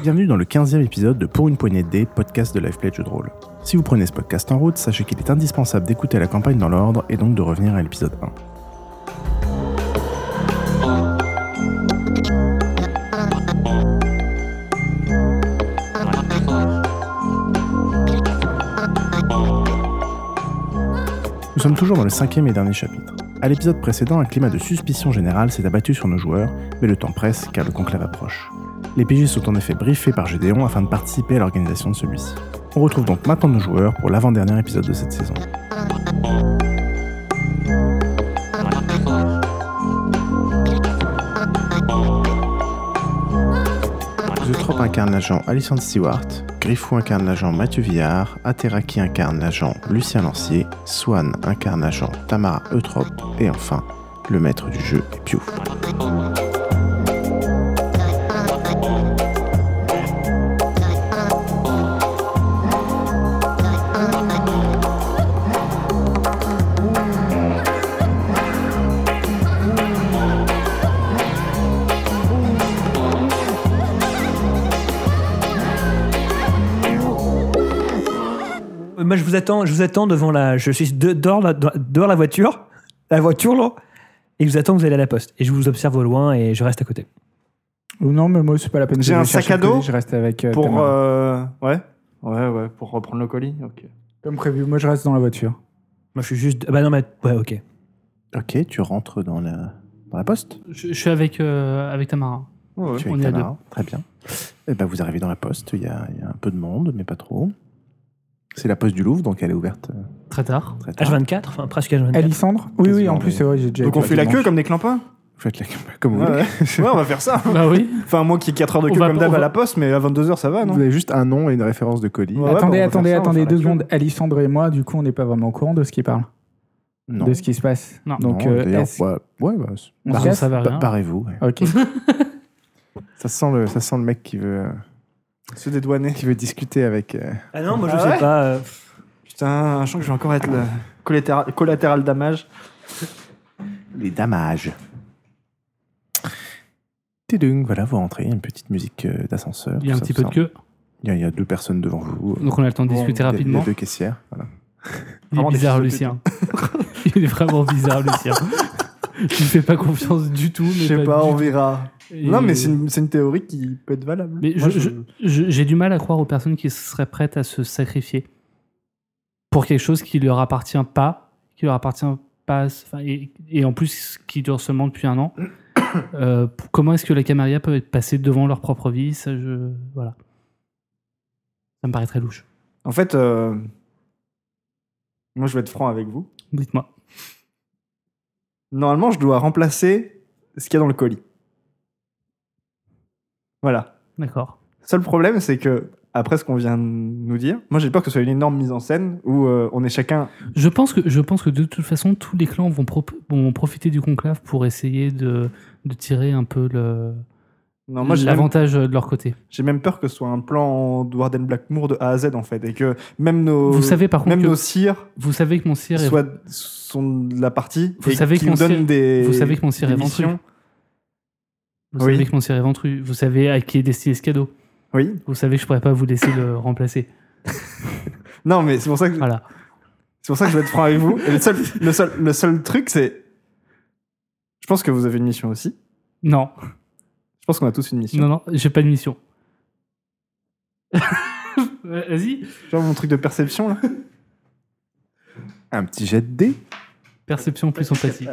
Bienvenue dans le 15e épisode de Pour une poignée de dés, podcast de Liveplay de jeux de rôle. Si vous prenez ce podcast en route, sachez qu'il est indispensable d'écouter la campagne dans l'ordre et donc de revenir à l'épisode 1. Nous sommes toujours dans le 5e et dernier chapitre. À l'épisode précédent, un climat de suspicion générale s'est abattu sur nos joueurs, mais le temps presse car le conclave approche. Les PJ sont en effet briefés par Gédéon afin de participer à l'organisation de celui-ci. On retrouve donc maintenant nos joueurs pour l'avant-dernier épisode de cette saison. Eutrope incarne l'agent Alicent Stewart, Griffou incarne l'agent Mathieu Villard, Ateraki incarne l'agent Lucien Lancier, Swan incarne l'agent Tamara Eutrope, et enfin, le maître du jeu est Piouf. Moi, je vous attends devant la. Je suis dehors la voiture là, et je vous attends, vous allez à la poste. Et je vous observe au loin et je reste à côté. Non, mais moi, c'est pas la peine. J'ai un sac à dos. Je reste avec. Pour pour reprendre le colis. Ok. Comme prévu, moi, je reste dans la voiture. Moi, je suis juste. Bah non, mais ouais, ok. Ok, tu rentres dans la poste. Je suis avec Tamara. Ouais. Tu es on avec est à Tamara, très bien. Et ben, vous arrivez dans la poste, il y a un peu de monde, mais pas trop. C'est la poste du Louvre, donc elle est ouverte Très tard. très tard. H24, enfin presque H24. Alissandre ? Oui, Quasiment, en plus, c'est vrai, j'ai déjà. Donc on fait la queue comme des clampins. Vous faites la comme vous voulez. Ouais, on va faire ça. Bah oui. Enfin, moi qui ai 4 heures de On queue va- comme d'hab on va- à la poste, mais à 22h ça va, non? Vous avez juste un nom et une référence de colis. Ouais. Attendez, bah, on va faire ça, on va faire 2 la queue. secondes. Alissandre et moi, du coup, on n'est pas vraiment au courant de ce qu'il parle, Non. de ce qui se passe. Non. Donc, Non, d'ailleurs, est-ce- ouais, On barrez- se casse ça va rien. barrez-vous. Ouais. Ok. Ça sent le mec qui veut Se dédouaner. discuter avec. Ah non, moi je Ah sais ouais pas. Putain, je sens que je vais encore être le collatéral damage. Les damages. Tidung, voilà, vous rentrez, il y a une petite musique d'ascenseur. Il y a un tout petit ça, peu de tout ça. queue. Il y a 2 personnes devant vous. Donc on a le temps de Bon, discuter Il y a rapidement. 2 caissières. Voilà. Il est Vraiment des bizarre, fils de Lucien. Il est vraiment bizarre, Lucien. Je ne fais pas confiance du tout. Je sais pas, du on tout. verra. Et- Non, mais c'est une théorie qui peut être valable. Mais Moi, j'ai du mal à croire aux personnes qui seraient prêtes à se sacrifier pour quelque chose qui leur appartient pas, enfin, et en plus qui dure seulement depuis 1 an. Comment est-ce que la Camarilla peut être passée devant leur propre vie? Voilà. Ça me paraît très louche. En fait, moi je vais être franc avec vous. Dites-moi. Normalement, je dois remplacer ce qu'il y a dans le colis. Voilà. D'accord. Seul problème, c'est que, après ce qu'on vient de nous dire, moi j'ai peur que ce soit une énorme mise en scène où on est chacun. Je pense que de toute façon, tous les clans vont profiter du conclave pour essayer de tirer un peu Non, moi j'ai l'avantage de leur côté. même peur que ce soit un plan de Warden Blackmoor de A à Z en fait. Et que même nos. Vous savez par contre Même que- nos sires Vous savez que mon sire est... sont de la partie. Vous et savez qui que nous mon donnent sire- des. vous savez que mon sire des est ventru. missions. Vous Oui. savez que mon sire est ventru. Vous savez à qui est destiné ce cadeau. Oui. Vous savez que je pourrais pas vous laisser le remplacer. Non, mais c'est pour ça que. Voilà. C'est pour ça que je vais être franc avec vous. Et le seul truc, c'est. Je pense que vous avez une mission aussi. Non, Je pense qu'on a tous une mission. non, j'ai pas de mission. Vas-y. Genre mon truc de perception là. Un petit jet de dés. Perception plus empathie.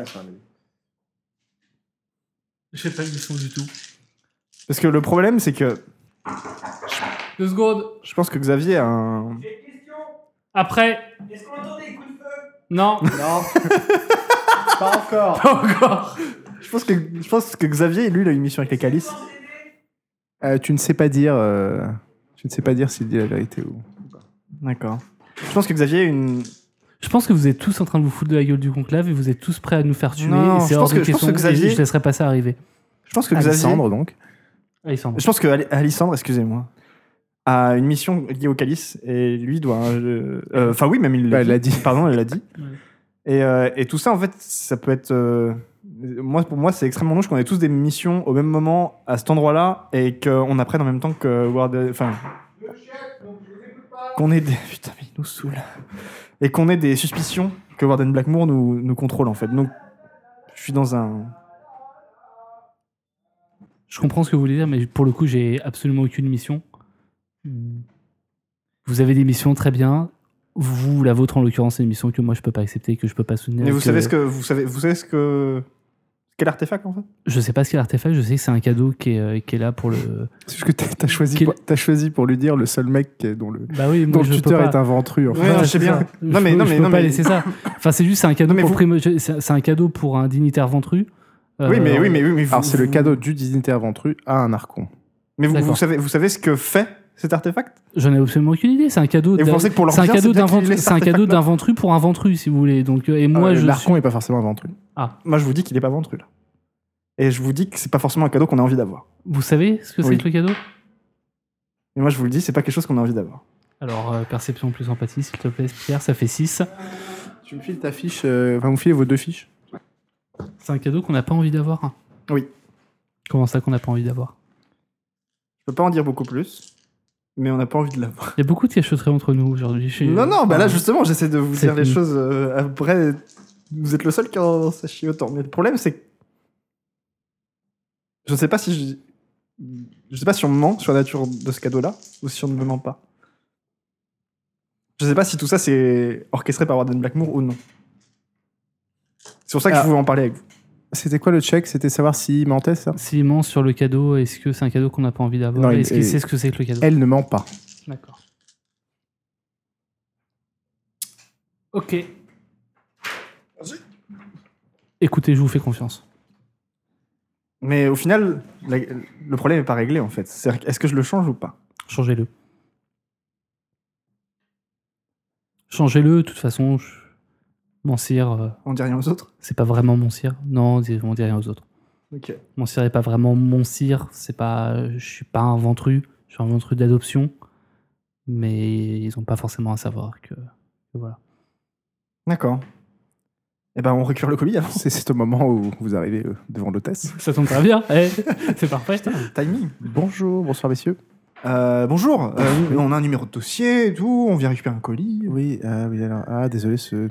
J'ai pas de mission du tout. Parce que le problème, c'est que 2 secondes. je pense que Xavier a un. Après. Est-ce qu'on entend des coups de feu? Non. Non. Pas encore. Pas encore. Je pense que Xavier, lui, il a une mission avec les calices. Tu ne sais pas dire. Tu ne sais pas dire s'il dit la vérité ou. D'accord. Je pense que Xavier a une. Je pense que vous êtes tous en train de vous foutre de la gueule du conclave et vous êtes tous prêts à nous faire tuer. Non, et c'est je hors pense de que question. Xavier- Et je laisserai pas ça arriver. Je pense que Xavier. Alessandre, donc. Alessandre. Je pense que Alissandre, excusez-moi, a une mission liée au calice et lui doit. Oui, même il Bah, elle l'a dit. Pardon, elle l'a dit. Ouais. Et tout ça, en fait, ça peut être Pour moi, c'est extrêmement louche qu'on ait tous des missions au même moment à cet endroit-là et qu'on apprenne en même temps que enfin, qu'on ait des putain, mais il nous saoule. Et qu'on ait des suspicions que Warden Blackmore nous contrôle en fait. Donc, je suis dans un. Je comprends ce que vous voulez dire, mais pour le coup, j'ai absolument aucune mission. Vous avez des missions très bien. Vous, la vôtre en l'occurrence, c'est une mission que moi je peux pas accepter, que je peux pas soutenir. Mais vous savez ce que quel artefact en fait? Je sais pas ce qu'est l'artefact. Je sais que c'est un cadeau qui est là pour le. C'est juste que t'as choisi pour lui dire le seul mec dont le Bah oui, moi dont je le peux tuteur pas. est un ventru. En fait. Ouais, je sais c'est bien. ça. Non, Je mais- peux- non, je mais- peux non, pas mais- laisser ça. Enfin, c'est juste c'est un cadeau Non, mais pour vous- c'est un cadeau pour un dignitaire ventru. Oui, mais Alors c'est le cadeau du dignitaire ventru à un archon. Mais vous D'accord. savez ce que fait cet artefact? J'en ai absolument aucune idée. C'est un cadeau. Et vous pensez que pour leur c'est un bien, cadeau c'est bien d'un qu'il ait cet c'est un cadeau artefact-là d'un ventru pour un ventru, si vous voulez. Donc et moi je L'archon est pas forcément un ventru. Moi, je vous dis qu'il est pas ventru là. Et je vous dis que c'est pas forcément un cadeau qu'on a envie d'avoir. Vous savez ce que Oui. c'est que le cadeau? Mais moi, je vous le dis, c'est pas quelque chose qu'on a envie d'avoir. Alors perception plus empathie, s'il te plaît, Pierre, ça fait 6. Tu me files ta fiche, enfin vous filez vos 2 fiches. C'est un cadeau qu'on n'a pas envie d'avoir. Oui. Comment ça qu'on n'a pas envie d'avoir? Je peux pas en dire beaucoup plus, mais on n'a pas envie de l'avoir. Il y a beaucoup de cachotteries entre nous aujourd'hui. Non, bah là, justement, j'essaie de vous c'est dire les fini. choses. Après, vous êtes le seul qui en sachit autant. Mais le problème, c'est que. Je sais pas si on me ment sur la nature de ce cadeau-là, ou si on ne me ment pas. Je sais pas si tout ça c'est orchestré par Warden Blackmore ou non. C'est pour ça que je voulais en parler avec vous. C'était quoi le check? C'était savoir s'il mentait, ça? S'il ment sur le cadeau, est-ce que c'est un cadeau qu'on n'a pas envie d'avoir? Non, Est-ce qu'il sait ce que c'est que le cadeau? Elle ne ment pas. D'accord. Ok. Écoutez, je vous fais confiance. Mais au final, le problème n'est pas réglé en fait. C'est est-ce que je le change ou pas? Changez-le. Changez-le, de toute façon, mon cire, On dit rien aux autres? c'est pas vraiment mon cire. Non, on dit rien aux autres. Ok. Mon cire n'est pas vraiment mon cire. C'est pas, je suis pas un ventru. Je suis un ventru d'adoption. Mais ils ont pas forcément à savoir que voilà. D'accord. Et ben on récupère le colis avant. C'est au moment où vous arrivez devant l'hôtesse. Ça tombe très bien. Eh, c'est parfait. Timing. Bonjour, bonsoir messieurs. Bonjour. On a un numéro de dossier et tout. On vient récupérer un colis. Oui, alors, désolé, c'est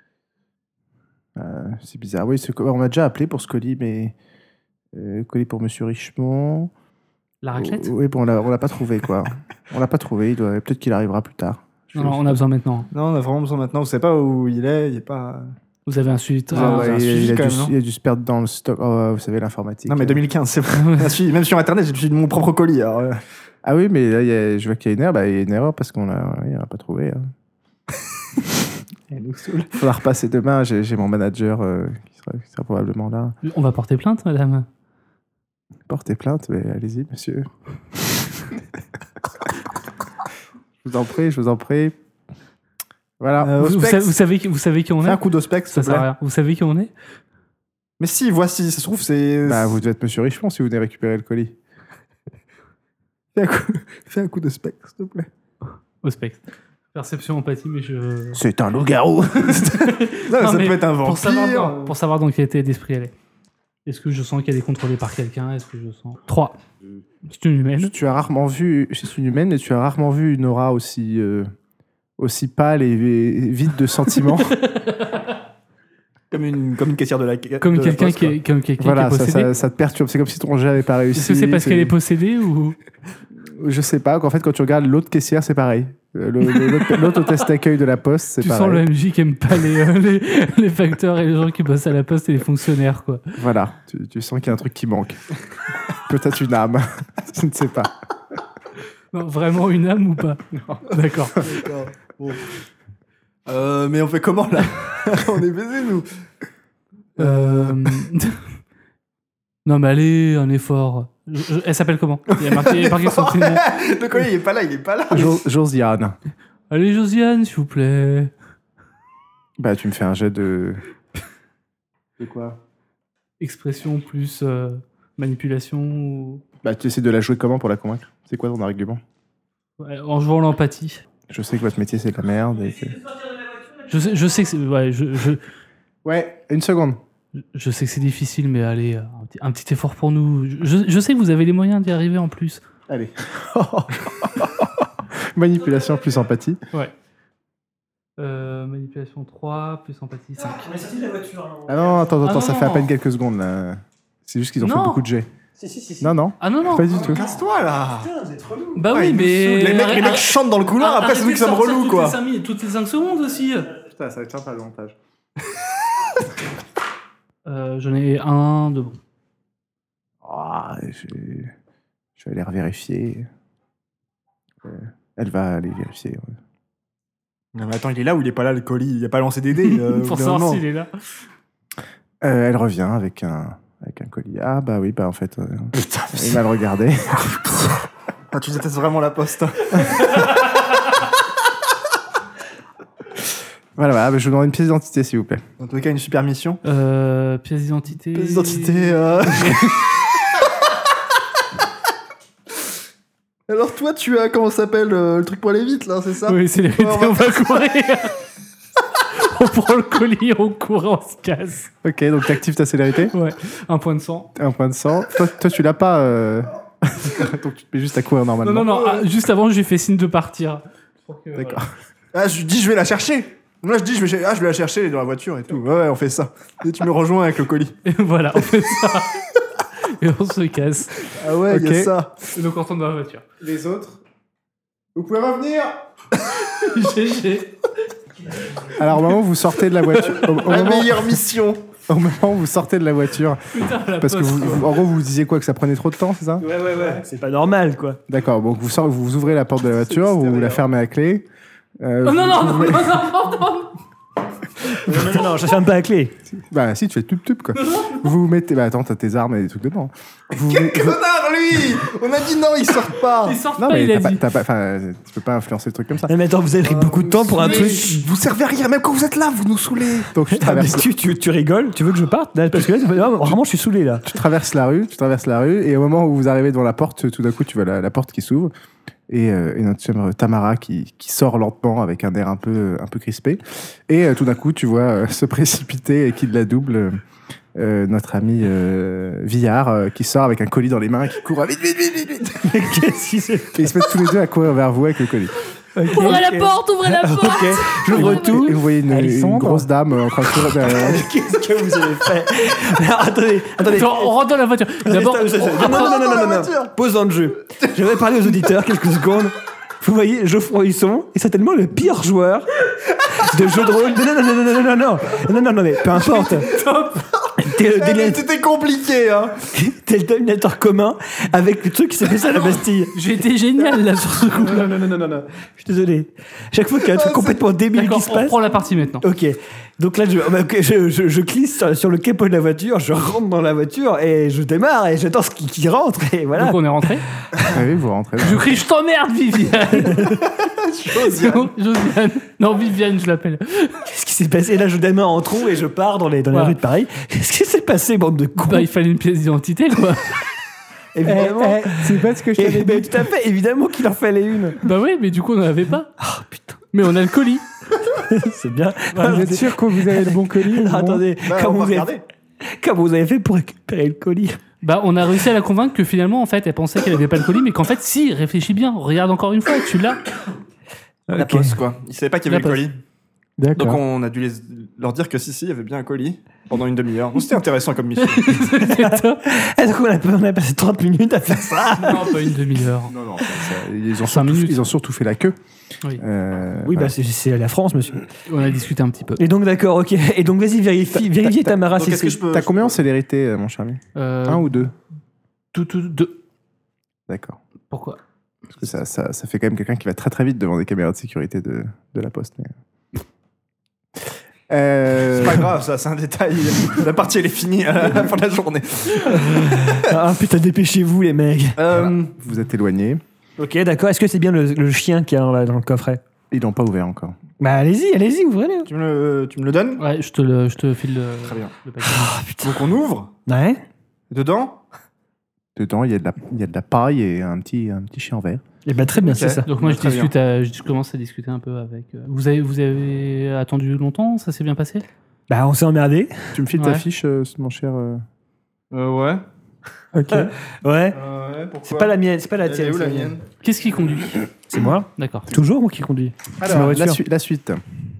bizarre. Oui, on m'a déjà appelé pour ce colis, mais colis pour Monsieur Richemont. La raclette? Oui, bon, on l'a pas trouvé, quoi. On l'a pas trouvé. Peut-être qu'il arrivera plus tard. Non, on a besoin maintenant. Non, on a vraiment besoin maintenant. Vous savez pas où il est pas. Vous avez un suivi. Ah, Ouais, un il suivi, y a quand dû- même, non il a dû se perdre dans le stock. Oh, vous savez, l'informatique. Non, mais 2015, c'est bon. Même sur internet, j'ai suivi mon propre colis. Alors, Ah oui, mais là, je vois qu'il y a une erreur. Il y a une erreur parce qu'on l'a pas trouvé. Hein. elle nous saoule. Faudra repasser demain. J'ai mon manager qui sera probablement là. On va porter plainte, madame. Portez plainte, mais allez-y, monsieur. Je vous en prie. Voilà. Vous savez qui on Fais un est? coup d'ospex, Ça s'il te sert à plaît. rien. Vous savez qui on est? Mais si, voici, ça se trouve, c'est. Bah, vous devez être monsieur Richemont si vous venez récupérer le colis. Fais un coup d'ospex, s'il te plaît. Au spectre. Perception, empathie, mais je. C'est un loup-garou. Non, ça mais peut être un Pour vampire. pour savoir dans quel état d'esprit elle est. Est-ce que je sens qu'elle est contrôlée par quelqu'un? Est-ce que je sens. 3. C'est une humaine. Tu as rarement vu, c'est une humaine, mais tu as rarement vu une aura aussi pâle et vide de sentiments. Comme une caissière de la. Comme de la quelqu'un poste, qui quoi. est, comme quelqu'un Voilà, qui est possédé. ça te perturbe. C'est comme si ton jet n'avait pas réussi. Est-ce que c'est parce qu'elle est possédée ou. Je sais pas. Qu'en fait, quand tu regardes l'autre caissière, c'est pareil. L'autre hôtesse d'accueil de la poste, c'est Tu pareil. sens le MJ qui aime pas les facteurs et les gens qui bossent à la poste et les fonctionnaires, quoi. Voilà, tu sens qu'il y a un truc qui manque. Peut-être une âme. Je ne sais pas. Non, vraiment une âme ou pas? D'accord. D'accord. Bon. Mais on fait comment là? On est baisés, nous. Non, mais allez, un effort. Elle s'appelle comment? Il y a marqué son petit nom. Le colis, il est pas là. Josiane. Allez, Josiane, s'il vous plaît. Bah, tu me fais un jet de. De quoi? Expression plus manipulation ou... Bah, tu essaies de la jouer comment pour la convaincre? C'est quoi ton argument? Ouais, en jouant l'empathie. Je sais que votre métier, c'est de la merde. Et que... Je sais que c'est... Ouais, Ouais, une seconde. Je sais que c'est difficile, mais allez, un petit effort pour nous. Je sais que vous avez les moyens d'y arriver en plus. Allez. Manipulation plus empathie. Ouais. Manipulation 3, plus empathie 5. On est sorti de la voiture. Ah non, attends, Ah non, ça fait à non. peine quelques secondes là. C'est juste qu'ils ont fait Non. beaucoup de jets. Si. Non, non, Ah non. pas du tout. Casse-toi là. Putain, vous êtes relou. Bah Ouais, oui, ils nous mais. saoulent. Les mecs chantent dans le couloir, après c'est nous qui sommes relous quoi. Toutes les 5 secondes aussi. Putain, ça va être sympa le montage. J'en ai un de bon. Ah, je vais aller revérifier. Elle va aller vérifier. Ouais. Non mais attends, il est là ou il est pas là le colis? Il a pas lancé des dés Pour savoir s'il est là. Elle revient avec un colis. Ah bah oui, bah en fait, Putain, il m'a le regardé. ah, tu détestes vraiment la poste. Voilà, bah, je vous demande une pièce d'identité s'il vous plaît. En tout cas, une super mission. Pièce d'identité. Pièce d'identité. Alors toi, tu as, comment ça s'appelle, le truc pour aller vite là, c'est ça? Oui, c'est les Ouais, on va courir. On prend le colis, on court, on se casse. Ok, donc t'actives ta célérité. Ouais, un point de sang. Un point de sang. Toi tu l'as pas. Donc tu te mets juste à courir normalement. Non, juste avant, j'ai fait signe de partir. D'accord. Ah, je dis, je vais la chercher. Moi, je dis, je vais la chercher, elle est dans la voiture et tout. Ouais, on fait ça. Et tu me rejoins avec le colis. Et voilà, on fait ça. Et on se casse. Ah ouais, il y Ok. a ça. Et donc on retourne dans la voiture. Les autres. Vous pouvez revenir. GG. Alors au moment où vous sortez de la voiture, La meilleure mission. au moment où vous sortez de la voiture, Putain, la parce que poste. en gros vous disiez quoi, que ça prenait trop de temps, c'est ça? Ouais. C'est pas normal, quoi. D'accord. Donc vous ouvrez la porte de la voiture, vous la fermez à clé. Oh, non, non. Non, je ferme pas la clé. Bah si, tu fais tup quoi. Vous mettez. Bah attends, t'as tes armes et des trucs dedans. Quel connard, lui! On a dit non, ils sortent pas. Ils sortent Non pas, mais il a dit. enfin, tu peux pas influencer le truc comme ça. Non, mais attends, vous avez pris beaucoup de temps pour un mais- truc. Vous servez à rien, même quand vous êtes là, vous nous saoulez. Donc tu Ah, mais traverses, tu rigoles? Tu veux que je parte? Là, parce que là, vraiment, je suis saoulé, là. tu traverses la rue, et au moment où vous arrivez devant la porte, tout d'un coup, tu vois la porte qui s'ouvre, et notre chère Tamara qui sort lentement avec un air un peu crispé, et tout d'un coup, tu vois se précipiter et qui la double. Notre ami Villard qui sort avec un colis dans les mains et qui court vite. Mais qu'est-ce qui s'est Et ils se mettent tous les deux à courir vers vous avec le colis. Ouvrez la porte, ouvrez la porte. Ok, j'ouvre tout. Et vous voyez une Alexandre. grosse dame en train de courir derrière. Qu'est-ce que vous avez fait? Alors, attendez. Attends, on rentre dans la voiture. D'abord, Non. Pause dans le jeu. Je vais parler aux auditeurs quelques secondes. Vous voyez, Geoffroy Husson est certainement le pire joueur de jeu de rôle. Non, mais peu importe. T'es C'était compliqué, hein. le dominateur commun avec le truc qui s'est fait ça à la Bastille. j'ai été génial là sur ce coup. Non. Je suis désolé. Chaque fois qu'il y a un truc complètement débile D'accord, qui se on passe. reprend la partie maintenant. Ok. Donc là, je glisse sur le capot de la voiture, je rentre dans la voiture et je démarre et j'attends ce qui rentre et voilà. Donc on est rentré. Ah oui, vous rentrez. Je crie, je t'emmerde, Viviane. Josiane. Non, Viviane, je l'appelle. Qu'est-ce qui s'est passé? Là, je démarre en trou et je pars dans les Voilà. rues de Paris. Qu'est-ce qui s'est passé, bande de cons? Bah, il fallait une pièce d'identité, quoi. Évidemment. C'est pas ce que je t'avais dit. Tout à fait, évidemment qu'il en fallait une. Bah oui, mais du coup, on n'en avait pas. Oh putain, Mais on a le colis. c'est bien. Vous êtes sûr que vous avez le bon colis? Alors, Bon. attendez, Bah, on va regarder. comment vous avez fait pour récupérer le colis? Bah, on a réussi à la convaincre que finalement, en fait, elle pensait qu'elle avait pas le colis, mais qu'en fait, si, réfléchis bien, regarde encore une fois, tu l'as. La Ok. poste, quoi. Ils savaient pas qu'il y avait La le colis. D'accord. Donc on a dû leur dire que si, il y avait bien un colis pendant une demi-heure. Bon, c'était intéressant comme mission. Ah, donc on a passé 30 minutes à faire ça. Non, pas une demi-heure. Non, ils ont, 5 minutes. ils ont surtout fait la queue. Oui. Oui, voilà. bah c'est la France, monsieur. On a discuté un petit peu. Et donc, d'accord, ok. Et donc, vas-y, vérifiez Tamara. Donc, si est-ce que c'est- je peux... T'as combien en célérité, mon cher ami? Un ou deux? Deux. D'accord. Pourquoi? Parce que ça fait quand même quelqu'un qui va très très vite devant des caméras de sécurité de la poste. Mais... C'est pas grave, ça, c'est un détail. La partie, elle est finie à la fin de la journée. Ah putain, dépêchez-vous, les mecs. Vous êtes éloigné. Ok, d'accord. Est-ce que c'est bien le chien qui est dans le coffret? Ils l'ont pas ouvert encore. Bah, allez-y, ouvrez-le. Tu me le donnes? Ouais, je te file Très bien. le paquet. Donc on ouvre. Ouais. Dedans, Dedans, il y a de la paille et un petit chien vert. Et bah, très bien, Ok. c'est ça. Donc moi, Très je commence à discuter un peu avec... Vous avez attendu longtemps? Ça s'est bien passé? Bah, on s'est emmerdé. Tu me files ta fiche, mon cher. Ouais. Ok. Ouais. Pourquoi C'est pas la mienne, c'est pas la Elle est tienne. où c'est la la mienne. mienne Qu'est-ce qui conduit? C'est moi. D'accord. Toujours moi qui conduis. C'est ma Alors, voiture. la suite.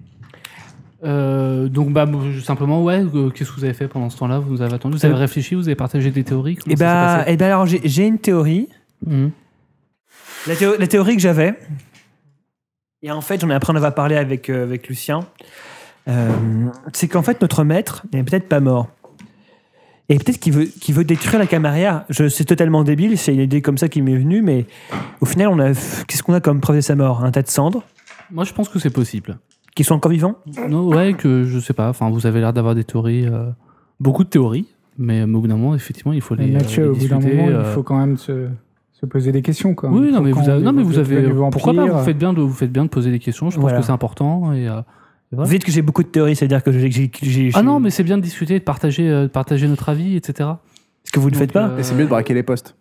Donc, simplement, qu'est-ce que vous avez fait pendant ce temps-là? Vous nous avez attendu? Vous avez réfléchi? Vous avez partagé des théories? Comment Et ça s'est passé? bah, alors j'ai une théorie. Mhm. La théorie que j'avais, et en fait j'en ai appris à en avoir parlé avec Lucien, c'est qu'en fait notre maître n'est peut-être pas mort. Et peut-être qu'il veut détruire la Camarilla. C'est totalement débile, c'est une idée comme ça qui m'est venue, mais au final, qu'est-ce qu'on a comme preuve de sa mort? Un tas de cendres Moi, je pense que c'est possible. qui sont encore vivants? Non, ouais, que je sais pas. Enfin, vous avez l'air d'avoir des théories, beaucoup de théories, mais au bout d'un moment, effectivement, il faut les, Mathieu, les au bout d'un discuter. moment, il faut quand même se poser des questions. Quoi. Oui, non, mais Quand vous avez, on non, mais évoque vous avez. le Pourquoi pas? vampire, Vous faites bien de poser des questions. Je pense Voilà. que c'est important. Et voilà. Vous dites que j'ai beaucoup de théories, c'est-à-dire que j'ai Ah non, mais c'est bien de discuter, de partager notre avis, etc. Est-ce que vous ne le faites pas? Et c'est mieux de braquer les postes.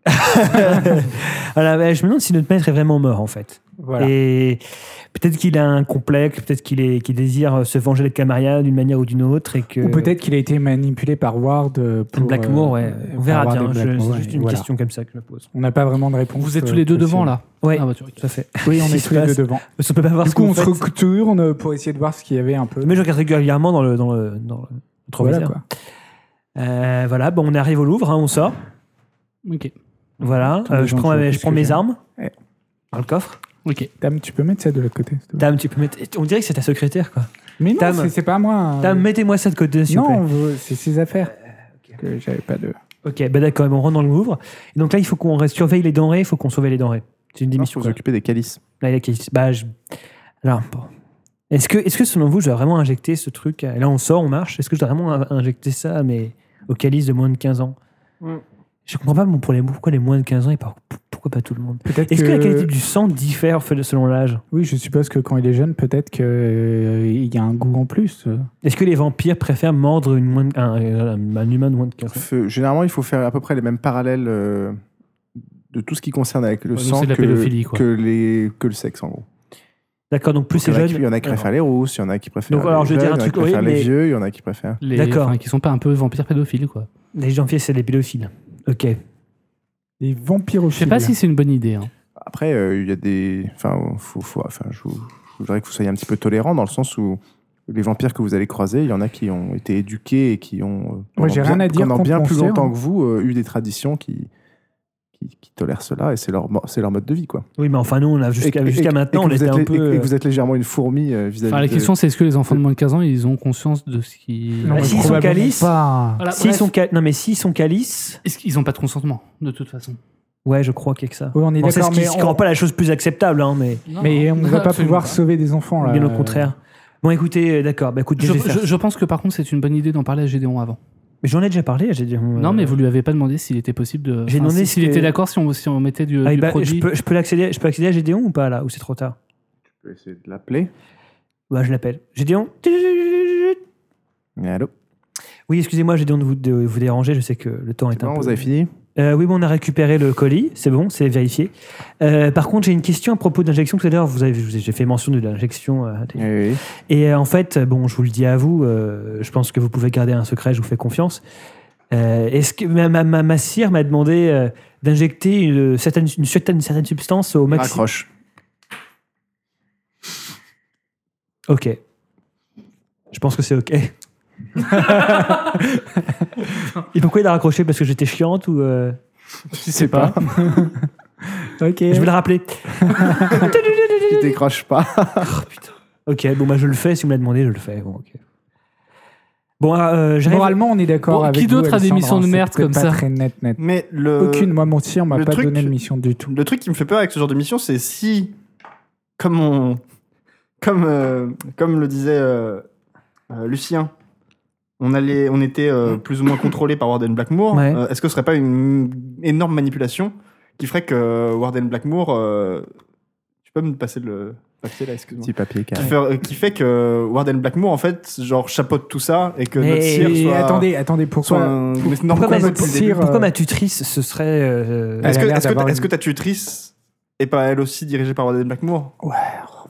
Voilà, bah, je me demande si notre maître est vraiment mort en fait. Voilà. Et peut-être qu'il a un complexe, peut-être qu'il désire se venger de Camarilla d'une manière ou d'une autre. Et que... Ou peut-être qu'il a été manipulé par Ward pour... Blackmoor, ouais. On verra, Ward tiens. et Blackmoor, C'est juste ouais, une voilà. question comme ça que je me pose. On n'a pas vraiment de réponse. Vous êtes tous les deux devant, là. Ouais, Ah, bah, tu vois. tout à fait. Oui, on Qu'est-ce est qui tous les se deux passe devant. Parce qu'on peut pas voir Du ce coup, que on vous se faites. retourne pour essayer de voir ce qu'il y avait un peu. Mais je regarde régulièrement dans le Voilà, rétroviseur. quoi. Voilà, bon, on arrive au Louvre, hein, on sort. Ok. Voilà, Tous les je gens prends jouent, mes qu'est-ce que mes j'aime. armes Ouais. dans le coffre. Ok. Dame, tu peux mettre ça de l'autre côté, s'il te plaît. Dame, tu peux mettre. On dirait que c'est ta secrétaire, quoi. Mais non, Dame. c'est pas moi. hein. Dame, mettez-moi ça de côté, s'il vous plaît. Non, c'est ses affaires. Que j'avais pas de... Ok, bah d'accord, on rentre dans le Louvre. Et donc là, il faut qu'on surveille les denrées, il faut qu'on surveille les denrées. C'est une des Il missions. faut s'occuper des calices. Là, il y a qui- bah, alors, bon. Est-ce que selon vous, je dois vraiment injecter ce truc? Là, on sort, on marche. Est-ce que je dois vraiment injecter ça au calice de moins de 15 ans? Je comprends pas pourquoi les moins de 15 ans et pourquoi pas tout le monde. Peut-être Est-ce que la qualité du sang diffère selon l'âge? Oui, je suppose que quand il est jeune, peut-être qu'il y a un goût en plus. Est-ce que les vampires préfèrent mordre un humain de moins de 15 ans? Généralement, il faut faire à peu près les mêmes parallèles de tout ce qui concerne avec le Ouais, sang c'est de la pédophilie, quoi. que le sexe, en gros. D'accord, donc plus c'est jeune. Il y en a qui préfèrent les rousses, il y en a qui préfèrent Donc, alors, les je vais dire jeunes, un il y en a truc qui préfèrent horrible, les mais- vieux, il y en a qui préfèrent... D'accord. Qui sont pas un peu vampires pédophiles, quoi. Les janvier, c'est les pédophiles. Ok. Les vampires Je sais pas si c'est une bonne idée. Hein. Après, il y a des... je voudrais que vous soyez un petit peu tolérants dans le sens où les vampires que vous allez croiser, il y en a qui ont été éduqués et qui ont, Moi, j'ai rien à dire pendant contre bien mon plus sire, longtemps hein. que vous, eu des traditions qui tolèrent cela et c'est leur mode de vie, quoi. Oui, mais enfin, nous, on a jusqu'à maintenant, et on que vous était êtes un et peu. que vous êtes légèrement une fourmi vis-à-vis Enfin, la de... question, c'est est-ce que les enfants de moins de 15 ans, ils ont conscience de ce qui. Bah, s'ils sont calices. Pas. Voilà, S'ils bref. sont non, mais s'ils sont calices, Est-ce qu'ils n'ont pas de consentement, de toute façon? ouais, je crois qu'il y a que ça. Oui, on est Bon, c'est d'accord, ce qui mais ne rend pas la chose plus acceptable, hein, mais Mais on ne va pas absolument pouvoir sauver des enfants, là. bien au contraire. Bon, écoutez, d'accord, bah écoute, Je pense que par contre, c'est une bonne idée d'en parler à Gédéon avant. mais j'en ai déjà parlé, j'ai dit. Non, mais vous lui avez pas demandé s'il était possible de. J'ai demandé s'il si- était d'accord si on mettait du Ah, bah, produit. je peux accéder à Gédéon ou pas, là, ou c'est trop tard? Je peux essayer de l'appeler. Ouais, je l'appelle. Gédéon? Allô? Oui, excusez-moi, Gédéon, de vous déranger, je sais que le temps est C'est un bon, peu... vous avez fini? Oui, bon, on a récupéré le colis, c'est bon, c'est vérifié. Par contre, j'ai une question à propos d'injection. Tout à l'heure, j'ai fait mention de l'injection. Oui. Et en fait, bon, je vous le dis à vous, je pense que vous pouvez garder un secret, je vous fais confiance. Est-ce que ma sire m'a demandé d'injecter une certaine substance au maximum? Raccroche. Ok. Je pense que c'est ok. Et pourquoi il a raccroché? Parce que j'étais chiante ou Je sais pas. Ok. Je vais le rappeler. Il décroche pas. Ok, bon, bah je le fais. Si vous me l'avez demandé, je le fais. Bon, ok. Bon, j'arrive. Moralement, on est d'accord Bon, avec qui vous, d'autre a des Alexandre, missions de c'est merde peut-être comme pas ça très net. Mais Aucune. Moi, mon tir m'a le pas truc- donné de mission du tout. Le truc qui me fait peur avec ce genre de mission, c'est si, comme le disait Lucien, on était plus ou moins contrôlé par Warden Blackmoor. Ouais. Est-ce que ce serait pas une énorme manipulation qui ferait que Warden Blackmoor, tu peux me passer le papier là, excuse-moi, Petit papier carré. qui fait que Warden Blackmoor en fait genre chapeaute tout ça et que Mais- notre sire Et soit attendez, soit pourquoi un énorme pourquoi complot votre depuis le début. sire, Pourquoi ma tutrice, ce serait. Elle a l'air d'avoir Est-ce une- que ta tutrice est pas elle aussi dirigée par Warden Blackmoor?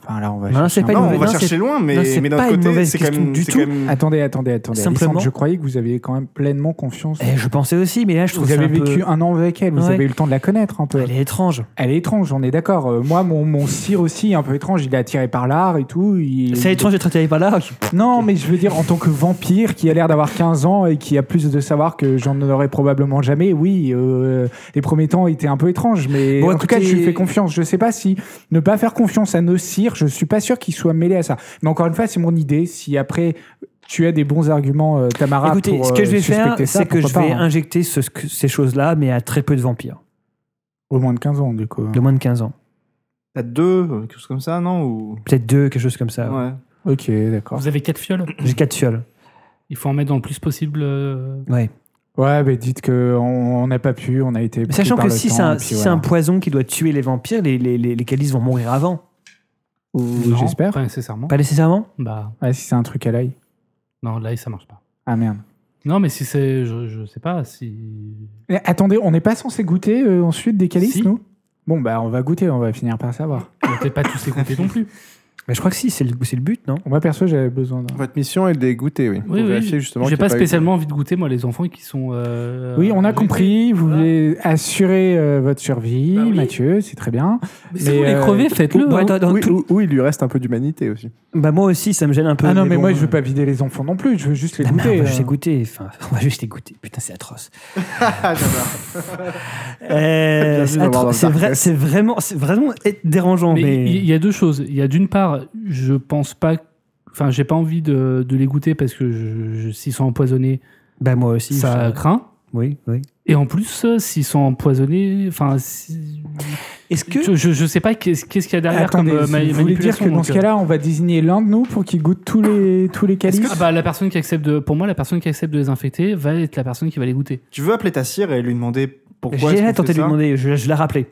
Enfin, là, on va Non, c'est chercher pas un une peu. Non, on va non, chercher c'est- loin, mais non, c'est d'un pas autre une côté, mauvaise c'est quand question même. du c'est tout. quand même- Attendez. Simplement. Alexandre, je croyais que vous aviez quand même pleinement confiance. Je pensais aussi, mais là, je trouve Vous ça avez un peu... vécu un an avec elle, vous Ouais. avez eu le temps de la connaître un peu. Elle est étrange. Elle est étrange, on est d'accord. Moi, mon cire aussi est un peu étrange. Il est attiré par l'art et tout. C'est étrange d'être attiré par là. Non, mais je veux dire, en tant que vampire qui a l'air d'avoir 15 ans et qui a plus de savoir que j'en aurais probablement jamais, oui, les premiers temps étaient un peu étranges. Mais Bon, en tout cas, écoutez- je lui fais confiance. Je sais pas si ne pas faire confiance à nos cires, je suis pas sûr qu'ils soient mêlés à ça. Mais encore une fois, c'est mon idée. Si après, tu as des bons arguments, Tamara, Écoutez, pour ce que je vais faire, suspecter ça, c'est que je pourquoi vais pas, hein. injecter ces choses-là, mais à très peu de vampires. Au moins de 15 ans, du coup. De moins de 15 ans. T'as 2, quelque chose comme ça, non ou... Peut-être 2, quelque chose comme ça. Ouais. Ok, d'accord. Vous avez 4 fioles. J'ai 4 fioles. Il faut en mettre dans le plus possible. Ouais. Ouais, mais dites qu'on n'a pas pu, on a été. Mais pris sachant par que le si temps, c'est un, et puis si c'est voilà. un poison qui doit tuer les vampires, les calices vont mourir avant. Non, J'espère. Pas nécessairement. Pas nécessairement. Bah, Ah, si c'est un truc à l'ail. non, là, ça marche pas. Ah merde. Non, mais si c'est. Je sais pas si. Eh, attendez, on n'est pas censé goûter ensuite des calices, Si. nous? Bon, bah, on va goûter, on va finir par savoir. On va peut-être pas tous écouter non plus. Mais je crois que si, c'est le but, non? Moi, perso, j'avais besoin d'un. Votre mission est de les goûter, oui. Pour vérifier justement J'ai qu'il y a pas eu- spécialement envie de goûter, moi, les enfants qui sont. Oui, on a jetés. compris, vous Voilà. voulez assurer votre survie, Bah oui. Mathieu, c'est très bien. Mais si Mais, vous voulez crever, faites-le. Bon, hein. attends, Oui, tout- ou il lui reste un peu d'humanité aussi. Bah moi aussi, ça me gêne un peu. Ah non, mais bon, moi, je veux pas vider les enfants non plus, je veux juste les Non, mais goûter. on va juste les goûter. Enfin, on va juste les goûter. Putain, c'est atroce. Ah, j'adore. C'est d'avoir dans le c'est vraiment dérangeant. Mais Mais, il y a deux choses. Il y a d'une part, je pense pas. Enfin, j'ai pas envie de les goûter parce que s'ils sont empoisonnés, bah moi aussi. ça craint. Oui, oui. Et en plus, s'ils sont empoisonnés, enfin, Est-ce que je sais pas qu'est-ce qu'il y a derrière Attendez, comme vous voulez dire manipulation. que dans donc, ce cas-là, on va désigner l'un de nous pour qu'il goûte tous les calices? ah bah, la personne qui accepte de, pour moi, la personne qui accepte de les infecter va être la personne qui va les goûter. Tu veux appeler ta cire et lui demander pourquoi j'ai est-ce qu'on tenté fait de lui ça demander, je l'ai rappelé.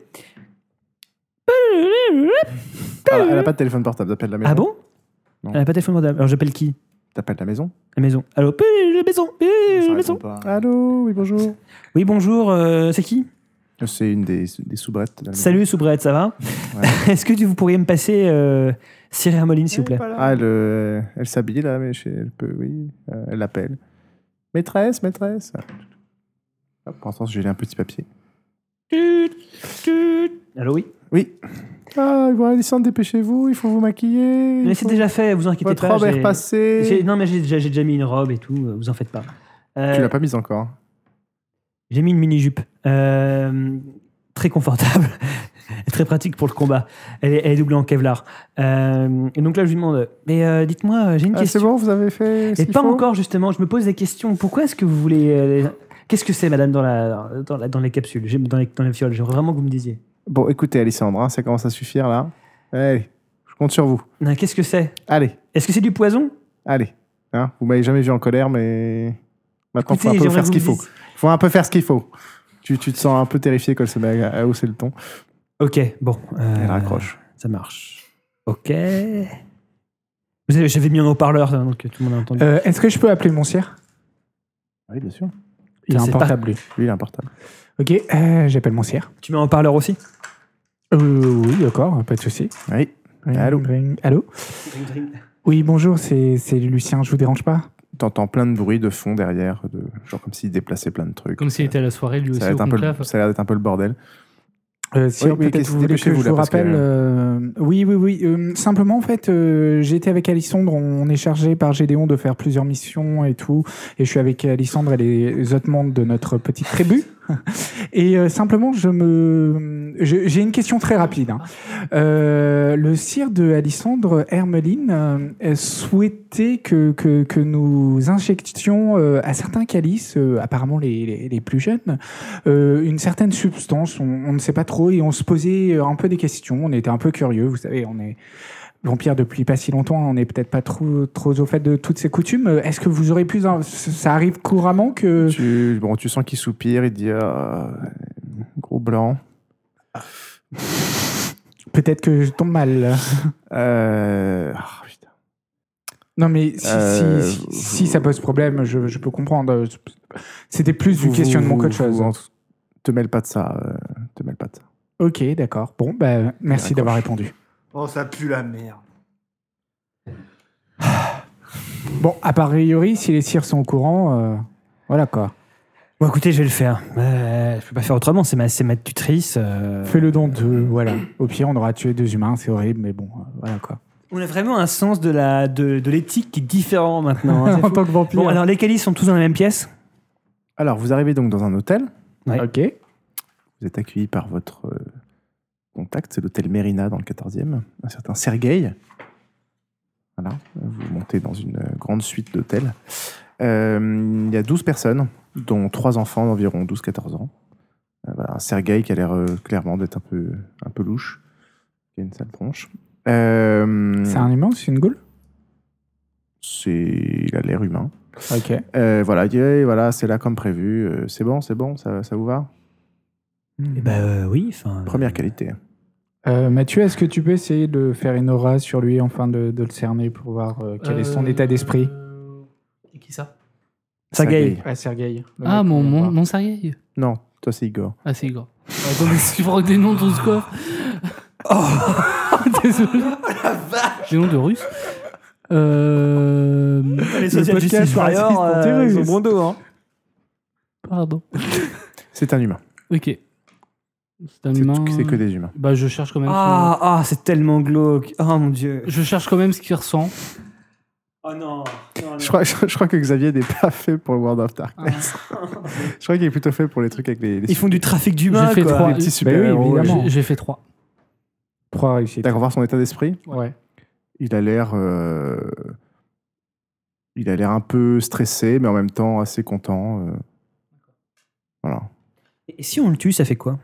Elle a pas de téléphone portable, t'appelles la maison. Ah bon? Non. Elle n'a pas de téléphone portable. Alors j'appelle qui? T'appelles la maison. La maison. Allô? La maison. Ça La répond maison. pas. Allô, oui, bonjour. Oui, bonjour. C'est qui? C'est une des soubrettes. de la maison. Salut, Soubrette, ça va? Ouais. Est-ce que vous pourriez me passer Cyril Hermoline, s'il vous plaît? Ah, elle s'habille là, mais elle peut, oui. Elle l'appelle. Maîtresse. Hop, pour l'instant, j'ai un petit papier. Allô, oui? Oui. Ah, voilà, Alissandre, dépêchez-vous, il faut vous maquiller. Mais c'est déjà fait, vous inquiétez Votre pas. robe est repassée. Non, mais j'ai déjà mis une robe et tout, vous en faites pas. Tu l'as pas mise encore. J'ai mis une mini-jupe. Très confortable. Et très pratique pour le combat. Elle est doublée en Kevlar. Et donc là, je lui demande, mais dites-moi, j'ai une Ah, c'est question. bon, vous avez fait ce Et qu'il pas faut encore, justement. Je me pose des questions. Pourquoi est-ce que vous voulez... Qu'est-ce que c'est, madame, dans les capsules, dans les fioles? J'aimerais vraiment que vous me disiez. Bon, écoutez, Alissandre, hein, ça commence à suffire là. Allez, je compte sur vous. Non, qu'est-ce que c'est? Allez, Est-ce que c'est du poison? allez. Hein, vous m'avez jamais vu en colère, mais maintenant, il faut un Écoutez, peu j'aimerais faire que ce vous qu'il me faut. disiez. Il faut un peu faire ce qu'il faut. Tu te sens un peu terrifié quand elle se met à hausser le ton. Ok, bon. Elle raccroche. Ça marche. Ok. J'avais mis un haut-parleur, donc tout le monde a entendu. Est-ce que je peux appeler mon cire? Oui, bien sûr. Il a Ça, un c'est portable, lui. Lui, il a un portable. Ok, j'appelle mon cire. Tu mets un haut-parleur aussi? Oui, d'accord, pas de souci. Oui. Ring, Allô. ring. Allô? Oui, bonjour, c'est Lucien, je vous dérange pas? T'entends plein de bruit de fond derrière, genre comme s'il déplaçait plein de trucs. Comme s'il était à la soirée, lui ça a aussi, au l'air conclave. ça a l'air d'être un peu le bordel. Si, Oui, peut-être qu'est-ce- vous voulez que dépêchez-vous, je là, vous parce que- rappelle. Oui. Simplement, en fait, j'ai été avec Alissandre. On est chargé par Gédéon de faire plusieurs missions et tout. Et je suis avec Alissandre et les autres membres de notre petite tribu. Et simplement, j'ai une question très rapide. Hein. Le sire de Alissandre, Hermeline, souhaitait que nous injections à certains calices, apparemment les plus jeunes, une certaine substance. On ne sait pas trop et on se posait un peu des questions. On était un peu curieux. Vous savez, on est vampire depuis pas si longtemps. On n'est peut-être pas trop au fait de toutes ces coutumes. Est-ce que vous aurez pu... Ça arrive couramment que... Tu sens qu'il soupire, il dit gros blanc. Peut-être que je tombe mal. Putain. Non, mais Euh, si ça pose problème, je peux comprendre. C'était plus du questionnement qu'autre chose. Te mêle pas de ça. Te mêle pas de ça. Ok, d'accord. Bon, bah, merci raccroche. d'avoir répondu. Oh, ça pue la merde. Bon, a priori, si les cires sont au courant, voilà quoi. Bon, écoutez, je vais le faire. Je peux pas faire autrement, c'est ma tutrice. Fais le don de... Voilà. Au pire, on aura tué 2 humains, c'est horrible, mais bon, voilà quoi. On a vraiment un sens de l'éthique qui est différent maintenant. Hein, En tant que vampire. bon, alors les Calices sont tous dans la même pièce. Alors, vous arrivez donc dans un hôtel. Ouais. Ok. Vous êtes accueilli par votre contact, c'est l'hôtel Mérina dans le 14e, un certain Sergueï. Voilà, vous montez dans une grande suite d'hôtels. Il y a 12 personnes, dont 3 enfants d'environ 12-14 ans. Voilà, un Sergueï qui a l'air clairement d'être un peu louche, qui a une sale tronche. C'est un humain ou c'est une goule? Il a l'air humain. Ok. Voilà, voilà, c'est là comme prévu. C'est bon, ça vous va? Eh ben oui, enfin. Première qualité. Mathieu, est-ce que tu peux essayer de faire une aura sur lui, enfin de le cerner pour voir quel est son état d'esprit? Et qui ça? Sergueï. Ouais, Sergueï. Ah, mon Sergueï. Non, toi c'est Igor. Ah, c'est Igor. Attends, mais c'est pour des noms de score. Oh, désolé. Des noms de russe. Les social justice warriors, ils sont bon dos, hein. Pardon. C'est un humain. Ok. C'est un humain. C'est que des humains. Bah, je cherche quand même. C'est tellement glauque. Oh mon dieu. Je cherche quand même ce qu'il ressent. Oh non. Je crois que Xavier n'est pas fait pour le World of Darkness. Je crois qu'il est plutôt fait pour les trucs avec les Ils font du trafic d'humains, J'ai fait quoi. 3. les petits super-héros. oui, évidemment. J'ai fait 3. 3 réussites. D'accord, voir son état d'esprit. Ouais. Il a l'air un peu stressé, mais en même temps assez content. Voilà. Et si on le tue, ça fait quoi?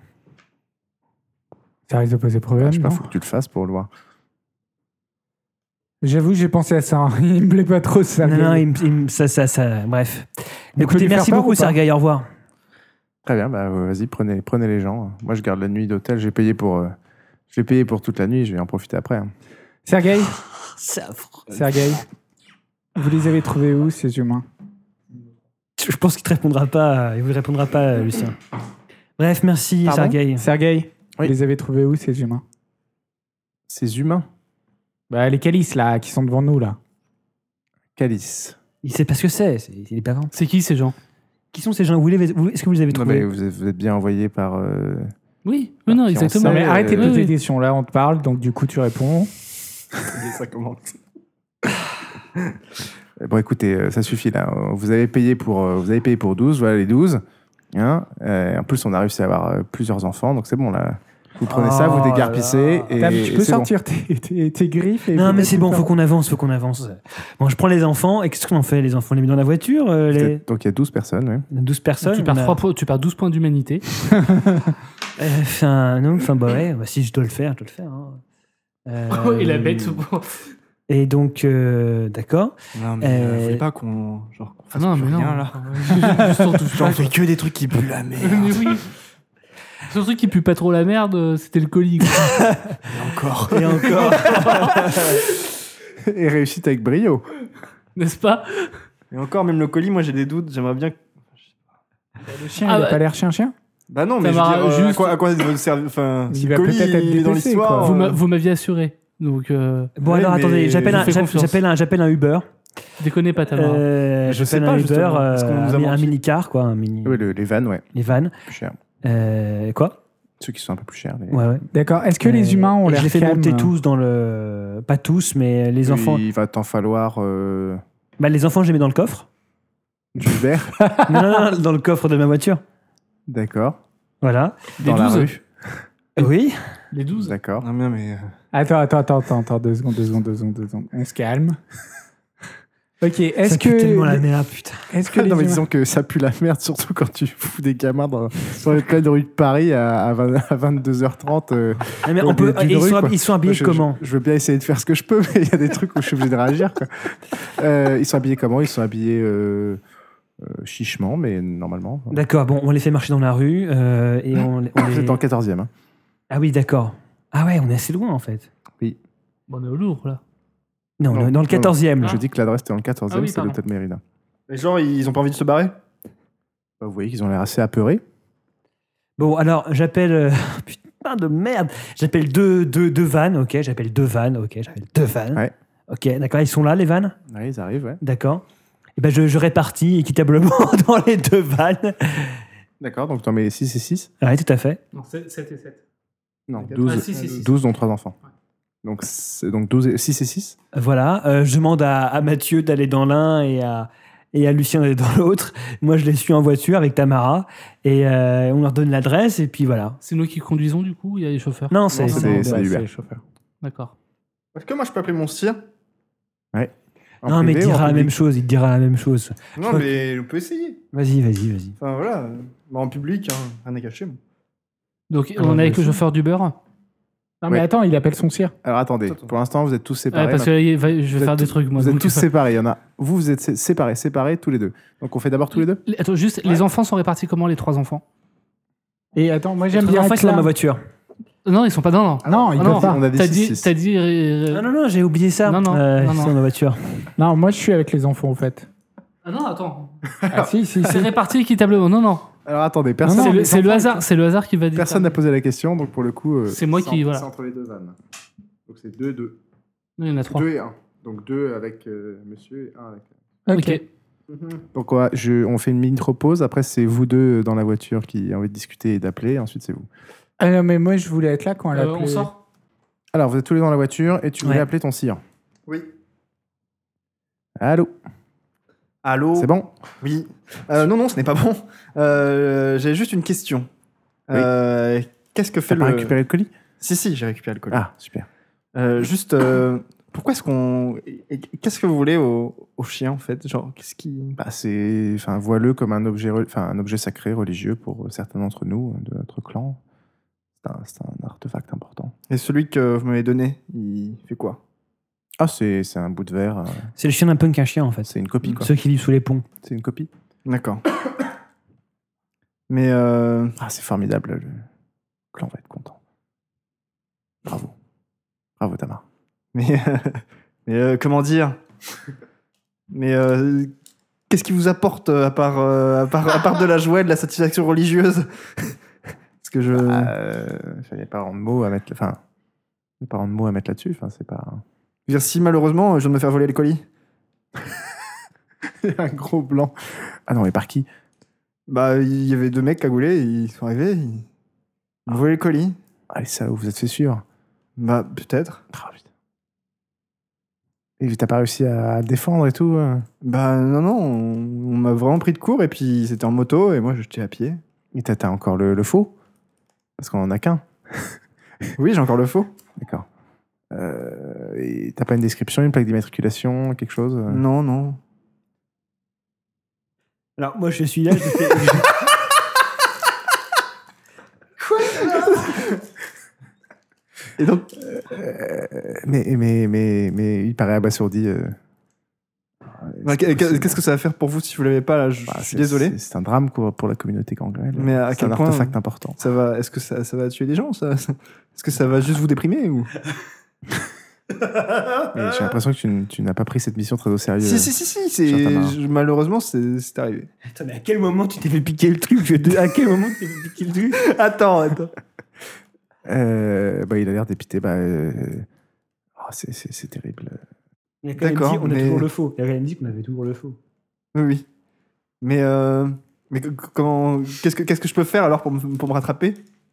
Ça risque de poser problème. Je sais pas, non faut que tu le fasses pour le voir. J'avoue, j'ai pensé à ça. Il me plaît pas trop, ça. Non, ça. Bref. On peut Écoutez, lui faire merci peur beaucoup, ou pas Sergueï. Au revoir. Très bien, bah vas-y, prenez les gens. Moi, je garde la nuit d'hôtel. J'ai payé pour toute la nuit. Je vais en profiter après. Hein. Sergueï, C'est affreux. Sergueï, vous les avez trouvés où, ces humains? Je pense qu'il te répondra pas. Il vous répondra pas, Lucien. Bref, merci, Pardon Sergueï. Sergueï, Oui. vous les avez trouvés où, ces humains? Ces humains, Bah, les calices, là, qui sont devant nous, là. Calice. Il sait pas ce que c'est. Il est pas grand. C'est qui ces gens? Qui sont ces gens? Est-ce que vous les avez Non, trouvés? mais vous êtes bien envoyé par. Oui, mais non, Fiancé. exactement. Non, mais arrête de Oui, poser oui. des questions. Là, on te parle, donc du coup, tu réponds. Ça commence. Bon, écoutez, ça suffit là. Vous avez payé pour 12. Voilà les 12. Hein, en plus, on a réussi à avoir plusieurs enfants, donc c'est bon là. Vous prenez ça, vous dégarpissez et Tu peux c'est bon. sortir tes griffes et Non, mais peut-être c'est bon, tout faut faire. qu'on avance. Bon, je prends les enfants. Et qu'est-ce qu'on en fait, les enfants? On les met dans la voiture? Donc il y a 12 personnes, oui. 12 personnes. Tu perds 12 points d'humanité. Bah ouais, si je dois le faire, je dois le faire. Hein. Et la bête. Et donc, d'accord. Non, mais vous voulez pas qu'on fasse Non, plus mais non. rien, là? Juste on touche J'en pas, fais quoi. que des trucs qui puent la merde. Mais oui. Le seul truc qui pue pas trop la merde, c'était le colis. quoi. Et encore. Et réussite avec brio. N'est-ce pas? Et encore, même le colis, moi j'ai des doutes. J'aimerais bien. Le chien, Ah il a bah- pas l'air chien. Bah non, Ça mais je veux va dire, juste- à quoi ça doit servir? Enfin, Il si va le colis peut-être être il est dans dépecé, l'histoire. quoi. Vous m'aviez assuré. Donc, Bon, Ouais, alors mais attendez, j'appelle je vous fais confiance. un Uber. déconnez pas ta main. Je sais J'appelle pas, un Uber, justement, parce qu'on nous a un menti. mini-car, quoi. Oui, les vannes, ouais, Les vannes. plus cher. Quoi? Ceux qui sont un peu plus chers. Ouais. D'accord. Est-ce que les humains ont et l'air je les fais calmes? monter tous dans le. Pas tous, mais les enfants. Il va t'en falloir Bah, les enfants, je les mets dans le coffre. du verre. non, dans le coffre de ma voiture. D'accord. Voilà. Les Dans la 12. rue. Oui. Les 12. D'accord. Non, mais. Attends, 2 secondes. On se calme. Ok, est-ce Ça pue que... tellement la merde, putain. Est-ce que les Non, mais humains... disons que ça pue la merde, surtout quand tu fous des gamins sur les pleines rues de Paris à 22h30. Ah, mais au on peut. milieu d'une Ils rue, sont, quoi. ils sont habillés comment? Je veux bien essayer de faire ce que je peux, mais il y a des trucs où je suis obligé de réagir. Quoi. Ils sont habillés comment? Ils sont habillés chichement, mais normalement. D'accord, bon, on les fait marcher dans la rue et on les. Vous êtes dans le 14e. Hein. Ah oui, d'accord. Ah ouais, on est assez loin en fait. Bon, on est au Louvre, là. Non, Non, dans le 14e. là. Je dis que l'adresse était dans le 14e, Ah oui, c'est pardon. l'hôtel Mérida. Les gens, ils ont pas envie de se barrer? Vous voyez qu'ils ont l'air assez apeurés. Bon, alors j'appelle. Putain, putain de merde. J'appelle deux vannes, ok. J'appelle deux vannes. Ouais. Ok, d'accord. Ils sont là, les vannes. Ouais, ils arrivent, ouais. D'accord. Et ben je répartis équitablement dans les deux vannes. D'accord, donc tu en mets 6 et 6. Ouais, tout à fait. Non, 7 et 7. Non, Ah, 12, si, si, si. 12 dont 3 enfants. Donc 12 et 6 et 6. Voilà. Je demande à Mathieu d'aller dans l'un et à Lucien d'aller dans l'autre. Moi, je les suis en voiture avec Tamara et on leur donne l'adresse et puis voilà. C'est nous qui conduisons du coup, il y a des chauffeurs. Non, c'est c'est Uber. les chauffeurs. D'accord. Est-ce que moi je peux appeler mon sire? En non, mais il privé ou en dira la public même chose. Il te dira la même chose. Non, crois mais on peut essayer. Vas-y. Enfin voilà, en public, hein, rien n'est caché. Moi. Donc Ah, on est bah, avec le si. chauffeur d'Uber. Non, mais Ouais. attends, il appelle son cire. Alors attendez, Attends. pour l'instant vous êtes tous séparés. Parce que là, je vais faire des trucs moi. Vous êtes donc- tous séparés. Il y en a. Vous êtes séparés tous les deux. Donc on fait d'abord tous les deux. Attends, juste, les enfants sont répartis comment, les 3 enfants? Et attends, moi Les j'aime trois bien enfants, être c'est dans là. ma voiture. Non, ils sont pas dans. Non, ils Ah peuvent non, pas. On a dit T'as 6, dit, 6. t'as dit. Non, j'ai oublié ça. Non, non, C'est non. dans ma voiture. Non, moi je suis avec les enfants en fait. Ah non, attends. Ah si, si, C'est si. réparti équitablement. Non. Alors attendez, Non, personne. non, les C'est le enfants, hasard. C'est le hasard qui va dire. Personne n'a posé la question, donc pour le coup. C'est moi qui, voilà. C'est entre les deux vannes. Donc c'est 2, 2. Non, il y en a 3. 2 et 1. Donc 2 avec monsieur et 1 avec. Ok. Donc on fait une mini-pause. Après, c'est vous deux dans la voiture qui avez envie de discuter et d'appeler. Ensuite, c'est vous. Ah non, mais moi je voulais être là quand elle a appelé. On sort. Alors, vous êtes tous les deux dans la voiture et tu voulais Ouais. appeler ton sire. Oui. Allô. Allô? C'est bon. Oui. Non, ce n'est pas bon. J'ai juste une question. Qu'est-ce que fait T'as pas le... récupéré le colis? Si, j'ai récupéré le colis. Ah, super. Juste, pourquoi est-ce qu'on... Qu'est-ce que vous voulez au chien, en fait? Genre, qu'est-ce qui... Bah, vois-le comme un objet sacré religieux pour certains d'entre nous, de notre clan. C'est un artefact important. Et celui que vous m'avez donné, il fait quoi? Ah, c'est un bout de verre. C'est le chien d'un punk qu'un chien en fait. C'est une copie, quoi. Ceux qui vivent sous les ponts. C'est une copie. D'accord. Mais Ah, c'est formidable. Le clan va être content. Bravo. Bravo, Tamar. mais comment dire? Mais qu'est-ce qui vous apporte à part de la joie et de la satisfaction religieuse? Parce que je... Il n'y a pas vraiment de mots à mettre. Enfin, il n'y a pas vraiment de mots à mettre là-dessus. Enfin, c'est pas. Je veux dire, si malheureusement je viens de me faire voler le colis, Il y a un gros blanc. Ah non, mais par qui? bah il y avait 2 mecs cagoulés, ils sont arrivés, ils m'ont volé le colis. Ah, les salauds, vous êtes fait sûr? Bah peut-être. Ah, putain. Et t'as pas réussi à défendre et tout? Bah non, on m'a vraiment pris de court et puis c'était en moto et moi j'étais à pied. Et t'as encore le faux? Parce qu'on en a qu'un. Oui, j'ai encore le faux. D'accord. Et t'as pas une description, une plaque d'immatriculation, quelque chose? Non. Alors moi je suis là. Et donc, Mais il paraît abasourdi. qu'est-ce que ça va faire pour vous si vous l'avez pas là? Je suis désolé. C'est un drame pour la communauté gangrène. Mais à c'est quel un point artefact important. ça va? Est-ce que ça va tuer des gens ça? Est-ce que ça va juste vous déprimer ou? Mais j'ai l'impression que tu n'as pas pris cette mission très au sérieux. Si. Malheureusement, c'est arrivé. Attends, mais à quel moment tu t'es fait piquer le truc? À quel moment tu t'es fait piquer le truc? Attends. Il a l'air dépité. C'est terrible. Il a quand même D'accord, dit, on a mais- toujours le faux. Il a quand même dit qu'on avait toujours le faux. Oui. Mais comment? Qu'est-ce que je peux faire alors pour me rattraper?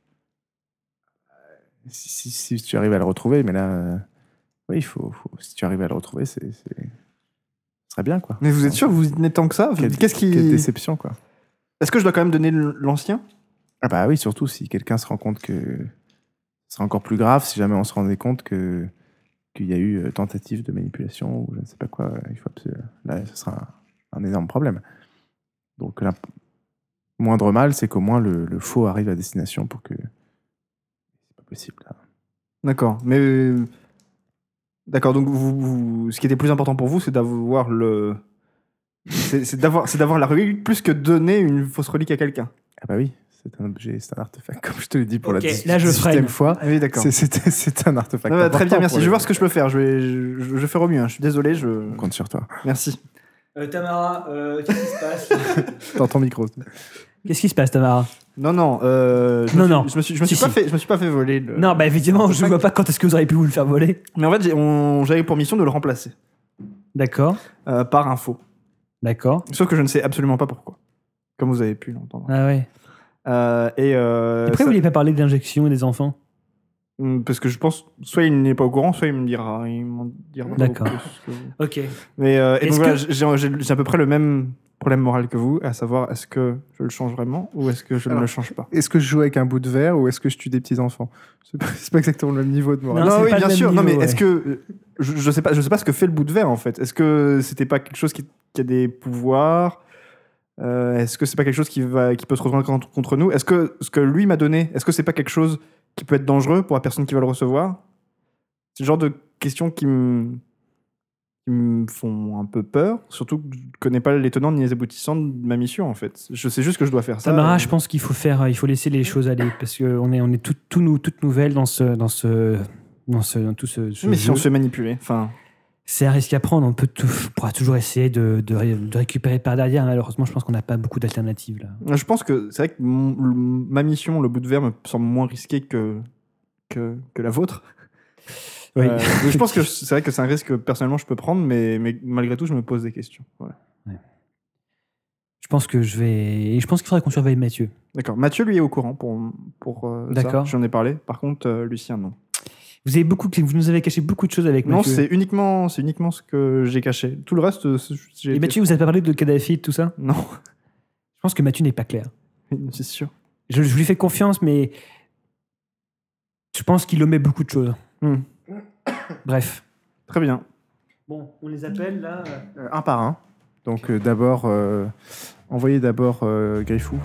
Si tu arrives à le retrouver, mais là, oui, si tu arrives à le retrouver, ce serait bien, quoi. Mais vous êtes sûr que vous y tenez tant que ça? Qu'est-ce qui? Quelle déception, quoi. Est-ce que je dois quand même donner l'ancien? Ah bah oui, surtout si quelqu'un se rend compte que ce serait encore plus grave si jamais on se rendait compte qu'il y a eu tentative de manipulation ou je ne sais pas quoi. Là, ce sera un énorme problème. Donc, là, moindre mal, c'est qu'au moins le faux arrive à destination pour que c'est pas possible. Là. D'accord. Mais d'accord. Donc ce qui était plus important pour vous, c'est d'avoir c'est d'avoir la relique plus que donner une fausse relique à quelqu'un. Ah bah oui, c'est un objet, c'est un artefact, comme je te l'ai dit pour Ok, la là, je 18e freine. fois. Ah oui, d'accord. C'est un artefact. Non, bah, très bien, important merci. pour Je vais les- voir ce que je peux faire. Je vais faire au mieux. Hein. Je suis désolé. On compte sur toi. Merci. Tamara, qu'est-ce qui se passe? Dans ton micro. Qu'est-ce qui se passe, Tamara? Non. Non. Je me suis pas fait voler. Non, bah évidemment, je vois pas quand est-ce que vous auriez pu vous le faire voler. Mais en fait, j'avais pour mission de le remplacer D'accord. par un faux. D'accord. Sauf que je ne sais absolument pas pourquoi. Comme vous avez pu l'entendre. Ah ouais. Et pourquoi vous vouliez pas parler de l'injection et des enfants? Parce que je pense, soit il n'est pas au courant, soit il m'en dira D'accord. plus que- Ok. Mais et donc Est-ce voilà, j'ai à peu près le même problème moral que vous, à savoir est-ce que je le change vraiment ou est-ce que je ne le change pas. Est-ce que je joue avec un bout de verre ou est-ce que je tue des petits enfants? C'est pas exactement le même niveau de morale. Non, c'est oui, pas bien le même sûr. niveau, Non, mais ouais. est-ce que je sais pas ce que fait le bout de verre en fait. Est-ce que c'était pas quelque chose qui a des pouvoirs? Est-ce que c'est pas quelque chose qui peut se retourner contre nous? Est-ce que ce que lui m'a donné, est-ce que c'est pas quelque chose qui peut être dangereux pour la personne qui va le recevoir? C'est le genre de questions qui me font un peu peur, surtout que je connais pas les tenants ni les aboutissants de ma mission en fait. Je sais juste que je dois faire ça. Tamara, je pense qu'il faut laisser les choses aller parce qu'on est toutes nouvelles dans tout ce Mais si jeu. on se fait manipuler, enfin. C'est un risque à prendre. On pourra toujours essayer de récupérer par derrière. Malheureusement, je pense qu'on n'a pas beaucoup d'alternatives là. Je pense que c'est vrai que ma mission, le bout de verre, me semble moins risqué que la vôtre. Oui. Donc je pense que c'est vrai que c'est un risque que personnellement je peux prendre, mais malgré tout, je me pose des questions. Voilà. Je pense qu'il faudrait qu'on surveille Mathieu. D'accord. Mathieu, lui, est au courant pour D'accord. ça. J'en ai parlé. Par contre, Lucien, non. Vous nous avez caché beaucoup de choses avec Non, Mathieu. c'est uniquement ce que j'ai caché. Tout le reste, Et Mathieu, vous avez pas parlé de Kadhafi et de tout ça? Non, Je pense que Mathieu n'est pas clair. c'est sûr. Je lui fais confiance, mais je pense qu'il omet beaucoup de choses. Bref. Très bien. Bon, on les appelle là. Un par un. Donc d'abord, envoyez d'abord Griffou.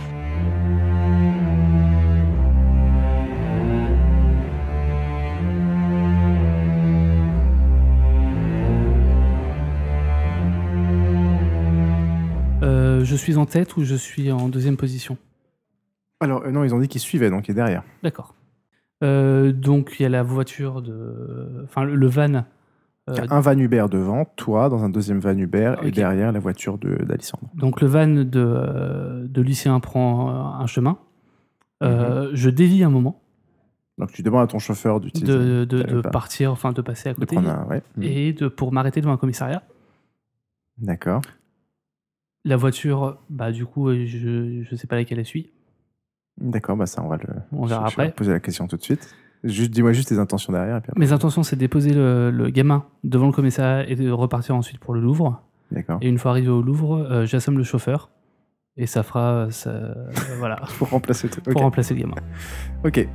Je suis en tête ou je suis en deuxième position? Alors non, ils ont dit qu'ils suivaient, donc il est derrière. D'accord. Donc il y a la voiture enfin le van. Il y a un van Uber devant, toi dans un deuxième van Uber et Ok. derrière la voiture d'Alissandre. Donc le van de Lucien prend un chemin. Je dévie un moment Donc tu demandes à ton chauffeur d'utiliser. de partir, enfin de passer à de côté prendre un, ouais. et pour m'arrêter devant un commissariat. D'accord. La voiture, bah du coup, je sais pas laquelle elle suit. D'accord, bah ça on va On verra je vais après. poser la question tout de suite. Dis-moi juste tes intentions derrière. Et puis après. Mes intentions, c'est de déposer le gamin devant le commissariat et de repartir ensuite pour le Louvre. D'accord. Et une fois arrivé au Louvre, j'assomme le chauffeur et ça fera, voilà, Pour remplacer le truc. pour Ok. remplacer le gamin. Ok.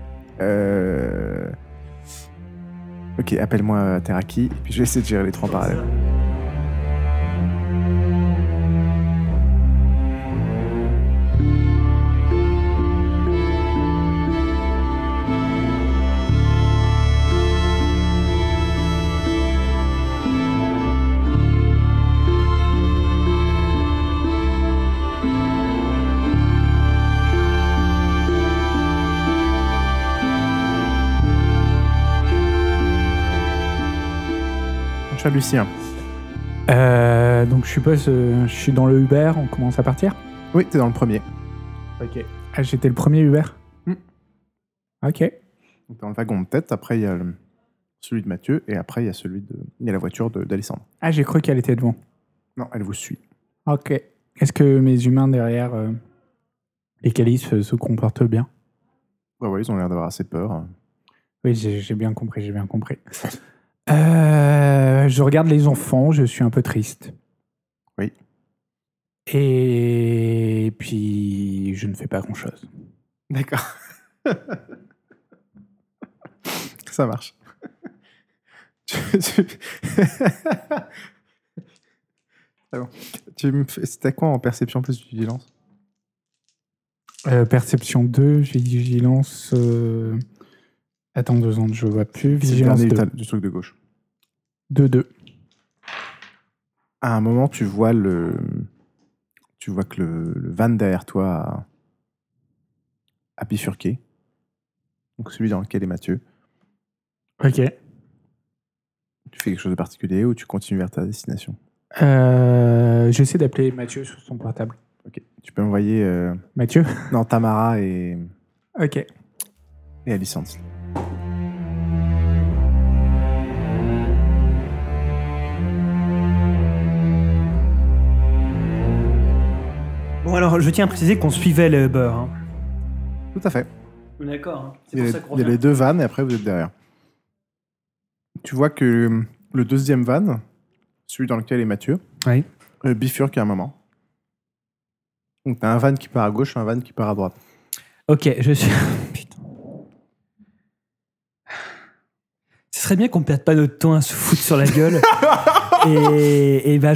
Ok, appelle-moi Teraki, et puis je vais essayer de gérer les trois en parallèle. Cher Lucien. Donc je suppose, je suis dans le Uber, on commence à partir? Oui, t'es dans le premier. Ok. Ah, j'étais le premier Uber? Ok. Donc, dans le wagon de tête, après il y a celui de Mathieu, et après il y a il y a la voiture d'Alessandre. Ah, j'ai cru qu'elle était devant. Non, elle vous suit. Ok. Est-ce que mes humains derrière les calices se comportent bien? Ouais, ils ont l'air d'avoir assez peur. Oui, j'ai bien compris, j'ai bien compris. Je regarde les enfants, je suis un peu triste. Oui. Et puis, je ne fais pas grand-chose. D'accord. Ça marche. C'est bon. C'était quoi en perception plus vigilance? Perception 2, vigilance... Attends 2 secondes, je vois plus. C'est le Vigilance dernier 2. du truc de gauche. 2. À un moment, tu vois que le van derrière toi a bifurqué. Donc celui dans lequel est Mathieu. Ok. Tu fais quelque chose de particulier ou tu continues vers ta destination? J'essaie d'appeler Mathieu sur son portable. Ok. Tu peux envoyer Mathieu. non, Tamara et Ok. Alicent. Bon, alors, je tiens à préciser qu'on suivait le Uber. Hein. Tout à fait. D'accord. Il y a les 2 vannes et après vous êtes derrière. Tu vois que le 2e van, celui dans lequel est Mathieu, Oui. bifurque à un moment. Donc t'as un van qui part à gauche, un van qui part à droite. Ok, je suis... Putain. Ce serait bien qu'on perde pas notre temps à se foutre sur la gueule. et bah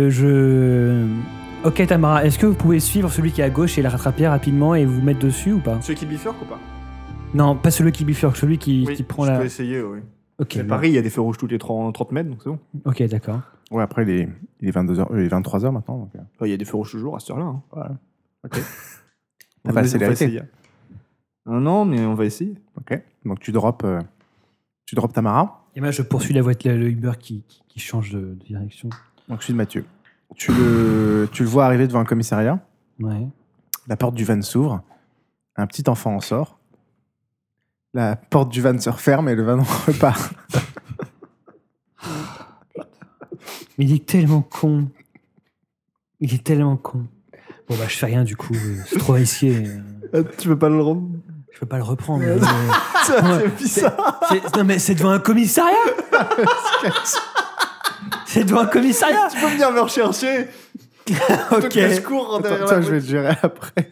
Ok, Tamara, est-ce que vous pouvez suivre celui qui est à gauche et le rattraper rapidement et vous mettre dessus ou pas? Celui qui bifurque ou pas? Non, pas celui qui bifurque, celui qui prend je la... peux essayer, oui. Ok, Mais bon. Paris, il y a des feux rouges toutes les 30 mètres, donc c'est bon. Ok, d'accord. Ouais, après il est 22h, il est 23h maintenant. Donc, Enfin, il y a des feux rouges toujours à cette heure-là. Hein. ok. On pas va accéléré. essayer. Non, mais on va essayer. Ok. Donc tu drops Tamara. Et moi, je poursuis la voiture, le Uber qui change de direction. Donc je suis de Mathieu. Tu le vois arriver devant un commissariat. Ouais. La porte du van s'ouvre. Un petit enfant en sort. La porte du van se referme et le van repart. Mais il est tellement con. Il est tellement con. Bon, bah, je fais rien du coup. C'est trop risqué. Tu veux pas le rendre? Je peux pas le reprendre. C'est bizarre. Non, mais c'est devant un commissariat. C'est devant un commissariat. Tu peux venir me rechercher. Ok. Je cours derrière Attends, la je vais te gérer après.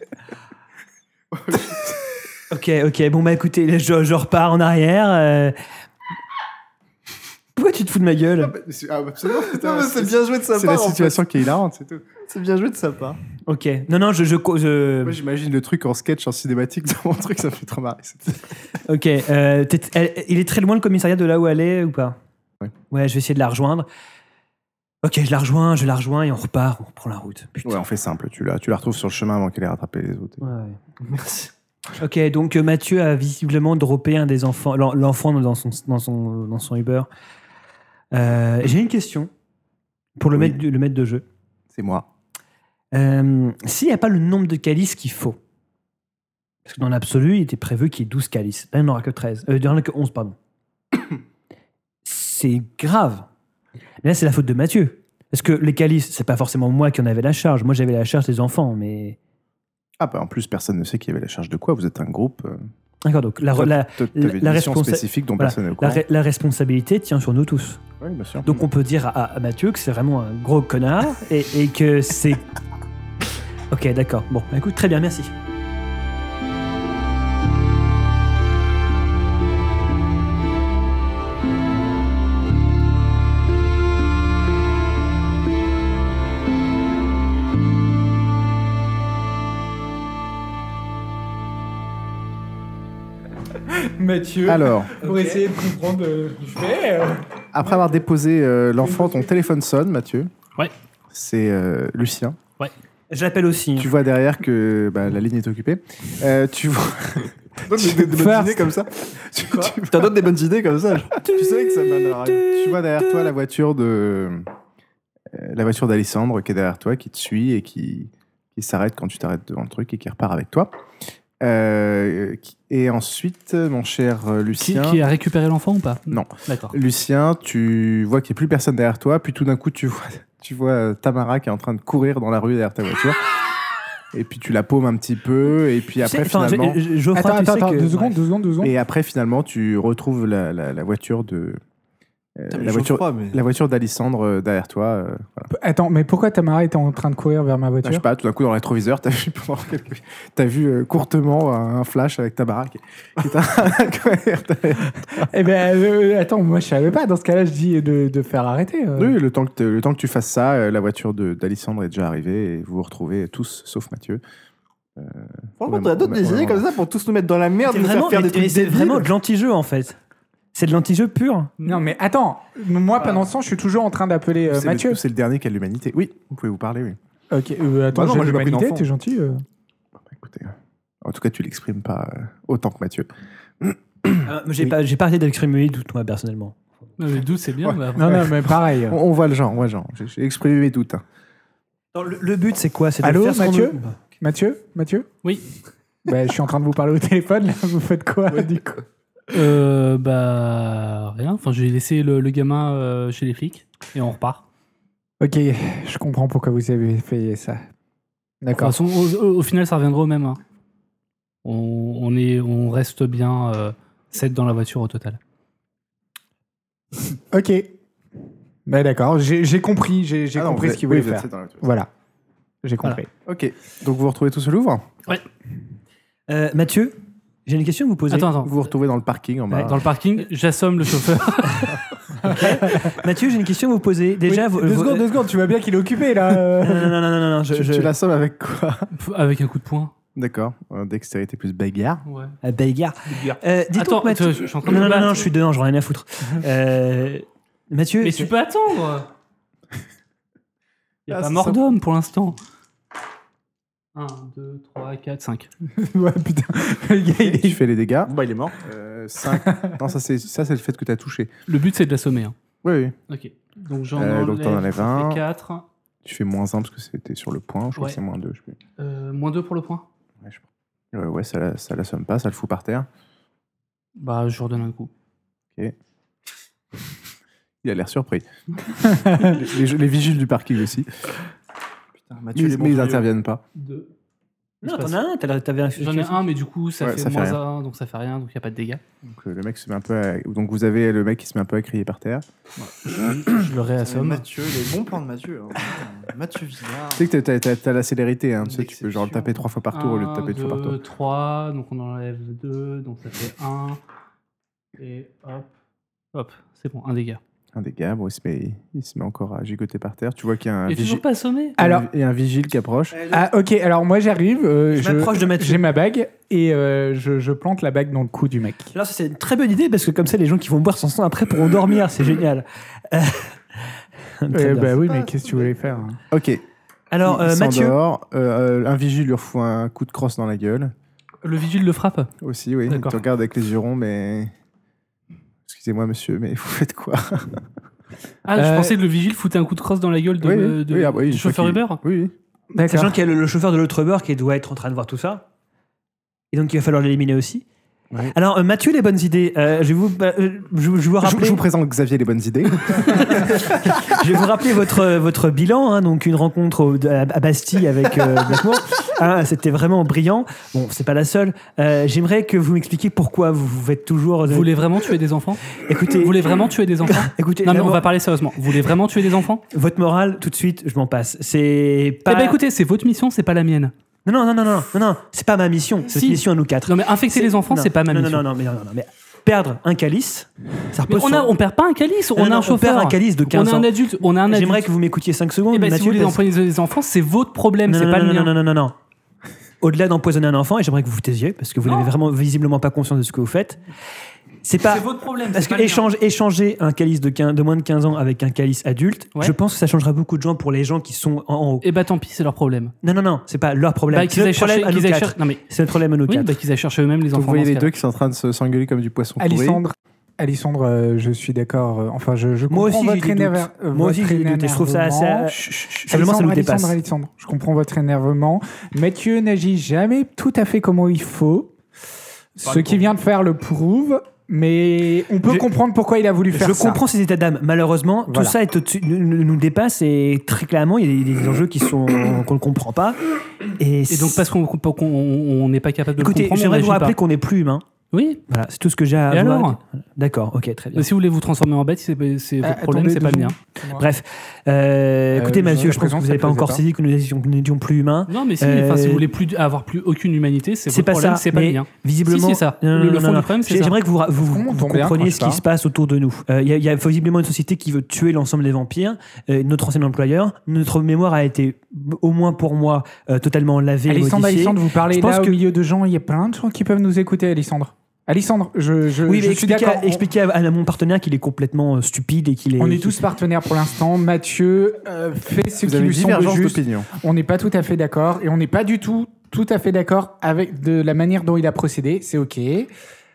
Ok. Bon, bah écoutez, je repars en arrière. Pourquoi tu te fous de ma gueule? Absolument. Non, mais c'est bien joué de sa C'est part. la situation qui est hilarante, c'est tout. C'est bien joué de sa part. Ok. Non, Moi, j'imagine le truc en sketch, en cinématique dans mon truc, ça me fait trop marrer. Ok. Il est très loin le commissariat de là où elle est ou pas? Ouais. Ouais, je vais essayer de la rejoindre. Ok, je la rejoins et on repart, on reprend la route. Putain. Ouais, on fait simple. Tu la retrouves sur le chemin avant qu'elle ait rattrapé les autres. Ouais. Merci. Ok, donc Mathieu a visiblement droppé un des enfants, l'enfant dans son Uber. J'ai une question pour le maître de jeu. C'est moi. S'il n'y a pas le nombre de calices qu'il faut, parce que dans l'absolu, il était prévu qu'il y ait 12 calices. Là, il n'y en aura que 13. Il n'y en a que 11, pardon. C'est grave. Mais là, c'est la faute de Mathieu. Parce que les calices, c'est pas forcément moi qui en avais la charge. Moi, j'avais la charge des enfants, mais... Ah bah en plus, personne ne sait qui avait la charge de quoi. Vous êtes un groupe. D'accord, donc la mission spécifique dont personne n'est au courant. la responsabilité tient sur nous tous. Oui, bien sûr. Donc on peut dire à Mathieu que c'est vraiment un gros connard et que c'est... Ok, d'accord. Bon, bah, écoute, très bien, merci. Mathieu. Alors, Pour essayer de comprendre ce qu'il fait. après avoir déposé l'enfant, ton téléphone sonne, Mathieu. Ouais. C'est Lucien. Je l'appelle aussi. Tu vois derrière que la ligne est occupée. Tu vois... Donne des bonnes idées comme ça. T'as d'autres des bonnes idées comme ça. Tu savais que ça mènera. Tu vois derrière toi la voiture d'Alessandre qui est derrière toi, qui te suit et qui s'arrête quand tu t'arrêtes devant le truc et qui repart avec toi. Et ensuite, mon cher Lucien... Qui a récupéré l'enfant ou pas? Non. D'accord. Lucien, tu vois qu'il n'y a plus personne derrière toi, puis tout d'un coup, tu vois Tamara qui est en train de courir dans la rue derrière ta voiture. Et puis tu la paumes un petit peu, et puis après finalement... Attends, 2 secondes. Et après finalement, tu retrouves la voiture de... la voiture d'Alessandre derrière toi. Voilà. Attends, mais pourquoi Tamara était en train de courir vers ma Je voiture? sais pas, tout d'un coup dans le rétroviseur, t'as vu courtement un flash avec Tamara qui est en train de courir derrière. Eh ben, attends, moi je savais pas. Dans ce cas-là, je dis de faire arrêter. Oui, le temps que tu fasses ça, la voiture d'Alessandre est déjà arrivée et vous vous retrouvez tous, sauf Mathieu. Franchement, t'as d'autres des idées comme ça pour tous nous mettre dans la merde, nous faire faire des trucs c'est débiles. vraiment de l'anti-jeu, en fait. C'est de l'anti-jeu pur. Non, mais attends, moi pendant ce temps, je suis toujours en train d'appeler Mathieu. C'est le dernier qui a l'humanité. Oui, vous pouvez vous parler, oui. Ok, attends, Bah non, moi, j'ai j'ai pas pris l'humanité, d'enfant. t'es gentil. Écoutez, en tout cas, tu l'exprimes pas autant que Mathieu. J'ai pas arrêté d'exprimer mes doutes, moi, personnellement. Les doutes, c'est bien. Ouais. Mais après- Non, mais pareil. On voit le genre, J'ai exprimé mes doutes. Hein. Le but, c'est quoi? C'est de Allô, faire ce qu'on Mathieu veut. Mathieu Oui. Je suis en train de vous parler au téléphone, là, vous faites quoi du coup? Rien. Enfin, j'ai laissé le gamin chez les flics et on repart. Ok, je comprends pourquoi vous avez fait ça. De D'accord. toute façon, au final, ça reviendra au même. Hein. On reste bien 7 dans la voiture au total. Ok. D'accord, j'ai compris, j'ai compris ce qu'il voulait faire. Voilà, j'ai compris. Ok, donc vous vous retrouvez tous au Louvre. Mathieu, j'ai une question à vous poser. Attends. Vous vous retrouvez dans le parking en bas. Dans le parking, j'assomme le chauffeur. Mathieu, j'ai une question à vous poser. Déjà, Oui, deux secondes, tu vois bien qu'il est occupé là. Non. Tu l'assommes avec quoi? Avec un coup de poing. D'accord, dextérité plus bagarre. Ouais. Bagarre. Dites-moi, Attends, Mathieu. je suis en train de me battre. Non, je suis dedans, j'en ai rien à foutre. Mathieu. Mais tu peux attendre. Il n'y a pas mort ça. d'homme pour l'instant. 1, 2, 3, 4, 5. Ouais, putain. Le gars, il Tu est... fais les dégâts. Bah, il est mort. 5. Non, ça c'est le fait que tu as touché. Le but, c'est de l'assommer. Hein. Oui. Ok. Donc donc t'en enlèves un. 4. Tu fais -1 parce que c'était sur le point. Je crois Ouais. que c'est -2. Je sais plus. -2 pour le point. Ouais, je crois. Ouais, ça l'assomme pas, ça le fout par terre. Bah, je redonne un coup. Il a l'air surpris. les vigiles du parking aussi. Putain, Mathieu, Mais ils n'interviennent pas. 2. Non, t'en as un, t'avais un. J'en ai un, mais du coup, ça Ouais, fait ça fait rien. -1, donc ça fait rien, donc il n'y a pas de dégâts. Donc, le mec se met un peu donc vous avez le mec qui se met un peu à crier par terre. Je le réassomme. Mathieu, les bons plans de Mathieu. Hein. Mathieu Villard. Tu sais que t'as la célérité, hein, tu sais, tu peux genre le Exception. taper 3 fois par tour au lieu de taper 2 fois par tour. 3, donc on enlève 2, donc ça fait 1. Et hop, c'est bon, un dégât. Un dégât, bon, il se met encore à gigoter par terre. Tu vois qu'il y a un Et toujours pas assommé. Alors, il y a un vigile qui approche. ah, ok, alors moi j'arrive, Je m'approche de Mathieu. j'ai ma bague et je plante la bague dans le cou du mec. Alors, ça, c'est une très bonne idée parce que comme ça, les gens qui vont boire sans après pourront dormir. C'est génial. Très bien. Bah oui, mais qu'est-ce que tu voulais faire hein? Ok. Alors, il Mathieu. s'endort. Un vigile lui refout un coup de crosse dans la gueule. Le vigile le frappe. Aussi, oui. Il D'accord. te regarde avec les yeux ronds, mais. Excusez-moi, monsieur, mais vous faites quoi? Ah, je pensais que le vigile foutait un coup de crosse dans la gueule Oui, du une fois chauffeur qu'il- Uber. Oui. D'accord. Sachant qu'il y a le chauffeur de l'autre Uber qui doit être en train de voir tout ça. Et donc, il va falloir l'éliminer aussi. Ouais. Alors, Mathieu, les bonnes idées. Je vais vous rappeler. Je vous présente Xavier les bonnes idées. Je vais vous rappeler votre bilan, hein, donc une rencontre à Bastille avec Blackmore. C'était vraiment brillant. Bon, c'est pas la seule. J'aimerais que vous m'expliquiez pourquoi vous faites toujours. Vous voulez vraiment tuer des enfants? Écoutez, Vous voulez vraiment tuer des enfants? écoutez, Non, mais on d'abord, va parler sérieusement. Vous voulez vraiment tuer des enfants? votre morale, tout de suite, je m'en passe. C'est pas. Eh ben écoutez, c'est votre mission, c'est pas la mienne. Non, c'est pas ma mission. C'est Si. une mission à nous quatre. Non, mais infecter les enfants, c'est pas ma mission. Non, mais perdre un calice, ça Mais repose sur. on perd pas un calice, on a un chauffeur. On perd un calice de 15 on a ans. un adulte, on a un adulte. J'aimerais que vous m'écoutiez 5 secondes. Eh ben, si Mathieu, vous voulez parce- empoisonner les enfants, c'est votre problème, c'est pas le mien. Non. Au-delà d'empoisonner un enfant, et j'aimerais que vous vous taisiez, parce que vous Non. n'avez vraiment visiblement pas conscience de ce que vous faites. C'est pas. C'est votre problème. Parce c'est que pas le mien. échanger un calice de moins de 15 ans avec un calice adulte, Ouais. je pense que ça changera beaucoup de gens pour les gens qui sont en haut. Eh bah tant pis, c'est leur problème. Non, c'est pas leur problème. Bah, c'est notre problème à nous quatre. Non mais C'est notre problème à nous oui, quatre. bah, qu'ils aillent chercher eux-mêmes les Donc enfants. vous voyez dans ce les cas-là. deux qui sont en train de s'engueuler comme du poisson pourri. Alissandre, je suis d'accord. Enfin, je Moi comprends aussi, votre j'ai des énervement. doutes. Moi aussi, j'ai des doutes. Et je trouve ça assez. Seulement, ça nous dépasse. Alissandre, je comprends votre énervement. Mathieu n'agit jamais tout à fait comme il faut. Ce qu'il vient de faire le prouve. Mais on peut comprendre pourquoi il a voulu faire Je ça. comprends ces états d'âme. Malheureusement, Voilà. tout ça est nous dépasse et très clairement, il y a des enjeux qu'on ne comprend pas. Et donc parce qu'on n'est pas capable de le Écoutez, comprendre, on j'aimerais vous n'agit rappeler pas. qu'on n'est plus humain. Oui. Voilà, c'est tout ce que j'ai à Et vous alors dire. D'accord, ok, très bien. Mais si vous voulez vous transformer en bête, c'est votre problème, c'est pas le mien. Bref, écoutez, Mathieu, je pense que vous n'avez pas encore saisi que nous n'étions plus humains. Non, mais si, enfin, si vous voulez avoir plus aucune humanité, c'est votre pas problème, ça, c'est pas le mais mien. visiblement, Si, c'est ça. Non, Le non, fond non. du problème, c'est ça. J'aimerais que vous comprend compreniez bien, ce qui se passe autour de nous. Il y a visiblement une société qui veut tuer l'ensemble des vampires. Notre ancien employeur, notre mémoire a été, au moins pour moi, totalement lavée et modifiée. Alissandre, vous parlez Je pense là au que- milieu de gens, il y a plein de gens qui peuvent nous écouter, Alissandre. Alissandre, Oui, mais je suis d'accord. expliquez à mon partenaire qu'il est complètement stupide et qu'il est. On est tous partenaires pour l'instant. Mathieu fait ce Vous qui avez une lui semble divergence juste. d'opinion. On n'est pas tout à fait d'accord et on n'est pas du tout à fait d'accord avec de la manière dont il a procédé. C'est ok.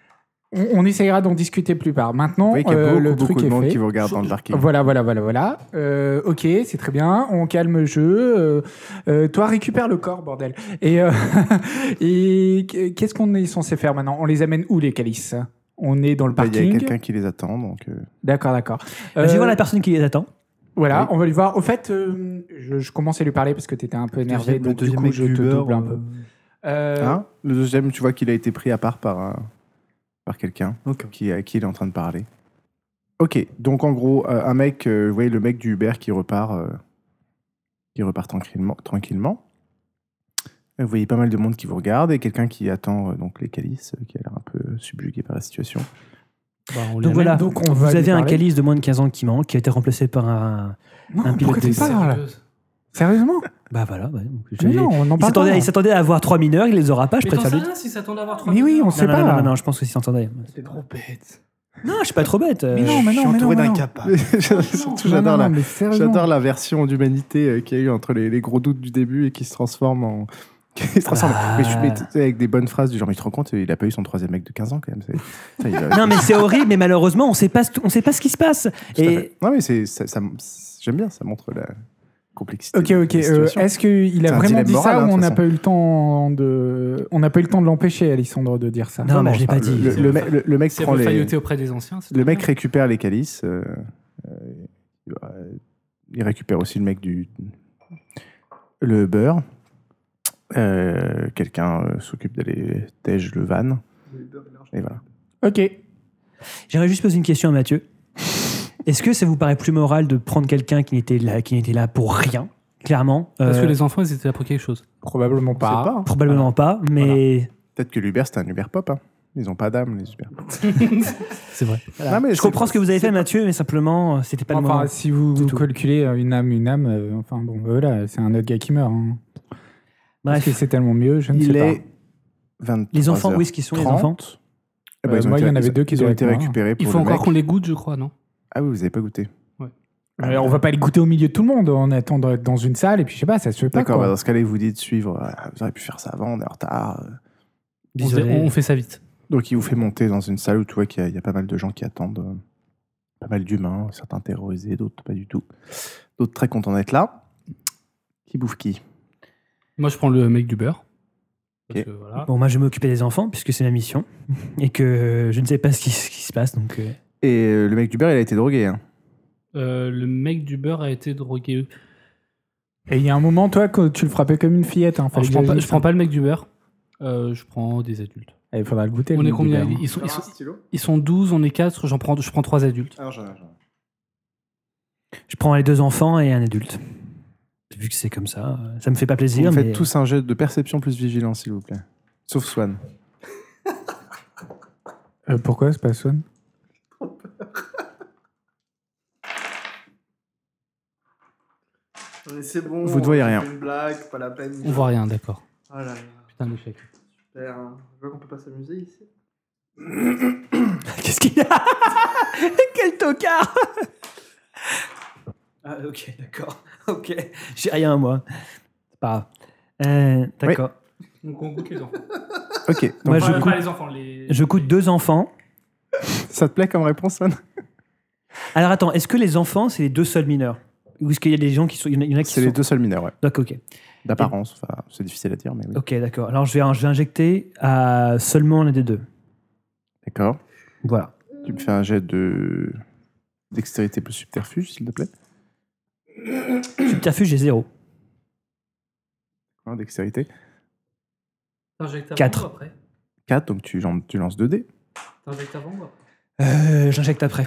On essayera d'en discuter plus tard. Maintenant, Vous voyez qu'il y a le beaucoup truc de est monde fait. qui vous regarde dans le parking. Voilà. Ok, c'est très bien. On calme le jeu. Toi, récupère le corps, bordel. Et qu'est-ce qu'on est censé faire maintenant? On les amène où, les calices? On est dans le Bah, il y a parking. quelqu'un qui les attend, donc... D'accord. Je vais voir la personne qui les attend. Voilà, Oui. on va lui voir. Au fait, je commence à lui parler parce que tu étais un peu énervé, donc du coup, je te double un peu. Hein le deuxième, tu vois qu'il a été pris à part par quelqu'un qui il est en train de parler. Ok, donc en gros, un mec, vous voyez le mec du Uber qui repart tranquillement. Vous voyez pas mal de monde qui vous regarde et quelqu'un qui attend donc les calices, qui a l'air un peu subjugué par la situation. Bah, on Donc l'amène. voilà, donc on vous va lui avez un parler. calice de moins de 15 ans qui manque, qui a été remplacé par un Non, pilote pourquoi tu d'essai. parles? Sérieusement? Bah voilà, ouais. Donc, Mais non, on n'en il parle pas. s'attendait à avoir 3 mineurs, il les aura pas, je Mais t'en préfère sais lui. rien si ça t'en avoir 3 Mais oui, on Non, sait non, pas. non, non, non, je pense que s'il s'entendait. C'est trop bête. Non, je suis pas trop bête. Mais non, mais Je suis non, mais entouré non, d'un non. capable. Surtout, Non, non, j'adore mais sérieusement. la version d'humanité qu'il y a eu entre les gros doutes du début et qui se transforme en... qui se transforme. Ah. Mais tu sais, avec des bonnes phrases du genre, mais tu te rends compte, il a pas eu son troisième mec de 15 ans quand même. Putain, il a- Non, mais c'est horrible, mais malheureusement, on sait pas ce qui se passe. Tout à Et fait. Non, mais j'aime bien, ça montre la complexité. Ok. de la situation. Est-ce qu'il a C'est un vraiment dilemme dit moral, ça hein, ou de on toute n'a façon. pas eu le temps de l'empêcher, Alessandre, de dire ça? Non, mais je l'ai pas enfin, dit. Le mec Si elle prend veut les... failloter auprès des anciens, c'est Le très mec bien. récupère les calices. Il récupère aussi le mec le beurre. Quelqu'un s'occupe d'aller tège le van. Et voilà. Ok. j'aimerais juste poser une question à Mathieu. Est-ce que ça vous paraît plus moral de prendre quelqu'un qui n'était là pour rien, clairement Parce que les enfants, ils étaient là pour quelque chose. Probablement On sait pas. pas, hein. Probablement pas, mais Peut-être que l'Uber, c'était un Uber pop. Hein. Ils ont pas d'âme, les Uber. C'est vrai. voilà. Non, mais je comprends ce que vous avez fait, Mathieu, mais simplement, c'était pas le Enfin, moment. si vous du tout. calculez une âme, enfin bon, voilà, c'est un autre gars qui meurt. Hein. Parce que Bref, c'est tellement mieux, je ne Il sais est 23 les enfants, où est-ce qu'ils sont, les enfants Eh ben, Moi, il y en avait deux qui ils ont étaient été avec moi. récupérés Il pour faut le encore mec. qu'on les goûte, je crois, non? Ah oui, vous avez pas goûté. pas. On va pas les goûter au milieu de tout le monde. On attend d'être dans une salle et puis je sais pas, ça se fait pas. D'accord, quoi. bah, dans ce cas-là, il vous dit de suivre. Vous auriez pu faire ça avant, on est en retard. Désolé. On fait ça vite. Donc, il vous fait monter dans une salle où tu vois qu'il y a pas mal de gens qui attendent. Pas mal d'humains, certains terrorisés, d'autres pas du tout. D'autres très contents d'être là. Qui bouffe qui? Moi, je prends le mec du beurre. Parce Ok. que, voilà. Bon, moi, je vais m'occuper des enfants, puisque c'est ma mission, et que je ne sais pas ce qui se passe, donc... Et le mec du beurre, il a été drogué. Hein. Le mec du beurre a été drogué. Et il y a un moment, toi, que tu le frappais comme une fillette. Hein, Alors, je prends pas le mec du beurre. Je prends des adultes. Il faudra le goûter. On le est mec combien? du beurre. Ils sont 12, on est 4. Je prends 3 adultes. Alors, Je prends les 2 enfants et un adulte. Vu que c'est comme ça me fait pas plaisir, vous mais... faites tous un jet de perception plus vigilance, s'il vous plaît. Sauf Swan. Pourquoi c'est pas Swan? C'est bon. Vous ne voyez rien. Une blague, pas la peine. On voit rien, d'accord. Oh là là. Putain d'échec. Super. Je vois qu'on peut pas s'amuser ici. Qu'est-ce qu'il y a? Quel tocard! Ah, ok, d'accord. Ok, j'ai rien, moi. C'est pas grave. D'accord. Donc on goûte les enfants. Ok. Donc, Moi, je Pas goûte- les enfants, les... Je goûte 2 enfants. ça te plaît comme réponse, Swan? Alors attends, est-ce que les enfants, c'est les 2 seuls mineurs? Ou est-ce qu'il y a des gens qui sont... Il y en a qui C'est sont... les 2 seuls mineurs, ouais. D'accord, ok. D'apparence, enfin, c'est difficile à dire, mais oui. Ok, d'accord. Alors je vais injecter à seulement l'un des 2. D'accord. Voilà. Tu me fais un jet de dextérité plus subterfuge, s'il te plaît. Subterfuge, j'ai 0. Hein, dextérité. T'injectes avant 4. ou après? 4, donc tu lances 2 dés. T'injectes avant ou après? J'injecte après.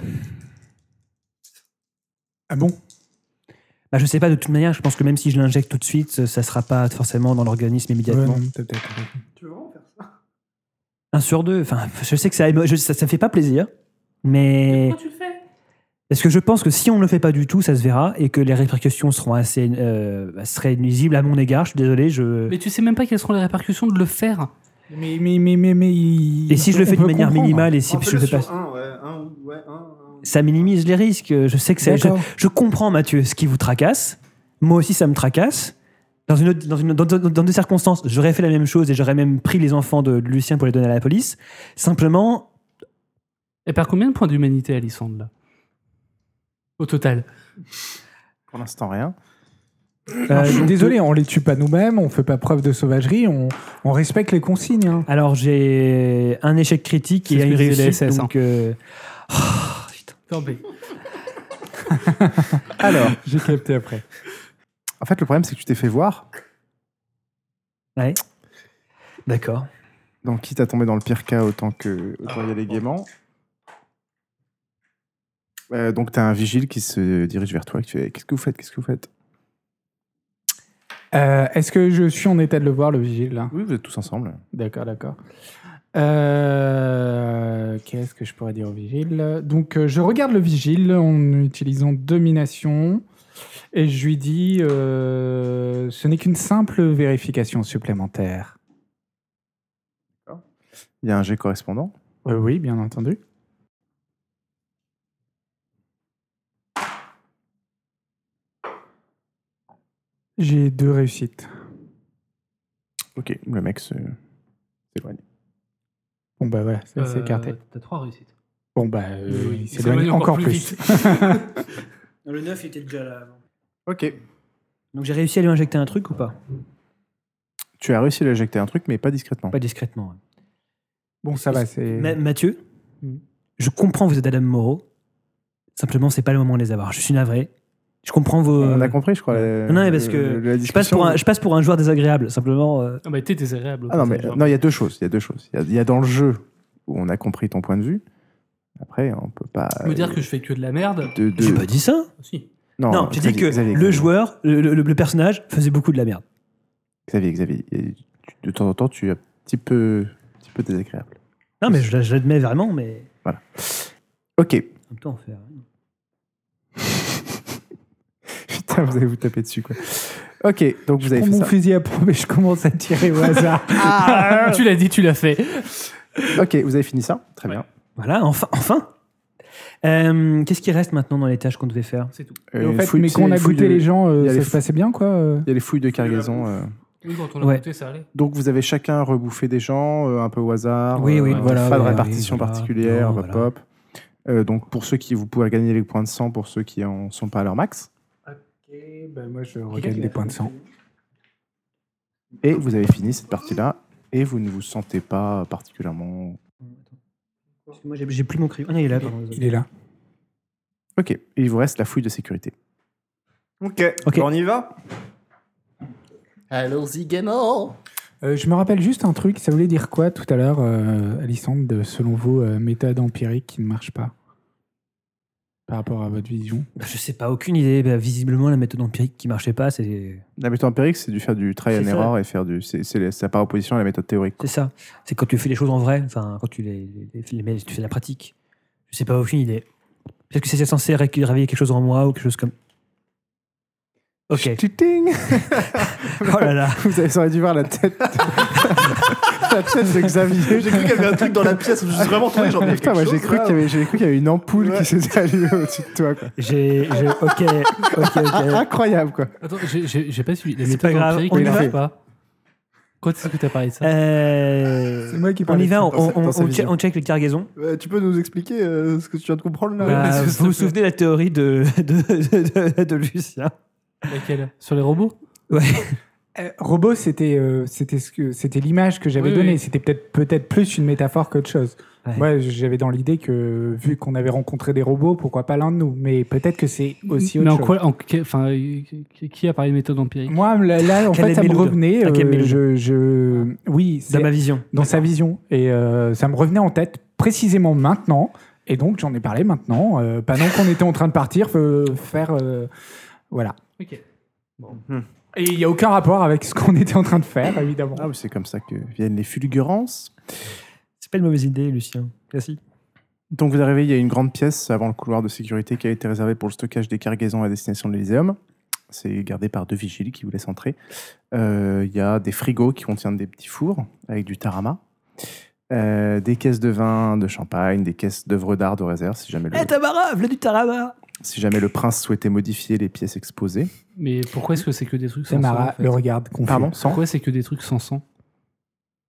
Ah bon? Bah, je sais pas, de toute manière, je pense que même si je l'injecte tout de suite, ça sera pas forcément dans l'organisme immédiatement. Ouais, non, peut-être. Tu veux vraiment faire ça? 1 sur 2, enfin, je sais que ça me fait pas plaisir, mais... Pourquoi tu le fais? Parce que je pense que si on ne le fait pas du tout, ça se verra, et que les répercussions seront assez... seraient nuisibles à mon égard, je suis désolé, Mais tu sais même pas quelles seront les répercussions de le faire. Mais Et si je le fais de manière minimale, et si je le fais pas... Un, ouais, un. Ça minimise les risques. Je sais que c'est. Je comprends, Mathieu, ce qui vous tracasse. Moi aussi, ça me tracasse. Dans des circonstances, j'aurais fait la même chose et j'aurais même pris les enfants de Lucien pour les donner à la police. Simplement, Elle perd combien de points d'humanité, Alissandre, là? Au total. Pour l'instant, rien. Je suis désolé, on les tue pas nous-mêmes, on fait pas preuve de sauvagerie, on respecte les consignes. Hein. Alors, j'ai un échec critique C'est et ce une que disait réussite. les SS, Donc, putain. Tombé. Alors, J'ai capté après. en fait, le problème, c'est que tu t'es fait voir. Ouais. D'accord. Donc, quitte à tomber dans le pire cas, autant y aller gaiement. Donc, tu as un vigile qui se dirige vers toi et qui fait « Qu'est-ce que vous faites? Qu'est-ce que vous faites ?» Est-ce que je suis en état de le voir, le vigile, là? Oui, vous êtes tous ensemble. D'accord. Qu'est-ce que je pourrais dire au vigile? Donc, je regarde le vigile en utilisant domination et je lui dis ce n'est qu'une simple vérification supplémentaire. Il y a un jet correspondant. Oui, bien entendu. J'ai 2 réussites. Ok, le mec s'éloigne. Bon, bah voilà, ça c'est écarté. T'as 3 réussites. Bon, bah, Oui, il s'éloigne encore plus. Le 9, il était déjà là avant. Ok. Donc, j'ai réussi à lui injecter un truc ou pas? Tu as réussi à lui injecter un truc, mais pas discrètement. Pas discrètement. Ouais. Bon, ça va, c'est... Mathieu, Mhm. je comprends que vous êtes Adam Moreau. Simplement, c'est pas le moment de les avoir. Je suis navré. Je comprends vos. On a compris, je crois. Non, mais parce que la je passe discussion. je passe pour un joueur désagréable. Simplement. Ah bah t'es désagréable. Ah non, mais non, il y a deux choses. Il y a dans le jeu où on a compris ton point de vue. Après, on peut pas. Me dire que je fais que de la merde. J'ai pas dit ça. Si. Non, j'ai dit que Xavier, le joueur, le personnage, faisait beaucoup de la merde. Xavier, de temps en temps, tu es un petit peu désagréable. Non, mais je l'admets vraiment, mais. Ok. En même temps, on fait. Putain, vous allez vous taper dessus, quoi. Ok, donc vous avez Prends fait mon ça. fusil à pompe et je commence à tirer au hasard. Tu l'as dit, tu l'as fait. Ok, vous avez fini ça. Très bien. Voilà, enfin. Qu'est-ce qui reste maintenant dans les tâches qu'on devait faire? C'est tout. Et au Une fait, fouille- mais quand on a une fouille goûté de- les gens, il y a ça les se passait bien, quoi. Il y a les fouilles de cargaison. Oui, quand on l'a Ouais. goûté, ça allait. Donc vous avez chacun rebouffé des gens, un peu au hasard. Oui, voilà, Pas de oui, répartition voilà. particulière, Non, hop, voilà. hop. Donc pour ceux qui vous pouvez gagner les points de sang, pour ceux qui en sont pas à leur max. Ok, ben moi je regagne des points de sang. Et vous avez fini cette partie-là. Et vous ne vous sentez pas particulièrement. Parce que moi, j'ai plus mon crayon. Ah non, il est là, pardon. Il est là. Ok. Et il vous reste la fouille de sécurité. Ok, Ok. Bon, on y va. Allons-y gaiement. Je me rappelle juste un truc, ça voulait dire quoi tout à l'heure, Alissandre, selon vous, méthode empirique qui ne marche pas par rapport à votre vision? Je sais pas, aucune idée. Bah, visiblement, la méthode empirique qui marchait pas, c'est La méthode empirique, c'est de faire du try and C'est ça. error et faire ça par opposition à la méthode théorique. ça. C'est quand tu fais les choses en vrai, enfin, quand tu tu fais la pratique. Je sais pas, aucune idée. Peut-être que c'est censé réveiller quelque chose en moi ou quelque chose comme. Ok. Cheating. Oh là là. Vous avez ça aurait dû voir la tête. La tête de Xavier. J'ai cru qu'il y avait un truc dans la pièce. Je suis vraiment tombé. Genre, mais Putain, moi j'ai cru qu'il y avait une ampoule Ouais. qui s'était allumée au-dessus de toi, quoi. Ok. Incroyable, quoi. Attends, j'ai pas suivi. Les C'est méthodes pas grave, empiriques, on y ne va. marchent pas. Quand est-ce que t'as parlé de ça C'est moi qui On parlais y de va, ça. on check les cargaisons. Tu peux nous expliquer ce que tu viens de comprendre là? Bah, vous vous souvenez de la théorie de Lucien? Laquelle Sur les robots Ouais. Robot, c'était l'image que j'avais Oui, donnée. oui. C'était peut-être plus une métaphore qu'autre chose. Ouais. Moi, j'avais dans l'idée que, vu qu'on avait rencontré des robots, pourquoi pas l'un de nous? Mais peut-être que c'est aussi Mais autre en chose. quoi enfin, qui a parlé de méthode empirique Moi, là, en fait, Caleb ça me Meloud. revenait. Caleb Meloud. Oui, Dans c'est ma vision. dans sa vision. Et ça me revenait en tête précisément maintenant. Et donc, j'en ai parlé maintenant. Pendant qu'on était en train de partir, faire. Voilà. Ok. Et il n'y a aucun rapport avec ce qu'on était en train de faire, évidemment. Ah, mais c'est comme ça que viennent les fulgurances. C'est pas une mauvaise idée, Lucien. Merci. Donc vous arrivez, il y a une grande pièce avant le couloir de sécurité qui a été réservée pour le stockage des cargaisons à destination de l'Elyséum. C'est gardé par 2 vigiles qui vous laissent entrer. Il y a des frigos qui contiennent des petits fours avec du tarama. Des caisses de vin, de champagne, des caisses d'œuvres d'art de réserve si jamais, Tamara, v'là du tarama. si jamais le prince souhaitait modifier les pièces exposées. Mais pourquoi est-ce que c'est que des trucs sans C'est sang Mara, en fait le regarde confus. Pardon, sans Pourquoi c'est que des trucs sans sang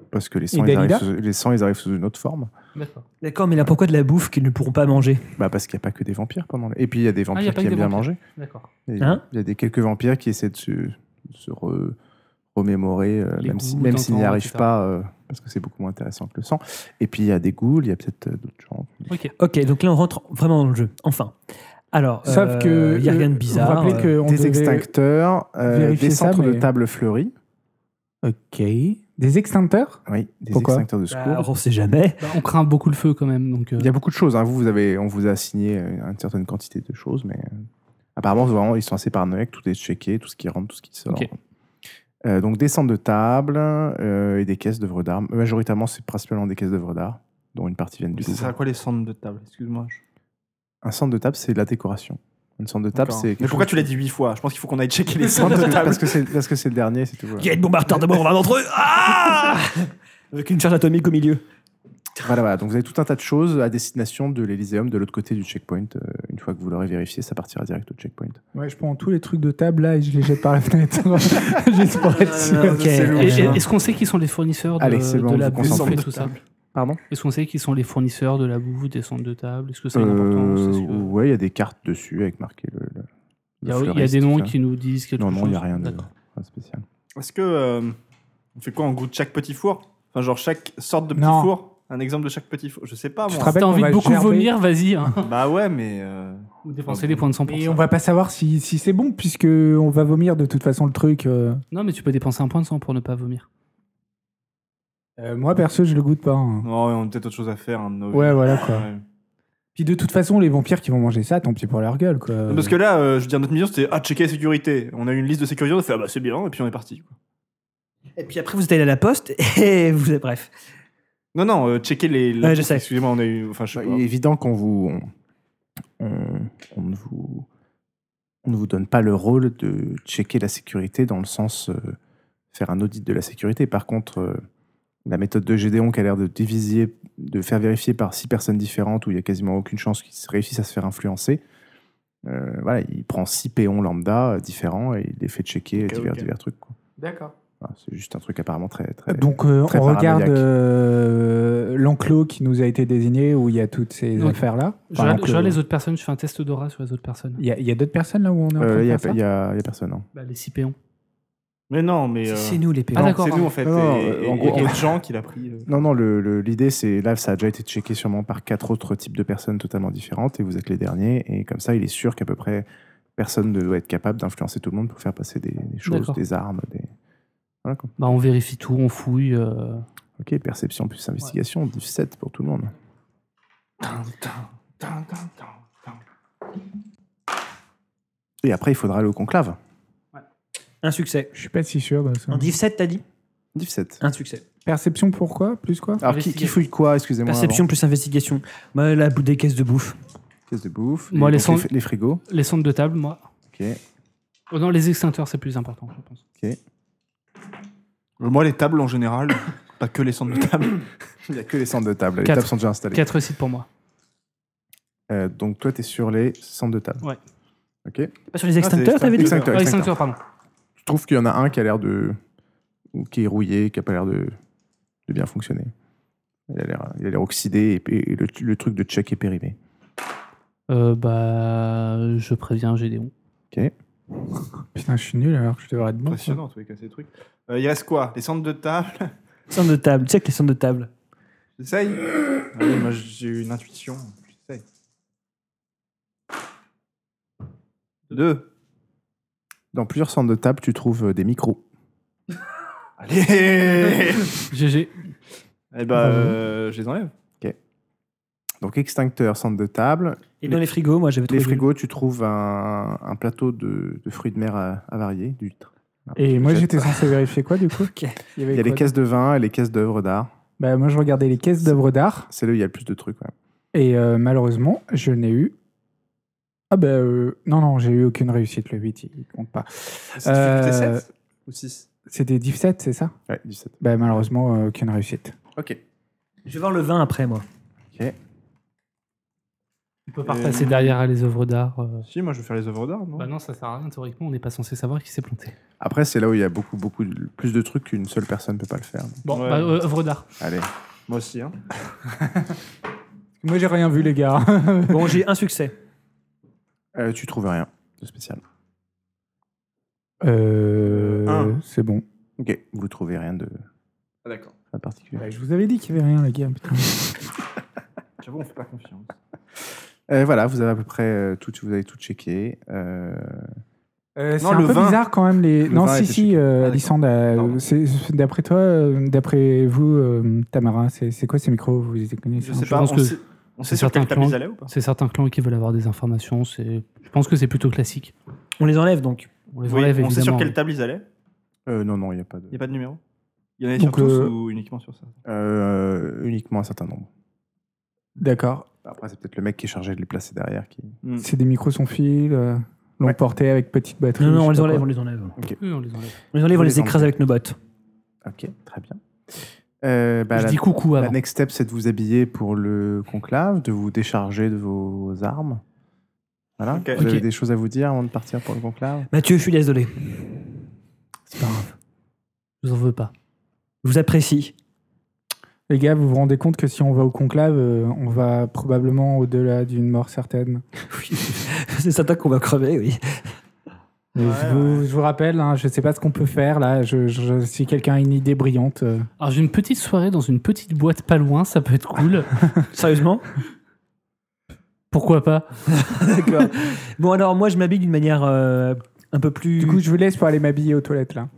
Parce que les Et sangs, Dalida ils arrivent sous une autre forme. D'accord. D'accord, mais là, pourquoi de la bouffe qu'ils ne pourront pas manger? Bah parce qu'il n'y a pas que des vampires pendant Et puis il y a des il y a vampires pas qui que aiment des bien vampires. manger. D'accord. Et Hein il y a quelques vampires qui essaient de se remémorer, Les même ghouls, s'ils n'y t'entends, arrivent etc. pas, parce que c'est beaucoup moins intéressant que le sang. Et puis il y a des ghouls, il y a peut-être d'autres gens. Ok. Ok, donc là, on rentre vraiment dans le jeu. Enfin. Alors, Sauf que. il n'y a rien de Vous bizarre. vous rappelez qu'on Des devait extincteurs, vérifier des ça, centres de mais- table fleuris. Ok. Des extincteurs? Oui, des Pourquoi extincteurs de secours. On sait jamais. Bah, on craint beaucoup le feu quand même. Donc, Il y a beaucoup de choses. Hein. On vous a assigné une certaine quantité de choses, mais apparemment, vraiment, ils sont assez paranoïaques. Tout est checké, tout ce qui rentre, tout ce qui sort. Ok. Donc, des centres de table et des caisses d'œuvres d'art. Majoritairement, c'est principalement des caisses d'œuvres d'art, dont une partie viennent du Ça Louvre. sert à quoi les centres de table? Excuse-moi. Un centre de table, c'est de la décoration. Un centre de table, D'accord. c'est. Mais quelque pourquoi chose tu l'as dit 8 fois? Je pense qu'il faut qu'on aille checker les centres de table. Parce que c'est le dernier, c'est tout. Il y a une bombe à retardement, on va d'entre eux. Ah Avec une charge atomique au milieu. Voilà. Donc, vous avez tout un tas de choses à destination de l'Elyséeum, de l'autre côté du checkpoint. Une fois que vous l'aurez vérifié, ça partira direct au checkpoint. Ouais, je prends tous les trucs de table là et je les jette par la fenêtre. Juste pour être sûr. Ok. Est-ce qu'on sait qui sont les fournisseurs de, Allez, c'est bon, de la vous bouffe concentrez. et tout ça? Pardon Est-ce qu'on sait qui sont les fournisseurs de la bouffe, des centres de table? Est-ce que c'est une importance? Est-ce que- Ouais, il y a des cartes dessus avec marqué Il y a fleuriste, des noms tout ça. qui nous disent quelque chose. Non, il n'y a rien de D'accord. spécial. Est-ce que on fait quoi? On goûte chaque petit four? Enfin, genre chaque sorte de petit Non. four? Un exemple de chaque petit four? Je sais pas, Tu te moi. rappelles T'as qu'on envie va de beaucoup gerber vomir, vas-y. Hein. Bah ouais, mais. Ou dépenser des points de sang pour Et ça. on va pas savoir si c'est bon puisque on va vomir de toute façon le truc. Non, mais tu peux dépenser un point de sang pour ne pas vomir. Moi perso je le goûte pas. Hein. Non, on a peut-être autre chose à faire. Hein, Ouais, voilà, quoi. Ouais. Puis de toute façon les vampires qui vont manger ça, tant pis pour leur gueule quoi. Parce que là, je veux dire, notre mission c'était checker la sécurité. On a eu une liste de sécurité, on a fait bah c'est bien, et puis on est parti. Quoi. Et puis après, vous êtes allé à la poste et vous êtes bref. Non, checker les. Ouais, je sais. Excusez-moi, on a eu. Enfin, je sais Il pas. est évident qu'on on ne vous donne pas le rôle de checker la sécurité dans le sens faire un audit de la sécurité. Par contre, la méthode de Gédéon qui a l'air de faire vérifier par 6 personnes différentes où il n'y a quasiment aucune chance qu'ils réussissent à se faire influencer. Voilà, il prend 6 péons lambda différents et il les fait checker divers trucs. Quoi. D'accord. Voilà, c'est juste un truc apparemment très... Donc très on regarde paranoïaque. l'enclos qui nous a été désigné où il y a toutes ces Donc, affaires là. Je regarde les autres personnes, je fais un test d'aura sur les autres personnes. Il y a d'autres personnes là où on est en train de Il n'y faire ça a personne. Non. Bah, les 6 péons. Mais non, mais. C'est nous les Ah, péons. d'accord. C'est nous en fait. Non, et en il y a gros, d'autres gens qui l'a pris. Non, l'idée, c'est là, ça a déjà été checké sûrement par 4 autres types de personnes totalement différentes et vous êtes les derniers. Et comme ça, il est sûr qu'à peu près personne ne doit être capable d'influencer tout le monde pour faire passer des choses, D'accord. des armes. Voilà, quoi. Bah, on vérifie tout, on fouille. Ok, perception plus investigation, 17 pour tout le monde. Et après, il faudra aller au conclave. Un succès. Je suis pas si sûr de ça. En 17, t'as dit 17. Un succès. Perception pourquoi? Plus quoi? Alors, qui fouille quoi, excusez-moi Perception plus investigation. Bah, la bout des caisses de bouffe. Caisse de bouffe. Moi, donc les frigos. Les centres de table, moi. Ok. Oh non, les extincteurs, c'est plus important, je pense. Moi, les tables en général, pas que les centres de table. Il n'y a que les centres de table. Les 4. tables sont déjà installées. 4 réussites pour moi. Donc, toi, tu es sur les centres de table. Ouais. Ok. Pas sur les extincteurs, t'avais dit Extincteur. Extincteur, pardon. Je trouve qu'il y en a un qui a l'air ou qui est rouillé, qui n'a pas l'air de bien fonctionner. Il a l'air oxydé et le truc de check est périmé. Bah, je préviens Gédéon. Ok. Putain, je suis nul alors que je devrais être bon. Impressionnant, en tous les cas, ces trucs. Il reste quoi? Les centres de table? Centre de table. Check les centres de table. J'essaye. Allez, moi, j'ai eu une intuition. J'essaye. 2. Dans plusieurs centres de table, tu trouves des micros. Allez! GG. Eh ben, je les enlève. Donc, extincteur, centre de table. Et dans les frigos, moi j'avais trouvé. Les frigos, tu trouves un plateau de fruits de mer avariés, d'huîtres. Et moi Jette. j'étais censé vérifier quoi du coup? Ok. Il y a les caisses de vin et les caisses d'œuvres d'art. Bah, moi je regardais les caisses d'œuvres d'art C'est là où il y a le plus de trucs. Ouais. et malheureusement je n'ai eu. Ah bah non, j'ai eu aucune réussite, le 8 il compte pas. C'est difficulté 7 Ou 6. C'était div 7, c'est ça? Ouais, 17. Bah malheureusement aucune réussite. Ok. Je vais voir le vin après, moi. Ok. On peut pas repasser derrière les œuvres d'art. Si, moi je veux faire les œuvres d'art, non? Bah non, ça sert à rien. Théoriquement, on n'est pas censé savoir qui s'est planté. Après, c'est là où il y a beaucoup plus de trucs qu'une seule personne peut pas le faire. Bon, Ouais. bah, œuvre d'art. Allez. Moi aussi, hein. Moi, j'ai rien vu, les gars. Bon, j'ai un succès. Tu trouves rien de spécial. C'est bon. Ok, vous trouvez rien de Ah, d'accord. particulier. Ouais, je vous avais dit qu'il y avait rien, les gars. Putain. J'avoue, on fait pas confiance. Voilà, vous avez à peu près vous avez tout checké. C'est Non, un le peu vin- bizarre quand même les. le Non, vin si était si, checké. Alissandre, Pardon. d'après toi, d'après vous, Tamara, c'est quoi ces micros? Vous les connaissez? Je sais je pas, pense on que sait, on sait c'est sur quelle certains table ils clans. allaient ou pas? C'est certains clans qui veulent avoir des informations. Je pense que c'est plutôt classique. On les enlève donc. On les Oui, enlève, on sait sur évidemment. quelle table ils allaient? Non, il n'y a pas de. Il n'y a pas de numéro? Il y en avait Donc, sur tous ou uniquement sur ça? Uniquement un certain nombre. D'accord. Après, c'est peut-être le mec qui est chargé de les placer derrière qui. C'est des micros sans fil, long Ouais. porté avec petite batterie. Non, non, on je sais les pas enlève, quoi. on les enlève. Oui, on les enlève. On les enlève, on Vous les les écrase enlevez. avec nos bottes. Ok, très bien. Je La, dis coucou la avant. next step, c'est de vous habiller pour le conclave, de vous décharger de vos armes. Voilà. Ok. Vous avez Ok. des choses à vous dire avant de partir pour le conclave? Mathieu, je suis désolé. C'est pas grave. Je vous en veux pas. Je vous apprécie. Les gars, vous vous rendez compte que si on va au conclave, on va probablement au-delà d'une mort certaine. Oui. C'est certain qu'on va crever, oui. Et je vous rappelle, hein, je sais pas ce qu'on peut faire là. Si quelqu'un a une idée brillante. Alors, j'ai une petite soirée dans une petite boîte pas loin. Ça peut être cool. Sérieusement? Pourquoi pas? D'accord. Bon, alors moi, je m'habille d'une manière un peu plus. Du coup, je vous laisse pour aller m'habiller aux toilettes là.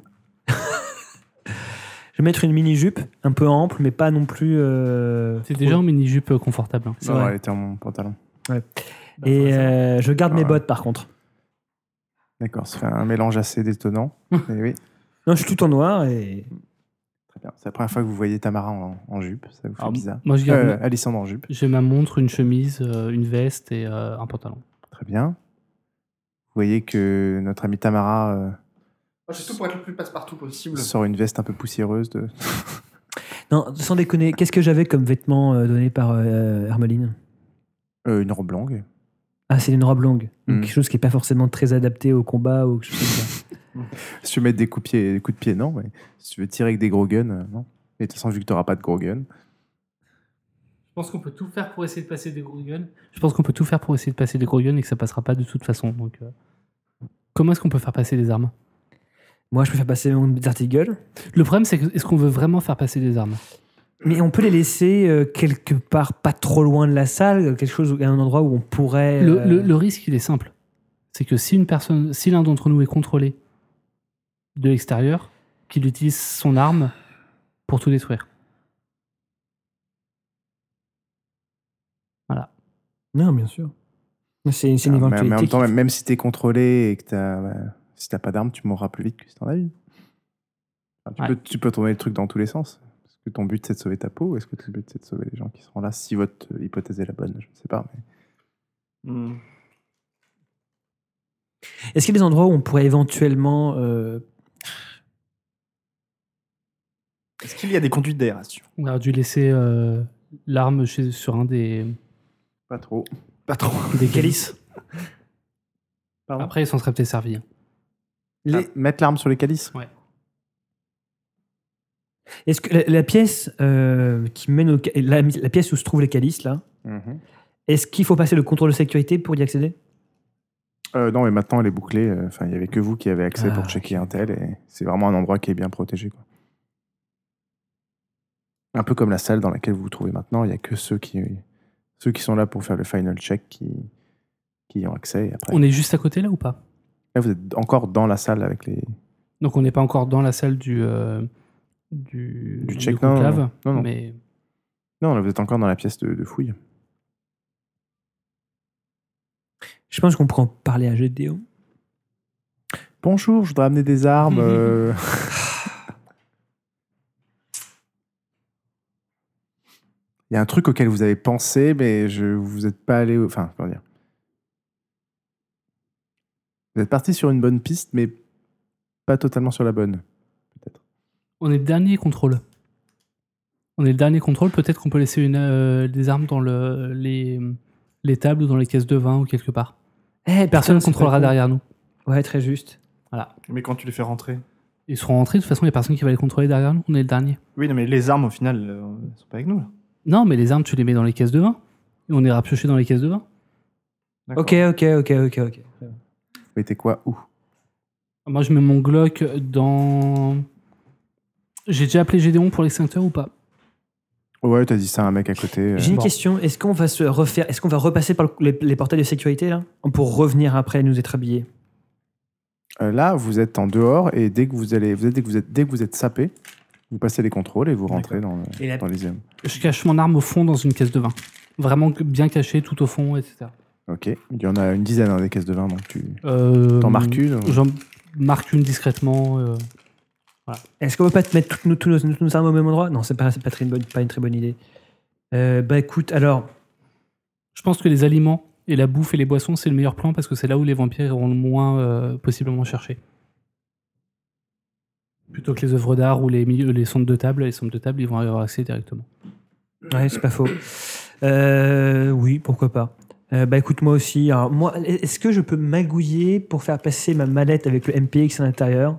Je vais mettre une mini-jupe, un peu ample, mais pas non plus. C'est déjà en mini-jupe confortable. hein. C'est Non, vrai. elle était en mon pantalon. Et je garde mes Ouais. bottes, par contre. D'accord, ça fait un mélange assez détonnant. Mais oui, Non, je suis tout en noir et. très bien. C'est la première fois que vous voyez Tamara en jupe. Ça vous fait Alors, bizarre. moi, je garde Alissandre en jupe. j'ai ma montre, une chemise, une veste et un pantalon. Très bien. Vous voyez que notre amie Tamara Moi, j'ai tout pour être le plus passe-partout possible. sort une veste un peu poussiéreuse de. Non, sans déconner, qu'est-ce que j'avais comme vêtement donné par Hermeline? Une robe longue. Ah, c'est une robe longue. Donc, Mm. quelque chose qui n'est pas forcément très adapté au combat ou quelque chose comme ça. Si tu veux mettre des coups de pied, non. Mais si tu veux tirer avec des gros guns, non. Et de toute façon, vu que tu n'auras pas de gros guns. Je pense qu'on peut tout faire pour essayer de passer des gros guns. Je pense qu'on peut tout faire pour essayer de passer des gros guns et que ça passera pas de toute façon. Donc, comment est-ce qu'on peut faire passer des armes? Moi, je peux faire passer mon Desert Eagle. Le problème, c'est que est-ce qu'on veut vraiment faire passer des armes? Mais on peut les laisser quelque part pas trop loin de la salle, quelque chose, un endroit où on pourrait. Le risque, il est simple. C'est que si l'un d'entre nous est contrôlé de l'extérieur, qu'il utilise son arme pour tout détruire. Voilà. Non, bien sûr. C'est une Mais en éventualité. même temps, qui- même si tu es contrôlé et que si tu n'as pas d'arme, tu mourras plus vite que si tu en as une. Enfin, Ouais. tu peux tourner le truc dans tous les sens. Est-ce que ton but c'est de sauver ta peau ou est-ce que ton but c'est de sauver les gens qui seront là? Si votre hypothèse est la bonne, je ne sais pas. Mais... Est-ce qu'il y a des endroits où on pourrait éventuellement. Est-ce qu'il y a des conduites d'aération? On aurait dû laisser l'arme sur un des Pas trop. Pas trop. calices. Pardon. Après, il s'en serait peut-être servi. hein. Mettre l'arme sur les calices. Est-ce que la pièce qui mène la pièce où se trouvent les calices, là, est-ce qu'il faut passer le contrôle de sécurité pour y accéder? Non, mais maintenant elle est bouclée. Enfin, il n'y avait que vous qui avez accès Ah, pour checker un tel. Et c'est vraiment un endroit qui est bien protégé. Quoi. Un peu comme la salle dans laquelle vous vous trouvez maintenant. Il n'y a que ceux qui sont là pour faire le final check qui y ont accès. Et après, On est juste à côté là ou pas? là, vous êtes encore dans la salle avec les. Donc on n'est pas encore dans la salle du check, conclave, non. mais Non, là, vous êtes encore dans la pièce de fouille. Je pense qu'on pourrait en parler à Gédéon. Bonjour, je voudrais amener des armes. Il y a un truc auquel vous avez pensé, mais vous n'êtes pas allé. Enfin, comment dire. Vous êtes parti sur une bonne piste, mais pas totalement sur la bonne, peut-être. on est le dernier contrôle. Peut-être qu'on peut laisser des armes dans les les tables ou dans les caisses de vin ou quelque part. Eh, Personne ne putain, c'est contrôlera pas con. derrière nous. Ouais, très juste. Mais quand tu les fais rentrer. Ils seront rentrés, de toute façon, il n'y a personne qui va les contrôler derrière nous. On est le dernier. Oui, non, mais les armes, au final, elles sont pas avec nous, là. Non, mais les armes, tu les mets dans les caisses de vin. Et on ira piocher dans les caisses de vin. D'accord. Ok. Vous mettez quoi où? Moi, je mets mon Glock dans. J'ai déjà appelé Gédéon pour l'extincteur ou pas? Ouais, t'as dit ça à un mec à côté. J'ai une Bon. question. Est-ce qu'on va se refaire, est-ce qu'on va repasser par les portails de sécurité là, pour revenir après et nous être habillés? Là, vous êtes en dehors et dès que vous êtes sapé, vous passez les contrôles et vous rentrez dans les hommes. Je cache mon arme au fond dans une caisse de vin. Vraiment bien cachée, tout au fond, etc. Ok. Il y en a une dizaine des caisses de vin, donc tu T'en t'en marques une. J'en marque une discrètement. Est-ce qu'on va pas te mettre toutes nos armes au même endroit? Non, c'est pas une très bonne idée. Bah écoute, alors, Je pense que les aliments et la bouffe et les boissons, c'est le meilleur plan parce que c'est là où les vampires iront le moins possiblement chercher. Plutôt que les œuvres d'art ou les centres de table. Les centres de table, ils vont avoir accès directement. ouais, c'est pas faux. Oui, pourquoi pas. Bah écoute, moi aussi. Alors, moi, est-ce que je peux magouiller pour faire passer ma mallette avec le MPX à l'intérieur?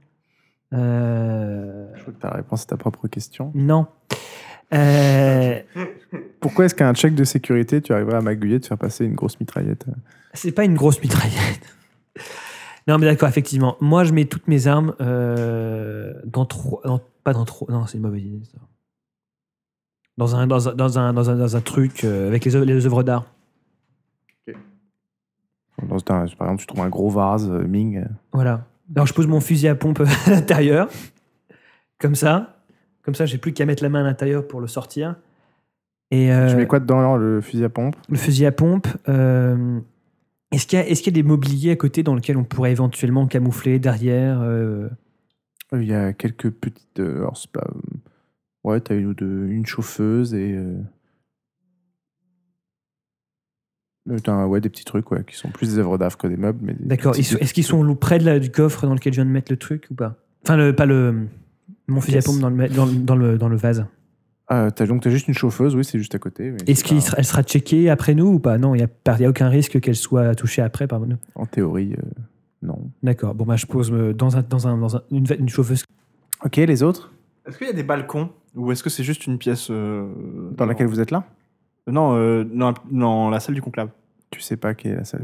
Je crois que ta réponse à ta propre question. Non. Pourquoi est-ce qu'à un check de sécurité, tu arriverais à magouiller de faire passer une grosse mitraillette? C'est pas une grosse mitraillette. Non, mais d'accord, effectivement. Moi, je mets toutes mes armes dans trois. Pas dans trois. Non, c'est une mauvaise idée, ça. Dans un truc avec les œuvres d'art. Par exemple, tu trouves un gros vase, Ming. Voilà. Alors, je pose mon fusil à pompe à l'intérieur. Comme ça. Comme ça, j'ai plus qu'à mettre la main à l'intérieur pour le sortir. Et, Tu mets quoi dedans, alors, le fusil à pompe? le fusil à pompe. Est-ce qu'il y a des mobiliers à côté dans lesquels on pourrait éventuellement camoufler derrière Il y a quelques petites. Alors, c'est pas. Ouais, t'as une chauffeuse et. T'as des petits trucs qui sont plus des œuvres d'art que des meubles. Mais D'accord. Est-ce qu'ils sont près du coffre dans lequel je viens de mettre le truc ou pas? Enfin, mon fusil à pompe dans le vase. Donc t'as juste une chauffeuse, oui, c'est juste à côté. Mais Est-ce qu'elle sera checkée après nous ou pas? Non, il n'y a aucun risque qu'elle soit touchée après par nous. En théorie, non. D'accord. Bon, bah, je pose une chauffeuse. Ok, les autres? Est-ce qu'il y a des balcons? Ou est-ce que c'est juste une pièce. Dans laquelle vous êtes là? Non, dans la salle du conclave. Tu sais pas quelle est la salle.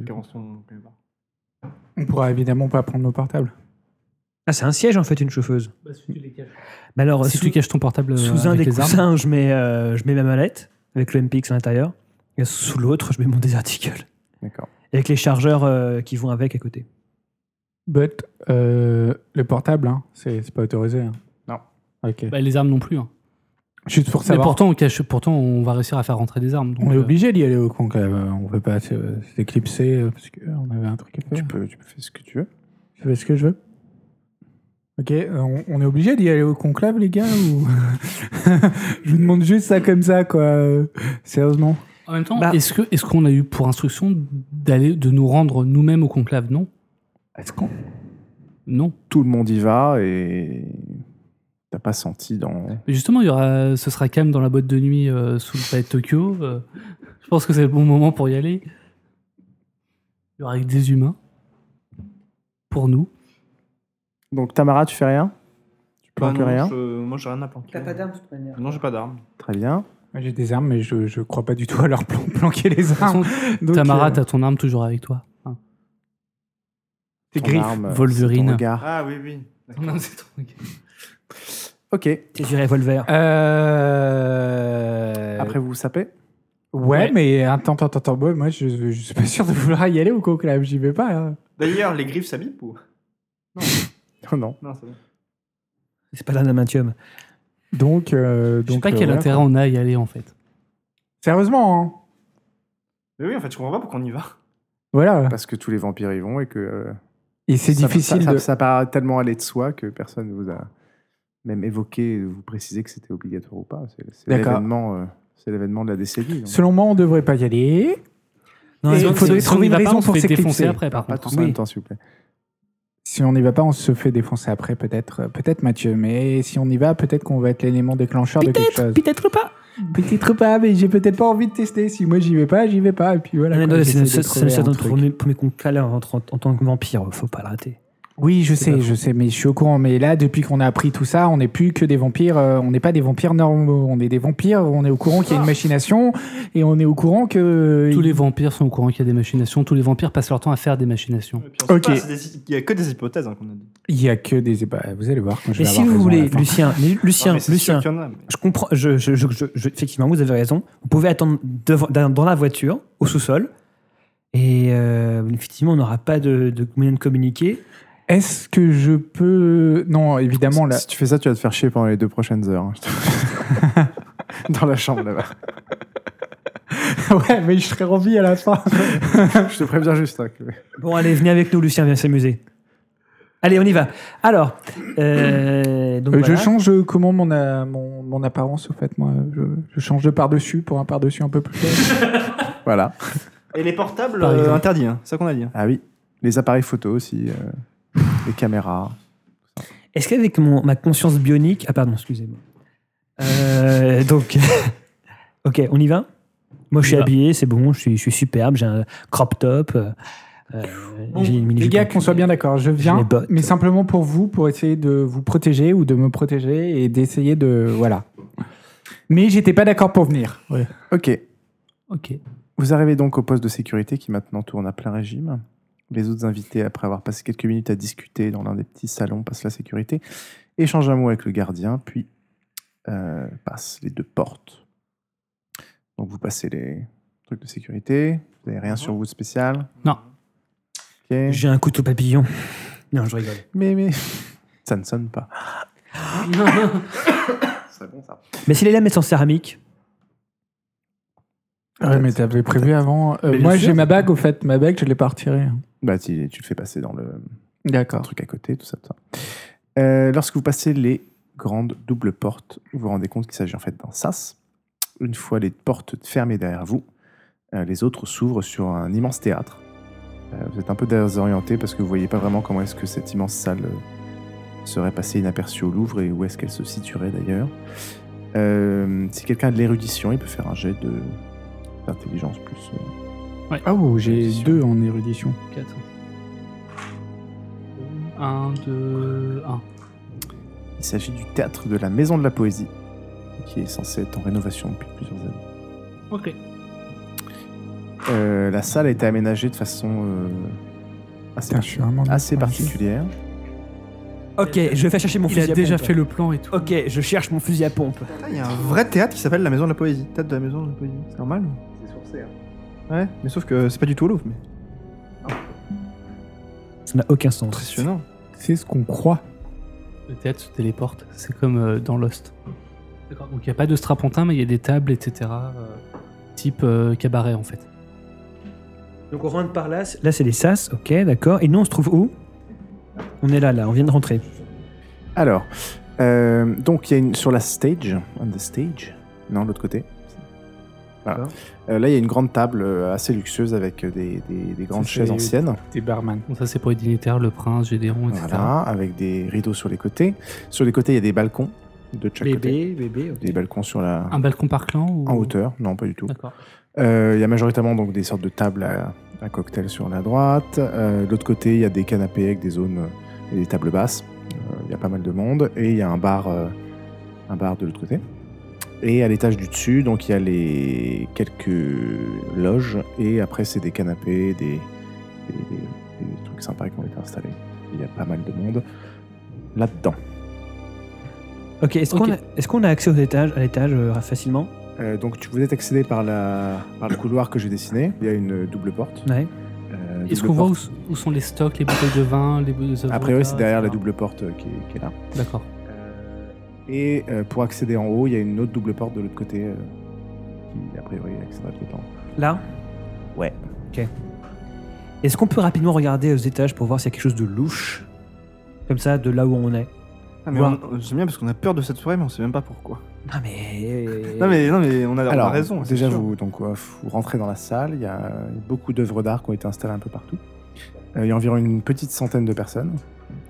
On pourra évidemment pas prendre nos portables. Ah, c'est un siège en fait, une chauffeuse. si tu les caches. Bah alors, Si tu caches ton portable sous un avec des les armes. coussins, je mets ma mallette avec le MPX à l'intérieur. Et sous l'autre, je mets mon désarticule. D'accord. Avec les chargeurs qui vont avec à côté. But, le portable, hein, c'est pas autorisé. Hein. Non. Ok. Bah, les armes non plus. Hein. Juste pour Mais savoir. pourtant, on va réussir à faire rentrer des armes. Donc, On est obligé d'y aller au conclave. On veut pas s'éclipser parce qu'on avait un truc à faire. Tu peux faire ce que tu veux. Je fais ce que je veux. Ok, on est obligé d'y aller au conclave, les gars, ou je vous demande juste ça comme ça, quoi. Sérieusement. En même temps, Bah- est-ce qu'on a eu pour instruction de nous rendre nous-mêmes au conclave? Non. Est-ce qu'on Non. Tout le monde y va et t'as pas senti dans. Mais justement, ce sera calme dans la boîte de nuit sous le palais de Tokyo. Je pense que c'est le bon moment pour y aller. Il y aura avec des humains. Pour nous. Donc Tamara, tu fais rien? Tu planques rien? Moi, j'ai rien à planquer. d'arme de toute manière. Non, j'ai pas d'arme. Très bien. Moi, j'ai des armes, mais je crois pas du tout à leur planquer les De toute armes. façon, Donc, Tamara, t'as ton arme toujours avec toi. Hein. tes Ton griffes. arme, Wolverine. c'est ton regard. Ah oui, oui. Non, c'est trop. Ok. C'est du revolver. Après, vous vous sapez? Ouais, mais attends. Moi, je suis pas sûr de vouloir y aller au conclave. J'y vais pas. Hein. D'ailleurs, les griffes, ça bip ou? Non. Non, c'est bon. C'est pas l'adamantium. Donc, Je sais pas quel voilà, intérêt quoi. on a à y aller en fait. Sérieusement, hein. Mais oui, en fait, je comprends pas pourquoi on y va. Voilà. Parce que tous les vampires y vont et que. Et c'est ça- difficile ça, de. ça paraît tellement aller de soi que personne ne vous a même évoqué, vous précisé que c'était obligatoire ou pas. C'est D'accord. l'événement. C'est l'événement de la décennie. donc. Selon moi, on devrait pas y aller. Non, Et mais il faudrait Si on trouver y une va pas, raison on se pour fait défoncer s'éclipser. après, par Pas contre. tous en même temps, s'il vous plaît. Si on n'y va pas, on se fait défoncer après, peut-être Mathieu. Mais si on y va, peut-être qu'on va être l'élément déclencheur de quelque chose. Peut-être pas. Peut-être pas, mais j'ai peut-être pas envie de tester. Si moi j'y vais pas, j'y vais pas. Et puis voilà. Non, quoi, non, j'essaie de c'est trouver un notre truc. premier contact en tant que vampire, faut pas le rater. Oui, je sais, mais je suis au courant. Mais là, depuis qu'on a appris tout ça, on n'est plus que des vampires. On n'est pas des vampires normaux. On est des vampires. On est au courant qu'il y a une machination et on est au courant que Tous les vampires sont au courant qu'il y a des machinations. Tous les vampires passent leur temps à faire des machinations. Ok. Il y a que des hypothèses qu'on a dit. il y a que des. Bah, vous allez voir. Quand je Mais vais si avoir vous raison à voulez, la fin. Lucien, qu'il y en a. je comprends. Effectivement, vous avez raison. Vous pouvez attendre dans la voiture, au sous-sol, et effectivement, on n'aura pas de moyen de communiquer. Est-ce que je peux. Non, évidemment, là. Si tu fais ça, tu vas te faire chier pendant les 2 prochaines heures. Dans la chambre là-bas. Ouais, mais je serai remis à la fin. Je te préviens juste. Hein, Bon, allez, venez avec nous, Lucien, viens s'amuser. Allez, on y va. Alors, donc Je voilà. change comment mon apparence, au fait. Moi, je change de par-dessus pour un par-dessus un peu plus faible. Voilà. Et les portables Par exemple. interdits, hein. C'est ça qu'on a dit. Ah oui. Les appareils photo aussi. Les caméras. Est-ce qu'avec ma conscience bionique... Ah pardon, excusez-moi. Donc, ok, on y va. Moi, je suis On y va. habillé, c'est bon, je suis superbe, j'ai un crop top. J'ai une mini Les gars, qu'on soit bien d'accord, je les viens, bottes. mais simplement pour vous, pour essayer de vous protéger ou de me protéger et d'essayer de... Voilà. Mais j'étais pas d'accord pour venir. Ouais. Ok. Ok. Vous arrivez donc au poste de sécurité qui maintenant tourne à plein régime. Les autres invités, après avoir passé quelques minutes à discuter dans l'un des petits salons, passent la sécurité, échangent un mot avec le gardien, puis passent les 2 portes. Donc vous passez les trucs de sécurité. Vous n'avez rien sur vous de spécial. Non. Ok. J'ai un couteau papillon. Non, je rigole. Mais ça ne sonne pas. C'est bon ça. Mais si les lames sont en céramique, Ouais, mais t'avais prévu avant. Mais bien Moi, sûr. j'ai ma bague, au fait. Ma bague, je l'ai pas retirée. Bah tu le fais passer dans le D'accord. truc à côté, tout ça. Lorsque vous passez les grandes doubles portes, vous vous rendez compte qu'il s'agit en fait d'un sas. Une fois les portes fermées derrière vous, les autres s'ouvrent sur un immense théâtre. Vous êtes un peu désorienté parce que vous voyez pas vraiment comment est-ce que cette immense salle serait passée inaperçue au Louvre et où est-ce qu'elle se situerait d'ailleurs. Si quelqu'un a de l'érudition, il peut faire un jet d'intelligence plus. Oh, j'ai Érudition. 2 en érudition. 4. 1, 2, 1. Il s'agit du théâtre de la Maison de la Poésie, qui est censé être en rénovation depuis plusieurs années. Ok. La salle a été aménagée de façon Putain, je suis vraiment... assez particulière. ok, je vais chercher mon Il fusil a à déjà pompe. fait le plan et tout. Ok, je cherche mon fusil à pompe. Il y a un vrai théâtre qui s'appelle la Maison de la Poésie. Théâtre de la Maison de la Poésie. C'est normal. C'est sourcé. Ouais, mais sauf que c'est pas du tout au Louvre. Mais Ça n'a aucun sens. impressionnant. C'est ce qu'on croit. Le théâtre se téléporte. C'est comme dans Lost. D'accord. Donc il n'y a pas de strapontin, mais il y a des tables, etc. Type cabaret en fait. Donc on rentre par là. Là, c'est les sas. Ok, d'accord. Et nous, on se trouve où? On est là, on vient de rentrer. Alors, donc il y a sur la stage, on the stage, non, l'autre côté. Voilà. Là, il y a une grande table assez luxueuse avec des grandes Ça, chaises c'est- anciennes. Des barman. Donc ça c'est pour les dignitaires, le prince, Gédéon, etc. Voilà, avec des rideaux sur les côtés. Sur les côtés, il y a des balcons de chaque côté. bébé, ok. Des balcons sur la... Un balcon par clan ou... en hauteur, non, pas du tout. D'accord. Il y a majoritairement donc des sortes de tables à cocktail sur la droite. De l'autre côté, il y a des canapés avec des zones et des tables basses. Il y a pas mal de monde. Et il y a un bar de l'autre côté. Et à l'étage du dessus, donc il y a les quelques loges. Et après, c'est des canapés, des trucs sympas qui ont été installés. Il y a pas mal de monde là-dedans. Ok, est-ce Ok. qu'on a accès à l'étage facilement? Donc vous êtes accédé par le couloir que j'ai dessiné. Il y a une double porte. Ouais. Est-ce Double qu'on voit porte. où sont les stocks, les bouteilles de vin, les œuvres A priori, c'est d'art, derrière la etc. double porte qui est là. D'accord. Et pour accéder en haut, il y a une autre double porte de l'autre côté qui, a priori, accédera tout le temps. Là? Ouais. Ok. Est-ce qu'on peut rapidement regarder aux étages pour voir s'il y a quelque chose de louche? Comme ça, de là où on est. Ah, mais Voir. j'aime bien parce qu'on a peur de cette soirée, mais on sait même pas pourquoi. Non mais... Non mais on a Alors, raison. c'est déjà, sûr. vous rentrez dans la salle. Il y a beaucoup d'œuvres d'art qui ont été installées un peu partout. Il y a environ une petite centaine de personnes.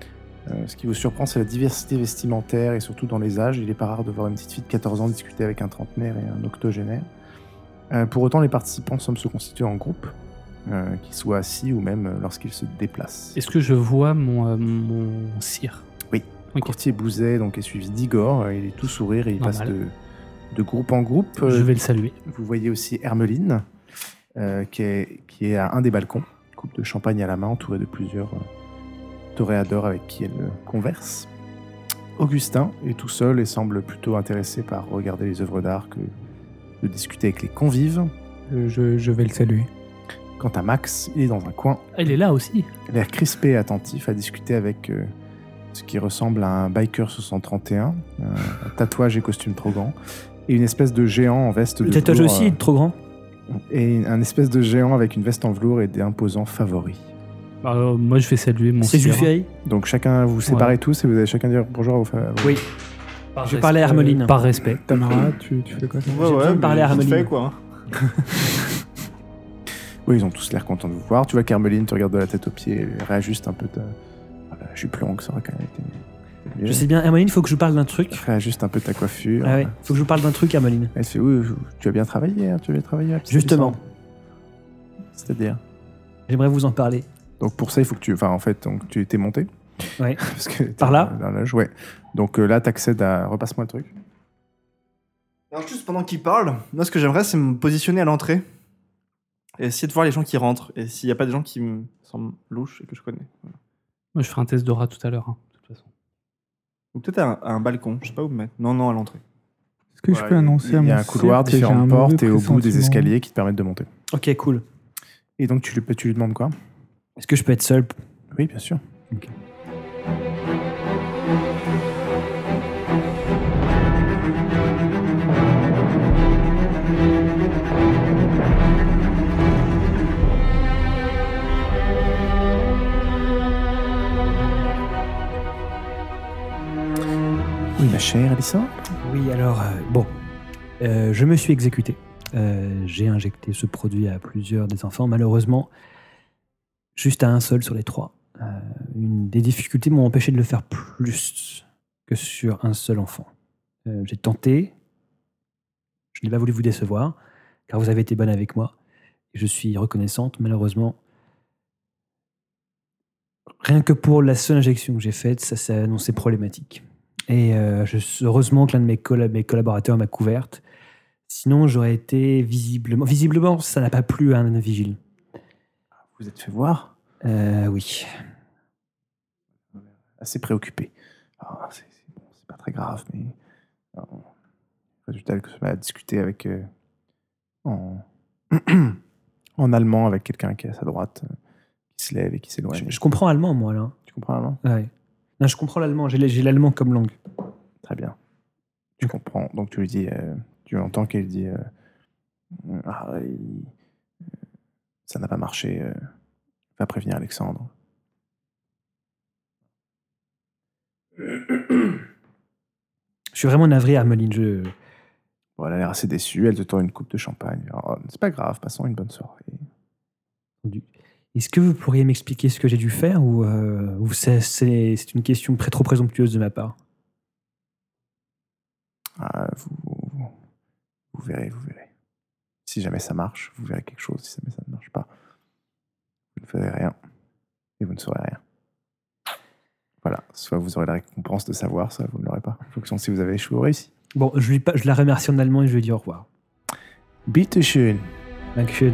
Ce qui vous surprend, c'est la diversité vestimentaire et surtout dans les âges. Il n'est pas rare de voir une petite fille de 14 ans discuter avec un trentenaire et un octogénaire. Pour autant, les participants semblent se constituer en groupe, qu'ils soient assis ou même lorsqu'ils se déplacent. Est-ce que je vois mon sire? Oui. Ok. Courtier Bouzet donc, est suivi d'Igor. Il est tout sourire et il Normal. passe de groupe en groupe. Je vais le saluer. Vous voyez aussi Hermeline, qui est à un des balcons, coupe de champagne à la main, entourée de plusieurs toréadors avec qui elle converse. Augustin est tout seul et semble plutôt intéressé par regarder les œuvres d'art que de discuter avec les convives. Je vais le saluer. Quant à Max, il est dans un coin, Ah, il est là aussi. l'air crispé et attentif à discuter avec ce qui ressemble à un biker 631, un tatouage et costume trop grand, et une espèce de géant en veste Le de tatouage velours, aussi est trop grand. et un espèce de géant avec une veste en velours et des imposants favoris. Moi, je vais saluer mon C'est sire. Jules Ferry. Donc chacun, vous séparez tous et vous allez chacun dire bonjour à vos favoris. Oui. Par Je parlais à Hermeline. Par respect. Tamara, tu fais quoi toi J'ai besoin de parler à vite Hermeline. fait, quoi. Oui, ils ont tous l'air contents de vous voir. Tu vois qu'Hermeline te regarde de la tête aux pieds et réajuste un peu ta... Voilà, jupe longue, ça aurait quand même été mieux. Je sais bien, Hermeline, il faut que je vous parle d'un truc. Réajuste un peu ta coiffure. Ah ouais, faut que je vous parle d'un truc, Hermeline. Elle te fait oui, tu as bien travaillé, hein, tu as bien travaillé. la petite Justement. Alexandre. C'est-à-dire. J'aimerais vous en parler. Donc pour ça, il faut que tu... Enfin, en fait, donc, tu étais monté. Ouais. Parce que Par là dans la loge, ouais. Donc là, t'accèdes à... Repasse-moi le truc. Alors juste pendant qu'il parle, moi ce que j'aimerais c'est me positionner à l'entrée et essayer de voir les gens qui rentrent et s'il n'y a pas des gens qui me semblent louches et que je connais. Voilà. Moi, je ferai un test d'aura tout à l'heure, hein, de toute façon. Ou peut-être à un balcon, je sais pas où me mettre. Non, à l'entrée. Est-ce que je Ouais, peux annoncer à Il y mon a un couloir, sire que j'ai un différentes portes mauvais et au bout des pressentiment escaliers qui te permettent de monter. Ok, cool. Et donc tu lui demandes quoi? Est-ce que je peux être seul? Oui, bien sûr. Oui, ma chère Alissa. Oui, alors, je me suis exécuté. J'ai injecté ce produit à plusieurs des enfants. Malheureusement, juste à un seul sur les 3. Une des difficultés m'ont empêché de le faire plus que sur un seul enfant. J'ai tenté. Je n'ai pas voulu vous décevoir, car vous avez été bonne avec moi. Et je suis reconnaissante. Malheureusement, rien que pour la seule injection que j'ai faite, ça s'est annoncé problématique. Et heureusement que l'un de mes collaborateurs m'a couverte. Sinon, j'aurais été visiblement, ça n'a pas plu à un vigile. Vous êtes fait voir? Oui. Assez préoccupé. Ah, c'est bon, c'est pas très grave, mais... Résultat, que je vais discuter avec... en allemand avec quelqu'un qui est à sa droite, qui se lève et qui s'éloigne. Je comprends allemand, moi, là. Tu comprends l'allemand? Ouais. Non, je comprends l'allemand. J'ai l'allemand comme langue. Très bien. Tu comprends. Donc tu lui dis... tu entends qu'elle dit... ça n'a pas marché. Va prévenir Alexandre. Je suis vraiment navré, Hermeline. Bon, elle a l'air assez déçue. Elle te tend une coupe de champagne. Alors, c'est pas grave. Passons une bonne soirée. Est-ce que vous pourriez m'expliquer ce que j'ai dû faire ou c'est une question trop présomptueuse de ma part? Ah, vous verrez, vous verrez. Si jamais ça marche, vous verrez quelque chose. Si jamais ça ne marche pas, vous ne ferez rien. Et vous ne saurez rien. Voilà. Soit vous aurez la récompense de savoir, soit vous ne l'aurez pas. En fonction de si vous avez échoué ou réussi. Bon, je la remercie en allemand et je lui dis au revoir. Bitte schön. Dankeschön.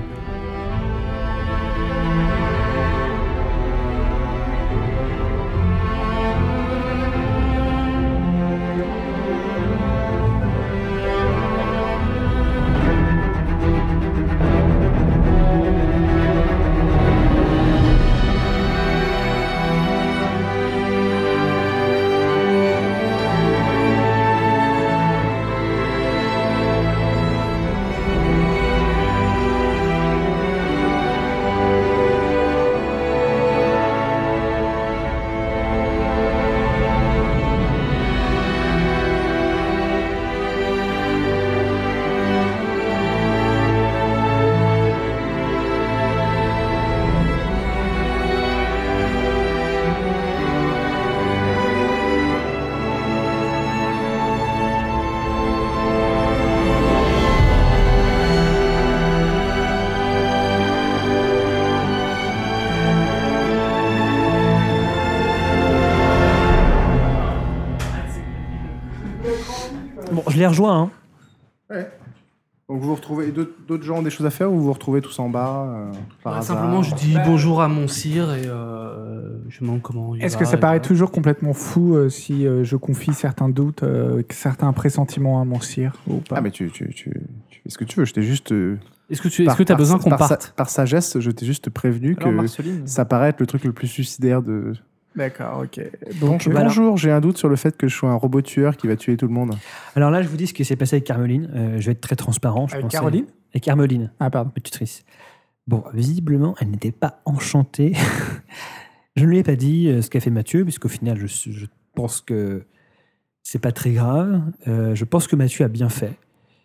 je les rejoins. Hein. Ouais. Donc vous vous retrouvez, d'autres gens ont des choses à faire ou vous vous retrouvez tous en bas par hasard. Simplement, je dis bonjour à mon sire et je me demande comment il Est-ce va, que ça et paraît voilà. toujours complètement fou si je confie certains doutes, certains pressentiments à mon sire ou pas? Ah, mais tu fais ce que tu veux. Je t'ai juste. Est-ce que tu as besoin qu'on parte Par sagesse, je t'ai juste prévenu Alors, que Marceline. ça paraît être le truc le plus suicidaire de. D'accord, ok. Donc, voilà. bonjour, j'ai un doute sur le fait que je sois un robot tueur qui va tuer tout le monde. Alors là, je vous dis ce qui s'est passé avec Carmeline. Je vais être très transparent. Je Avec pensais- Caroline? Avec Carmeline, Ah, pardon. ma tutrice. Bon, visiblement, elle n'était pas enchantée. Je ne lui ai pas dit ce qu'a fait Mathieu, puisqu'au final, je pense que c'est pas très grave. Je pense que Mathieu a bien fait.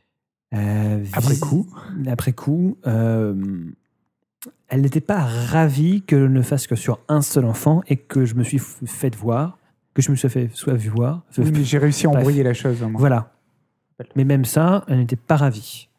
Après coup, elle n'était pas ravie que je ne fasse que sur un seul enfant et que je me suis fait voir, que je me suis fait soit vu voir. Oui, mais j'ai réussi à Bref. embrouiller la chose. Moi. Voilà. Mais même ça, elle n'était pas ravie.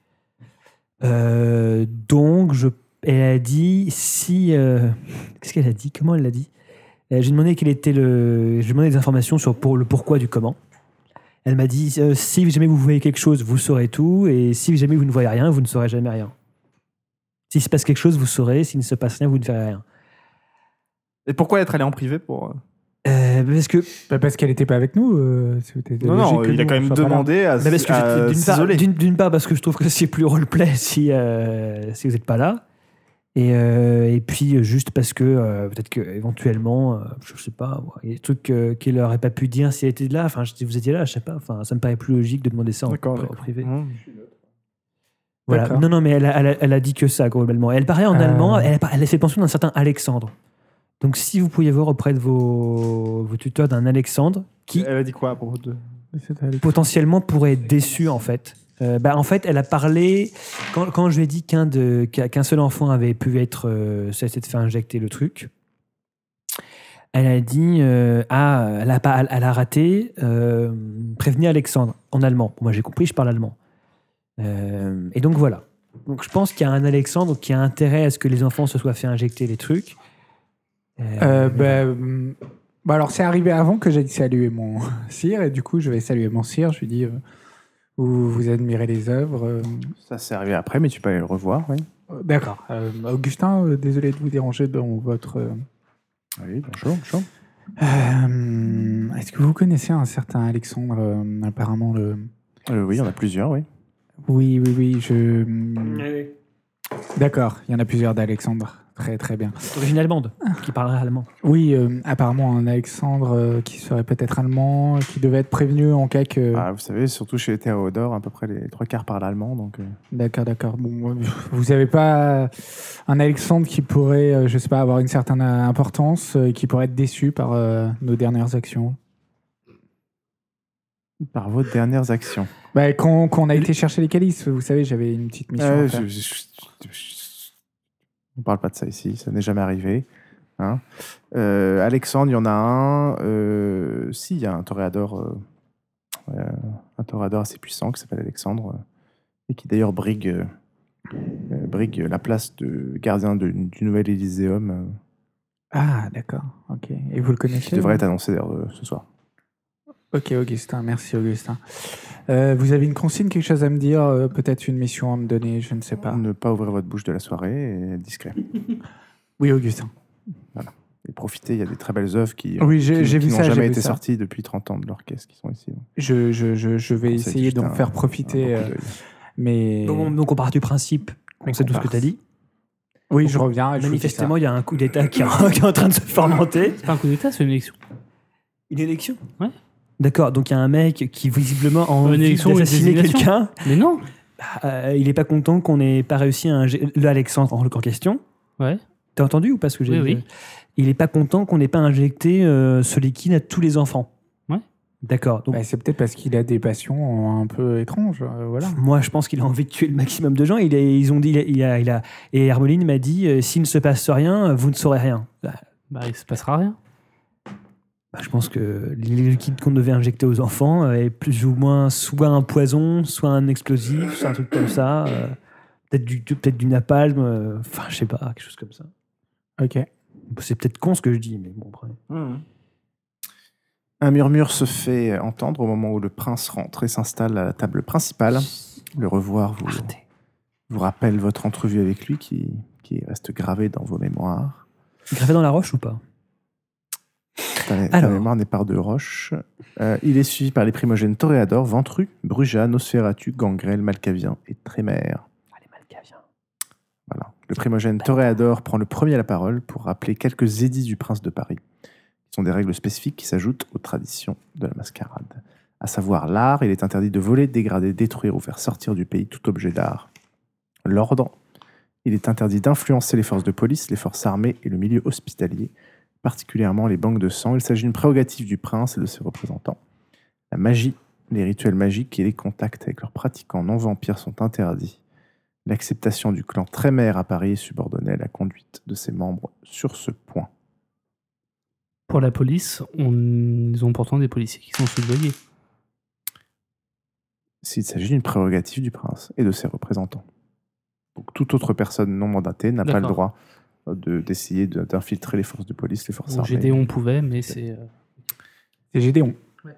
Donc, elle a dit si. Qu'est-ce qu'elle a dit? Comment elle l'a dit? J'ai demandé quel était le. J'ai demandé des informations sur le pourquoi du comment. Elle m'a dit si jamais vous voyez quelque chose, vous saurez tout, et si jamais vous ne voyez rien, vous ne saurez jamais rien. S'il se passe quelque chose, vous saurez. S'il ne se passe rien, vous ne verrez rien. Et pourquoi être allé en privé pour Parce que. Parce qu'elle n'était pas avec nous. C'était Non, logique non, que il a nous, quand on même soit pas là. demandé à Parce que s'isoler. d'une part parce que je trouve que c'est plus roleplay si vous n'êtes pas là, et puis juste parce que peut-être que éventuellement je sais pas, il y a des trucs qu'il n'aurait pas pu dire s'il était là. Enfin, si vous étiez là, je sais pas. Enfin, ça me paraît plus logique de demander ça en privé. Voilà. D'accord. Non, mais elle a dit que ça globalement. Elle parlait en allemand. Elle a fait mention d'un certain Alexandre. Donc, si vous pouviez voir auprès de vos tuteurs d'un Alexandre qui Elle a dit quoi à propos de... potentiellement pourrait être déçu en fait. En fait, elle a parlé quand je lui ai dit qu'un seul enfant avait pu être s'était fait injecter le truc. Elle a dit elle a raté. Prévenez Alexandre en allemand. Bon, moi j'ai compris, je parle allemand. Et donc voilà. Donc je pense qu'il y a un Alexandre qui a intérêt à ce que les enfants se soient fait injecter les trucs. Alors c'est arrivé avant que j'ai salué mon sire et du coup je vais saluer mon sire. Je lui dis vous admirez les œuvres. Ça s'est arrivé après, mais tu peux aller le revoir, oui. D'accord. Augustin, désolé de vous déranger dans votre. Oui, bonjour. Est-ce que vous connaissez un certain Alexandre apparemment le. Oui, il y en a plusieurs, oui. Oui. D'accord, il y en a plusieurs d'Alexandre. Très très bien. D'origine allemande, qui parlerait allemand. Oui, apparemment un Alexandre qui serait peut-être allemand, qui devait être prévenu en cas que... Ah, vous savez, surtout chez les Théodore, à peu près les 3/4 parlent allemand, donc... D'accord. Bon, vous n'avez pas un Alexandre qui pourrait, je sais pas, avoir une certaine importance, qui pourrait être déçu par nos dernières actions? Par vos dernières actions. Quand on a été chercher les calices, vous savez, j'avais une petite mission à faire. On parle pas de ça ici, ça n'est jamais arrivé. Hein. Alexandre, il y en a un. Si, il y a un toréador assez puissant qui s'appelle Alexandre et qui d'ailleurs brigue la place de gardien du Nouvel Élyséeum. Ah, d'accord. Ok. Et vous le connaissez? Qui devrait être annoncé d'ailleurs ce soir. Ok, Augustin. Merci, Augustin. Vous avez une consigne, quelque chose à me dire? Peut-être une mission à me donner, je ne sais pas. Ne pas ouvrir votre bouche de la soirée et être discret. Oui, Augustin. Voilà. Et profitez, il y a des très belles œuvres qui Oui, j'ai vu n'ont ça, j'ai jamais vu été ça. sorties depuis 30 ans de l'orchestre qui sont ici. Donc. Je vais essayer d'en faire profiter. Mais... Donc on part du principe qu'on sait tout ce que tu as dit. Oui, je reviens. et je vous dis Manifestement, il y a un coup d'État qui est en train de se fomenter. C'est pas un coup d'état, c'est une élection. Une élection? Ouais. D'accord, donc il y a un mec qui visiblement a Une envie élection ou une d'assassiner désignation. quelqu'un. Mais non. Il n'est pas content qu'on n'ait pas réussi à l'Alexandre en question. Ouais. T'as entendu ou pas ce que j'ai dit? Oui. Il n'est pas content qu'on n'ait pas injecté ce liquide à tous les enfants. Ouais. D'accord. Donc, c'est peut-être parce qu'il a des passions un peu étranges. Voilà. moi, je pense qu'il a envie de tuer le maximum de gens. Ils ont dit, et Hermeline m'a dit, s'il ne se passe rien, vous ne saurez rien. Il se passera rien. Je pense que les liquides qu'on devait injecter aux enfants est plus ou moins soit un poison, soit un explosif, soit un truc comme ça. Peut-être du napalm. Enfin, je sais pas, quelque chose comme ça. Ok. C'est peut-être con ce que je dis, mais bon, après. Un murmure se fait entendre au moment où le prince rentre et s'installe à la table principale. Le revoir vous rappelle votre entrevue avec lui qui reste gravé dans vos mémoires. Gravé dans la roche ou pas? Ta mémoire n'est pas de roche. Il est suivi par les primogènes Toréador, Ventru, Bruja, Nosferatu, Gangrel, Malkavien et Trémère. Les Malkaviens. Voilà. Le primogène Toréador prend le premier la parole pour rappeler quelques édits du prince de Paris, qui sont des règles spécifiques qui s'ajoutent aux traditions de la mascarade. À savoir l'art, il est interdit de voler, dégrader, détruire ou faire sortir du pays tout objet d'art. L'ordre, il est interdit d'influencer les forces de police, les forces armées et le milieu hospitalier, particulièrement les banques de sang. Il s'agit d'une prérogative du prince et de ses représentants. La magie, les rituels magiques et les contacts avec leurs pratiquants non-vampires sont interdits. L'acceptation du clan Trémère à Paris est subordonnée à la conduite de ses membres sur ce point. Pour la police, ils ont pourtant des policiers qui sont soudoyés. S'il s'agit d'une prérogative du prince et de ses représentants. Donc, toute autre personne non mandatée n'a pas le droit d'essayer d'infiltrer les forces de police, les forces armées. Gédéon pouvait, mais c'est... C'est Gédéon.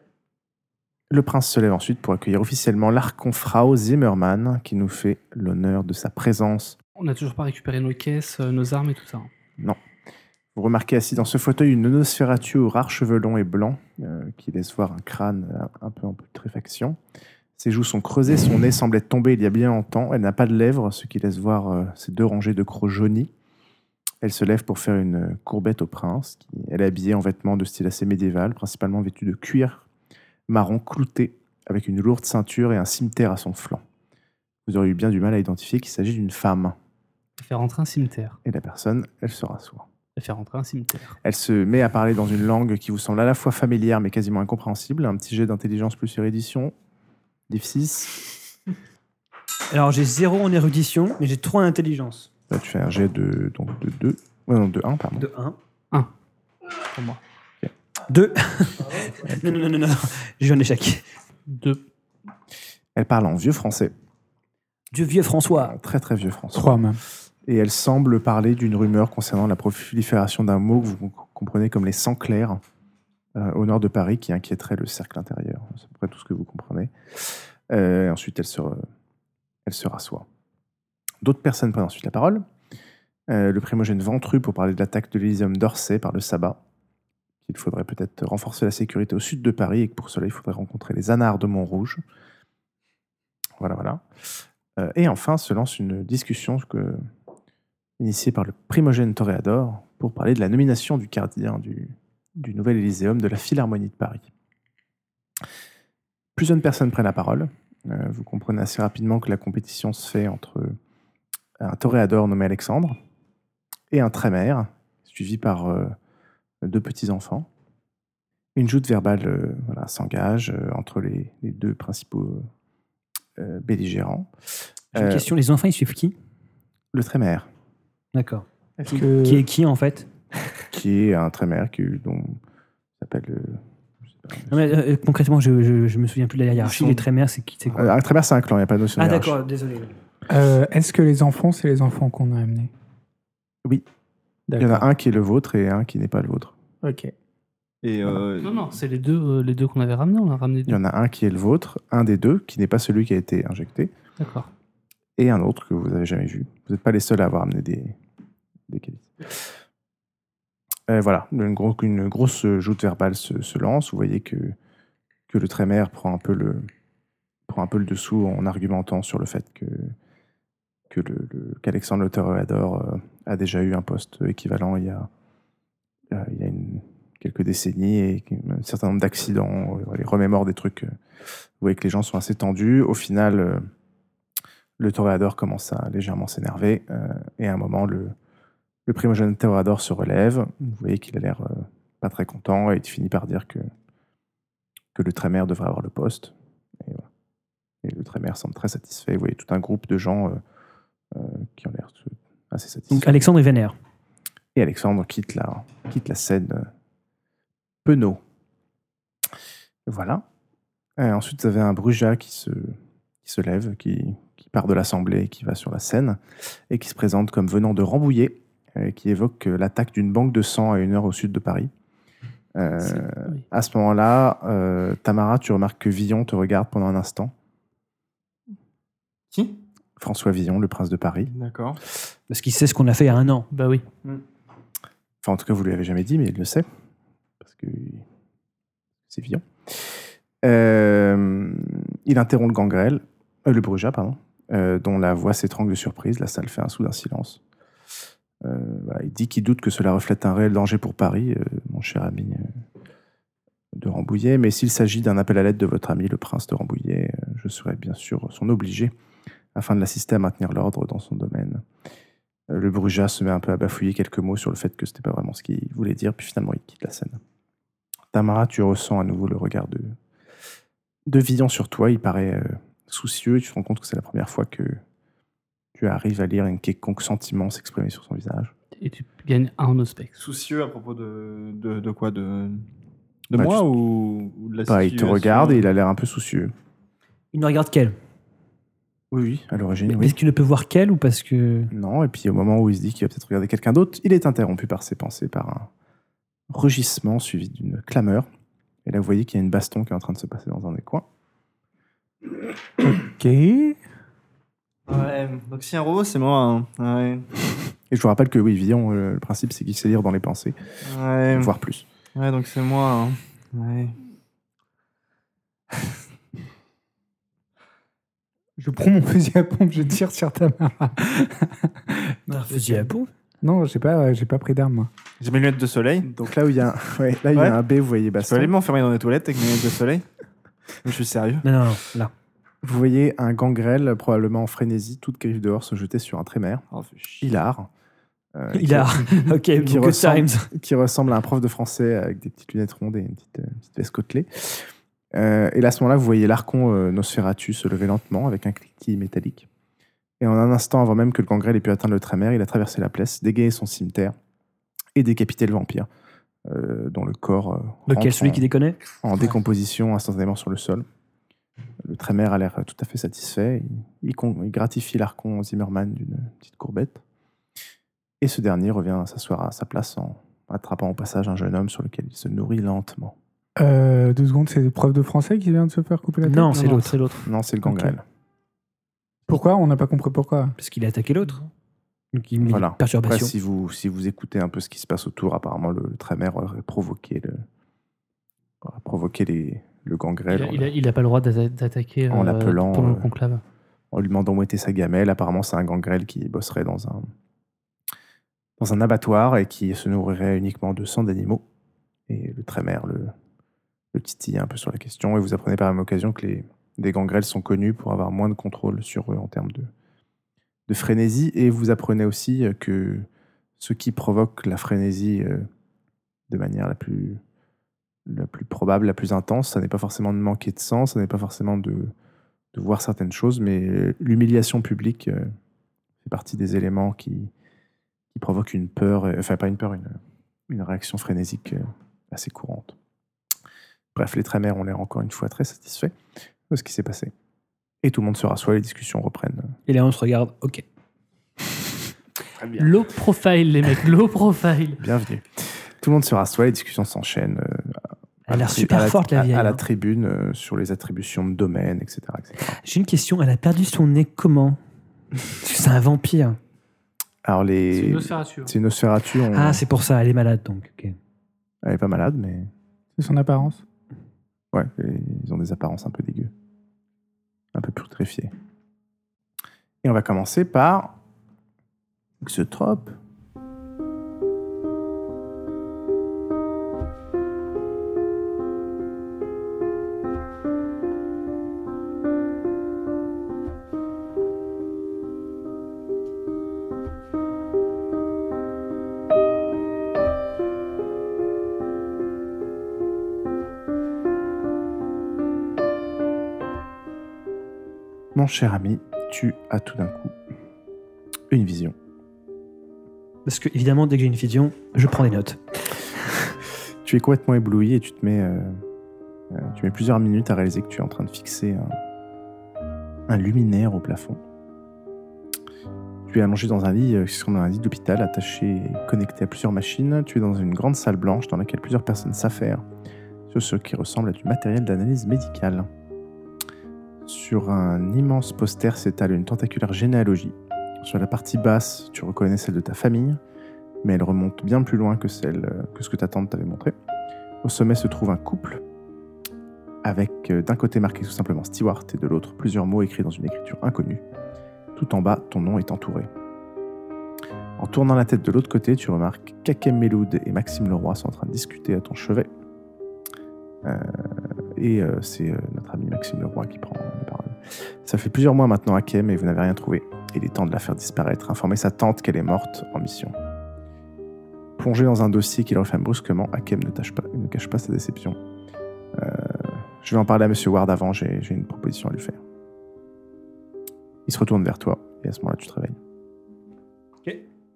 Le prince se lève ensuite pour accueillir officiellement l'archonfrau Zimmermann, qui nous fait l'honneur de sa présence. On n'a toujours pas récupéré nos caisses, nos armes et tout ça. Non. Vous remarquez assis dans ce fauteuil une Nosferatu aux rares cheveux longs et blancs, qui laisse voir un crâne un peu en putréfaction. Ses joues sont creusées, son nez semble être tombé il y a bien longtemps. Elle n'a pas de lèvres, ce qui laisse voir ses 2 rangées de crocs jaunis. Elle se lève pour faire une courbette au prince. Elle est habillée en vêtements de style assez médiéval, principalement vêtue de cuir marron clouté, avec une lourde ceinture et un cimeterre à son flanc. Vous aurez eu bien du mal à identifier qu'il s'agit d'une femme. Elle fait rentrer un cimetière. Et la personne, elle se rassoit. Elle fait rentrer un cimetière. Elle se met à parler dans une langue qui vous semble à la fois familière mais quasiment incompréhensible. Un petit jet d'intelligence plus érudition. Div 6. Alors j'ai 0 en érudition, mais j'ai 3 en intelligence. Là, tu fais un jet de 2. Non, de 1, pardon. De 1. 1. Pour moi. 2. Non. J'ai eu un échec. 2. Elle parle en vieux français. Vieux François. En très très vieux français. 3 même. Et elle semble parler d'une rumeur concernant la prolifération d'un mot que vous comprenez comme les sangs clairs au nord de Paris qui inquiéterait le cercle intérieur. C'est à peu près tout ce que vous comprenez. Ensuite, elle se rassoit. D'autres personnes prennent ensuite la parole. Le primogène Ventru pour parler de l'attaque de l'Elysium d'Orsay par le sabbat. Qu'il faudrait peut-être renforcer la sécurité au sud de Paris et que pour cela, il faudrait rencontrer les Anards de Montrouge. Voilà. Et enfin, se lance une discussion initiée par le primogène Toréador pour parler de la nomination du gardien du nouvel Élyséeum de la Philharmonie de Paris. Plusieurs personnes prennent la parole. Vous comprenez assez rapidement que la compétition se fait entre un Toréador nommé Alexandre et un Trémère, suivi par 2 petits-enfants. Une joute verbale s'engage entre les 2 principaux belligérants. J'ai une question, les enfants, ils suivent qui? Le Trémère. D'accord. Qui est qui, en fait? Qui est un Trémère dont s'appelle... Non, mais, concrètement, je me souviens plus de la hiérarchie. Les Trémères, c'est quoi? Un Trémère, c'est un clan, il n'y a pas de notion de hiérarchie. D'accord, désolé. Est-ce que les enfants, c'est les enfants qu'on a amenés? Oui. Il y en a un qui est le vôtre et un qui n'est pas le vôtre. Ok. Et Non, c'est les deux qu'on avait ramenés. On a ramené Il 2. y en a un qui est le vôtre, un des 2, qui n'est pas celui qui a été injecté, D'accord. et un autre que vous n'avez jamais vu. Vous n'êtes pas les seuls à avoir amené des qualités. Voilà, une grosse joute verbale se lance. Vous voyez que le Trémère prend un peu le dessous en argumentant sur le fait qu'Alexandre le Toréador a déjà eu un poste équivalent il y a quelques décennies et un certain nombre d'accidents, les remémore des trucs. Vous voyez que les gens sont assez tendus. Au final, le Toréador commence à légèrement s'énerver et à un moment, le primogène Toréador se relève. Vous voyez qu'il a l'air pas très content et il finit par dire que le Trémère devrait avoir le poste. Et, voilà. Et le Trémère semble très satisfait. Vous voyez tout un groupe de gens qui ont l'air assez satisfaits. Donc Alexandre est vénère. Et Alexandre quitte la scène penaud. Voilà. Ensuite, vous avez un Bruja qui se lève, qui part de l'Assemblée, qui va sur la scène, et qui se présente comme venant de Rambouillet, qui évoque l'attaque d'une banque de sang à 1 heure au sud de Paris. Oui. À ce moment-là, Tamara, tu remarques que Villon te regarde pendant un instant. Qui? François Villon, le prince de Paris. D'accord. Parce qu'il sait ce qu'on a fait il y a un an. Bah oui. Enfin, en tout cas, vous lui avez jamais dit, mais il le sait. Parce que c'est Villon. Il interrompt le Bruja, pardon, dont la voix s'étrangle de surprise. La salle fait un soudain silence. Voilà, il dit qu'il doute que cela reflète un réel danger pour Paris, mon cher ami de Rambouillet. Mais s'il s'agit d'un appel à l'aide de votre ami, le prince de Rambouillet, je serai bien sûr son obligé afin de l'assister à maintenir l'ordre dans son domaine. Le Bruja se met un peu à bafouiller quelques mots sur le fait que c'était pas vraiment ce qu'il voulait dire, puis finalement il quitte la scène. Tamara, tu ressens à nouveau le regard de Villon sur toi. Il paraît soucieux et tu te rends compte que c'est la première fois que tu arrives à lire un quelconque sentiment s'exprimer sur son visage. Et tu gagnes un ospec. Soucieux à propos de quoi? De Bah, moi juste- ou de la Bah, il te situation? regarde et il a l'air un peu soucieux. Il ne regarde qu'elle. Oui, à l'origine, Mais oui. est-ce qu'il ne peut voir qu'elle ou parce que. Non, et puis au moment où il se dit qu'il va peut-être regarder quelqu'un d'autre, il est interrompu par ses pensées, par un rugissement suivi d'une clameur. Et là, vous voyez qu'il y a une baston qui est en train de se passer dans un des coins. Ok. Ouais, donc si un robot, c'est moi. Hein. Ouais. Et je vous rappelle que oui, Villon, le principe, c'est qu'il sait lire dans les pensées, Ouais. voire plus. Ouais, donc c'est moi. Hein. Ouais. Je prends mon fusil à pompe, je tire sur Tamara. Fusil à pompe. Non, j'ai pas pris d'arme, moi. J'ai mes lunettes de soleil. Donc là où il y a un, ouais, là, il y a Ouais. un B, vous voyez Je peux baston. aller m'enfermer dans les toilettes avec mes lunettes de soleil. Je suis sérieux. Non, là. Vous voyez un gangrel, probablement en frénésie, toute griffe dehors, se jeter sur un trémère. Oh, fais chier. Hilar. Il a. Ok, qui good ressemble, times. qui ressemble à un prof de français avec des petites lunettes rondes et une petite veste côtelée. Et là, à ce moment-là, vous voyez l'Archon Nosferatu se lever lentement avec un cliquetis métallique. Et en un instant, avant même que le gangrel ait pu atteindre le trémère, il a traversé la place, dégayé son cimetière et décapité le vampire, dont le corps Lequel, rentre celui qui déconne? en décomposition instantanément sur le sol. Le trémère a l'air tout à fait satisfait. Il gratifie l'Archon Zimmerman d'une petite courbette. Et ce dernier revient s'asseoir à sa place en attrapant au passage un jeune homme sur lequel il se nourrit lentement. 2 secondes, c'est le prof de français qui vient de se faire couper la tête? Non, c'est l'autre. C'est l'autre. Non, c'est le gangrel. Pourquoi? On n'a pas compris pourquoi. Parce qu'il a attaqué l'autre. Donc il met Voilà. une perturbation. Après, si vous écoutez un peu ce qui se passe autour, apparemment le trémère aurait provoqué le gangrel Il a pas le droit d'attaquer En l'appelant, pendant le conclave. en lui demandant où était sa gamelle. Apparemment, c'est un gangrel qui bosserait dans un abattoir et qui se nourrirait uniquement de sang d'animaux. Et le trémère le titille un peu sur la question. Et vous apprenez par la même occasion que les gangrels sont connus pour avoir moins de contrôle sur eux en termes de frénésie. Et vous apprenez aussi que ce qui provoque la frénésie de manière la plus probable, la plus intense, ça n'est pas forcément de manquer de sang, ça n'est pas forcément de voir certaines choses, mais l'humiliation publique fait partie des éléments qui provoquent une peur, enfin pas une peur, une réaction frénésique assez courante. Bref, les trémères ont l'air encore une fois très satisfaits de ce qui s'est passé. Et tout le monde se rassoit, les discussions reprennent. Et là, on se regarde. Ok. Très bien. Low profile, les mecs, low profile. Bienvenue. Tout le monde se rassoit, les discussions s'enchaînent. Elle a l'air super forte, la vieille. À la hein. tribune, sur les attributions de domaine, etc. etc. J'ai une question. Elle a perdu son nez comment? Parce que c'est un vampire. Alors, C'est une Nosferatu. c'est une Nosferatu. Ah, c'est pour ça. Elle est malade, donc. Ok. Elle est pas malade, mais C'est son apparence. ouais, ils ont des apparences un peu dégueu. Un peu putréfiées. Et on va commencer par Xotrope. Mon cher ami, tu as tout d'un coup une vision. Parce que, évidemment, dès que j'ai une vision, je prends des notes. Tu es complètement ébloui et tu mets plusieurs minutes à réaliser que tu es en train de fixer un luminaire au plafond. Tu es allongé dans un lit qui ressemble à un lit d'hôpital, attaché et connecté à plusieurs machines. Tu es dans une grande salle blanche dans laquelle plusieurs personnes s'affairent sur ce qui ressemble à du matériel d'analyse médicale. Sur un immense poster s'étale une tentaculaire généalogie. Sur la partie basse, tu reconnais celle de ta famille, mais elle remonte bien plus loin que ce que ta tante t'avait montré. Au sommet se trouve un couple, avec d'un côté marqué tout simplement Stewart et de l'autre plusieurs mots écrits dans une écriture inconnue. Tout en bas, ton nom est entouré. En tournant la tête de l'autre côté, tu remarques qu'Hakem Meloud et Maxime Leroy sont en train de discuter à ton chevet. C'est notre ami Maxime Leroy qui prend la parole. Ça fait plusieurs mois maintenant Hakem et vous n'avez rien trouvé. Il est temps de la faire disparaître. Informer sa tante qu'elle est morte en mission. Plongé dans un dossier qui le referme brusquement, Hakem ne cache pas sa déception. Je vais en parler à Monsieur Ward avant, j'ai une proposition à lui faire. Il se retourne vers toi et à ce moment-là tu te réveilles. Ok.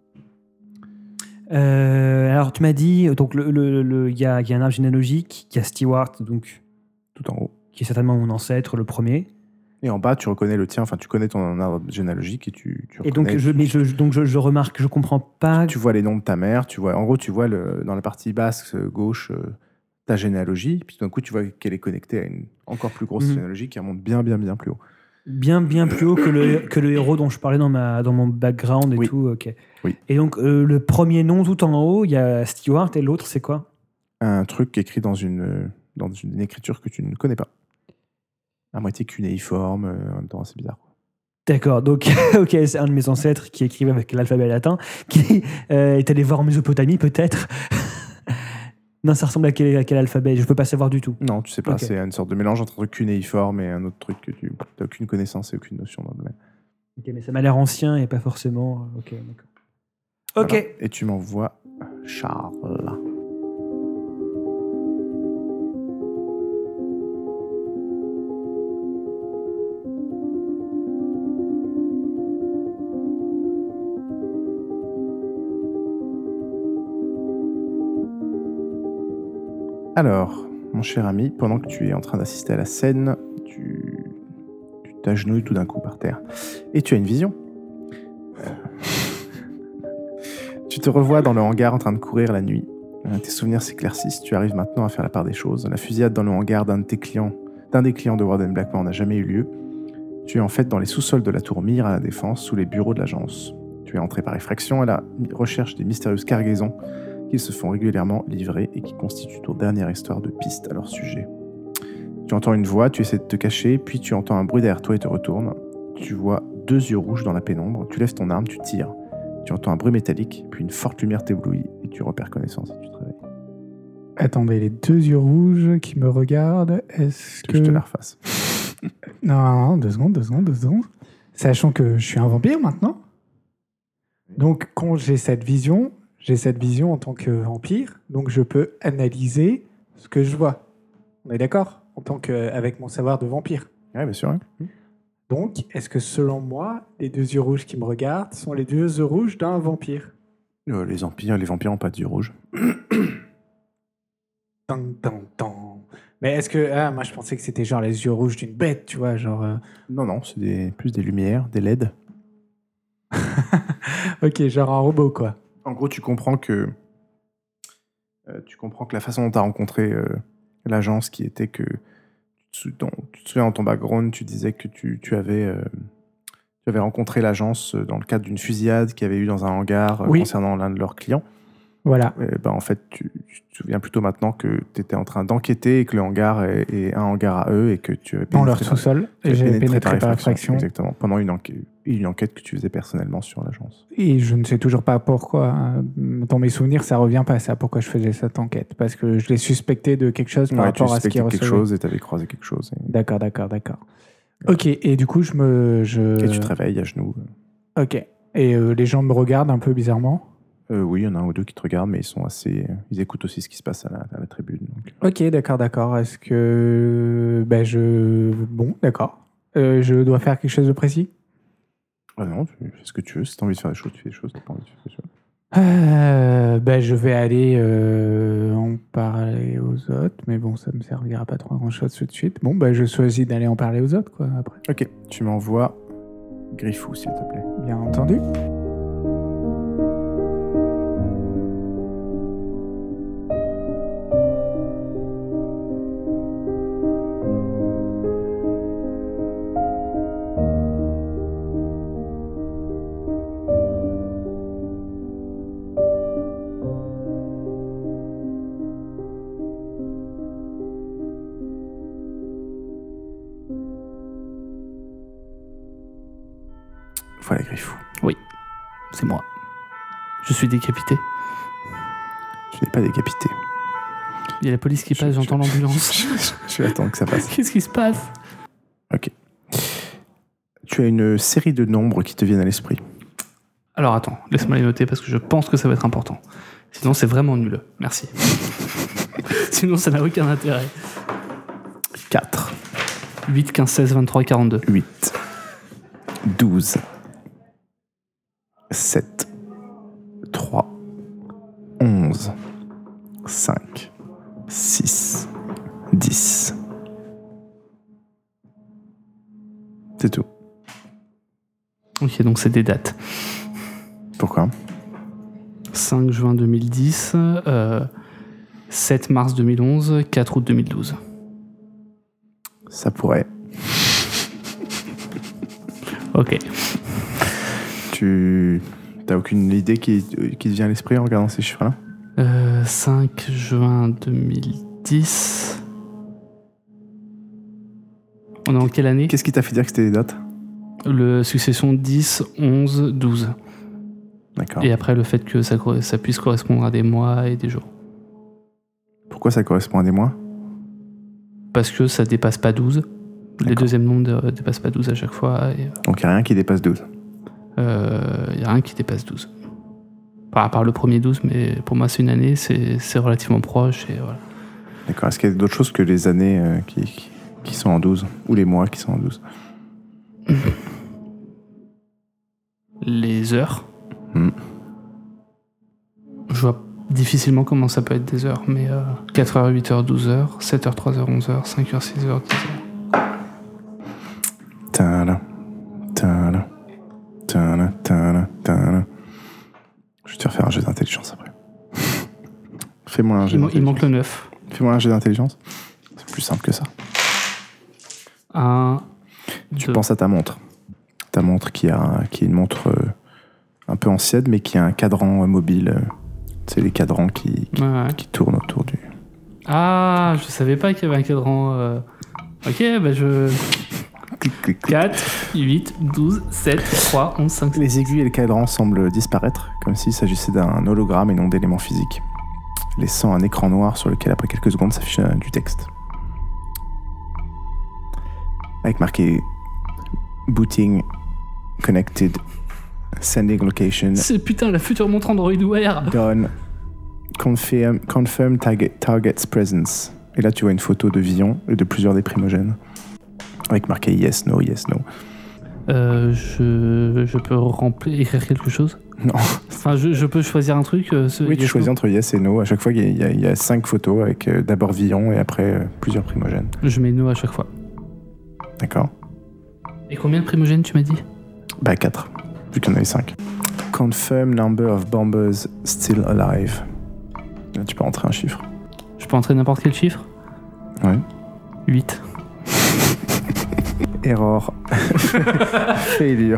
Alors tu m'as dit, donc il y a un arbre généalogique, il y a Stewart, donc Tout en haut. qui est certainement mon ancêtre, le premier. Et en bas, tu reconnais le tien, enfin tu connais ton arbre généalogique et tu Et donc reconnais... je remarque, je comprends pas. Tu vois les noms de ta mère, en gros tu vois dans la partie basse gauche ta généalogie, puis tout d'un coup tu vois qu'elle est connectée à une encore plus grosse généalogie qui remonte bien plus haut. Bien plus haut que le héros dont je parlais dans mon background et Oui. tout. Ok. Oui. Et donc le premier nom tout en haut, il y a Stewart et l'autre c'est quoi? Un truc écrit dans une écriture que tu ne connais pas. À moitié cunéiforme, en même temps c'est bizarre. D'accord, donc ok, c'est un de mes ancêtres qui écrivait avec l'alphabet latin, qui est allé voir en Mésopotamie peut-être. Non, ça ressemble à quel alphabet? Je peux pas savoir du tout. Non, tu sais pas, Ok. c'est une sorte de mélange entre un truc cunéiforme et un autre truc que tu n'as aucune connaissance et aucune notion dans le domaine. Ok, mais ça m'a l'air ancien et pas forcément. Ok, d'accord. Ok. Voilà. Et tu m'envoies Charles. Alors, mon cher ami, pendant que tu es en train d'assister à la scène, tu t'agenouilles tout d'un coup par terre. Et tu as une vision. Tu te revois dans le hangar en train de courir la nuit. Tes souvenirs s'éclaircissent, tu arrives maintenant à faire la part des choses. La fusillade dans le hangar d'un des clients de Warden Blackmore n'a jamais eu lieu. Tu es en fait dans les sous-sols de la tour Mir à la Défense, sous les bureaux de l'agence. Tu es entré par effraction à la recherche des mystérieuses cargaisons qu'ils se font régulièrement livrer et qui constituent ton dernière histoire de piste à leur sujet. Tu entends une voix, tu essaies de te cacher, puis tu entends un bruit derrière toi et te retournes. Tu vois 2 yeux rouges dans la pénombre, tu lèves ton arme, tu tires. Tu entends un bruit métallique, puis une forte lumière t'éblouit et tu repères connaissance et tu te réveilles. Attendez, les 2 yeux rouges qui me regardent, est-ce Que je te la refasse. Non, 2 secondes. Sachant que je suis un vampire maintenant. Donc, quand j'ai cette vision en tant que vampire, donc je peux analyser ce que je vois. On est d'accord? Avec mon savoir de vampire. Oui, bien sûr. Hein. Donc, est-ce que selon moi, les 2 yeux rouges qui me regardent sont les 2 yeux rouges d'un vampire? Les vampires n'ont pas de yeux rouges. Mais est-ce que... moi je pensais que c'était genre les yeux rouges d'une bête, tu vois, genre... Non, c'est plus des lumières, des LED. Ok, genre un robot, quoi. En gros, tu comprends que la façon dont tu as rencontré l'agence, qui était que tu te souviens dans ton background, tu disais que tu avais rencontré l'agence dans le cadre d'une fusillade qu'il y avait eu dans un hangar Oui. concernant l'un de leurs clients. Voilà. En fait, tu te souviens plutôt maintenant que tu étais en train d'enquêter et que le hangar est un hangar à eux et que tu avais Dans leur pénétré sous-sol, tu as et j'ai pénétré par effraction. Exactement, pendant une enquête que tu faisais personnellement sur l'agence. Et je ne sais toujours pas pourquoi. Dans mes souvenirs, ça revient pas, ça, pourquoi je faisais cette enquête. Parce que je l'ai suspecté de quelque chose par rapport à ce qui est quelque reçu. chose et tu avais croisé quelque chose. D'accord. Ok, et du coup, Et tu te réveilles à genoux. Ok. Et les gens me regardent un peu bizarrement. Oui, il y en a un ou deux qui te regardent, mais ils écoutent aussi ce qui se passe à la tribune. Donc. Ok, d'accord. Est-ce que... Bon, d'accord. Je dois faire quelque chose de précis? Ah non, tu fais ce que tu veux. Si tu as envie de faire des choses, tu fais des choses. Si tu pas envie de faire des choses. Je vais aller en parler aux autres, mais bon, ça me servira pas trop à grand chose tout de suite. Bon, je choisis d'aller en parler aux autres, quoi, après. Ok, tu m'envoies Griffou, s'il te plaît. Bien entendu. Voilà, Griffou. C'est moi. Je suis décapité. Je n'ai pas décapité. Il y a la police qui passe, j'entends l'ambulance. Je vais attendre que ça passe. Qu'est-ce qui se passe? Ok. Tu as une série de nombres qui te viennent à l'esprit. Alors attends, laisse-moi les noter parce que je pense que ça va être important. Sinon, c'est vraiment nul. Merci. Sinon, ça n'a aucun intérêt. 4, 8, 15, 16, 23, 42. 8, 12, 7, 3, 11, 5, 6, 10. C'est tout. Ok, donc c'est des dates. Pourquoi? 5 juin 2010, 7 mars 2011, 4 août 2012. Ça pourrait. Ok. Tu n'as aucune idée qui te vient à l'esprit en regardant ces chiffres-là? 5 juin 2010. On est en quelle année? Qu'est-ce qui t'a fait dire que c'était des dates? Le succession 10, 11, 12. D'accord. Et après, le fait que ça puisse correspondre à des mois et des jours. Pourquoi ça correspond à des mois? Parce que ça dépasse pas 12. Les D'accord. deuxièmes nombres ne dépassent pas 12 à chaque fois. Et, Donc il n'y a rien qui dépasse 12. y a rien qui dépasse 12. À part le premier 12, mais pour moi, c'est une année, c'est relativement proche. Et voilà. D'accord. Est-ce qu'il y a d'autres choses que les années qui sont en 12? Ou les mois qui sont en 12? Les heures. Hmm. Je vois difficilement comment ça peut être des heures, mais 4h, 8h, 12h, 7h, 3h, 11h, 5h, 6h, 10h. Tada, tada, tada, tada, tada. Je vais te faire un jeu d'intelligence après. Fais-moi un jet Il d'intelligence. manque le 9. Fais-moi un jet d'intelligence. C'est plus simple que ça. 1, Tu 2. penses à ta montre. Ta montre qui est une montre un peu ancienne, mais qui a un cadran mobile. C'est les cadrans qui Ouais. tournent autour du... Ah, je savais pas qu'il y avait un cadran. Ok, bah je. Clic, clic, clic. 4, 8, 12, 7, 3, 11, 5, 6. Les aiguilles et le cadran semblent disparaître, comme s'il s'agissait d'un hologramme et non d'éléments physiques, laissant un écran noir sur lequel, après quelques secondes, s'affiche du texte. Avec marqué « Booting, connected, sending location, C'est putain la future montre Android Wear. done, confirm target's presence ». Et là, tu vois une photo de Vion et de plusieurs des primogènes, avec marqué « Yes, no, yes, no ». Je peux écrire quelque chose? Non. Enfin, je peux choisir un truc? Oui, tu choisis entre yes et no. À chaque fois, il y a 5 photos avec d'abord Villon et après plusieurs primogènes. Je mets no à chaque fois. D'accord? Et combien de primogènes tu m'as dit? Bah 4, vu qu'il y en avait 5. Confirm number of bombers still alive. Là, tu peux rentrer un chiffre. Je peux entrer n'importe quel chiffre? Ouais. 8. Error. Failure.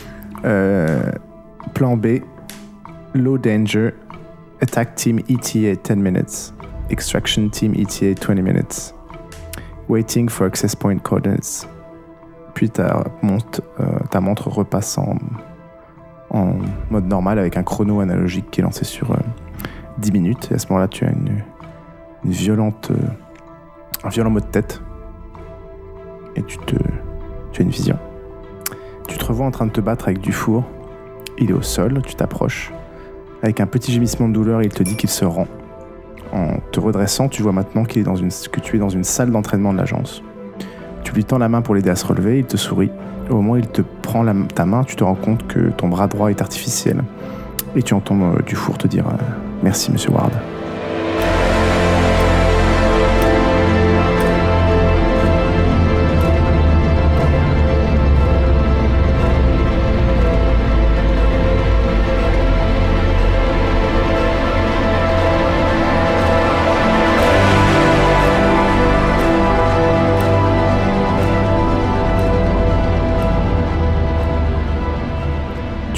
Plan B. Low danger. Attack team ETA 10 minutes. Extraction team ETA 20 minutes. Waiting for access point coordinates. Puis ta montre repasse en mode normal avec un chrono analogique qui est lancé sur 10 minutes. Et à ce moment-là, tu as un violent mot de tête. Et tu as une vision. Tu te revois en train de te battre avec Dufour. Il est au sol, tu t'approches. Avec un petit gémissement de douleur, il te dit qu'il se rend. En te redressant, tu vois maintenant que tu es dans une salle d'entraînement de l'agence. Tu lui tends la main pour l'aider à se relever, il te sourit. Au moment où il te prend ta main, tu te rends compte que ton bras droit est artificiel. Et tu entends Dufour te dire « Merci, Monsieur Ward ».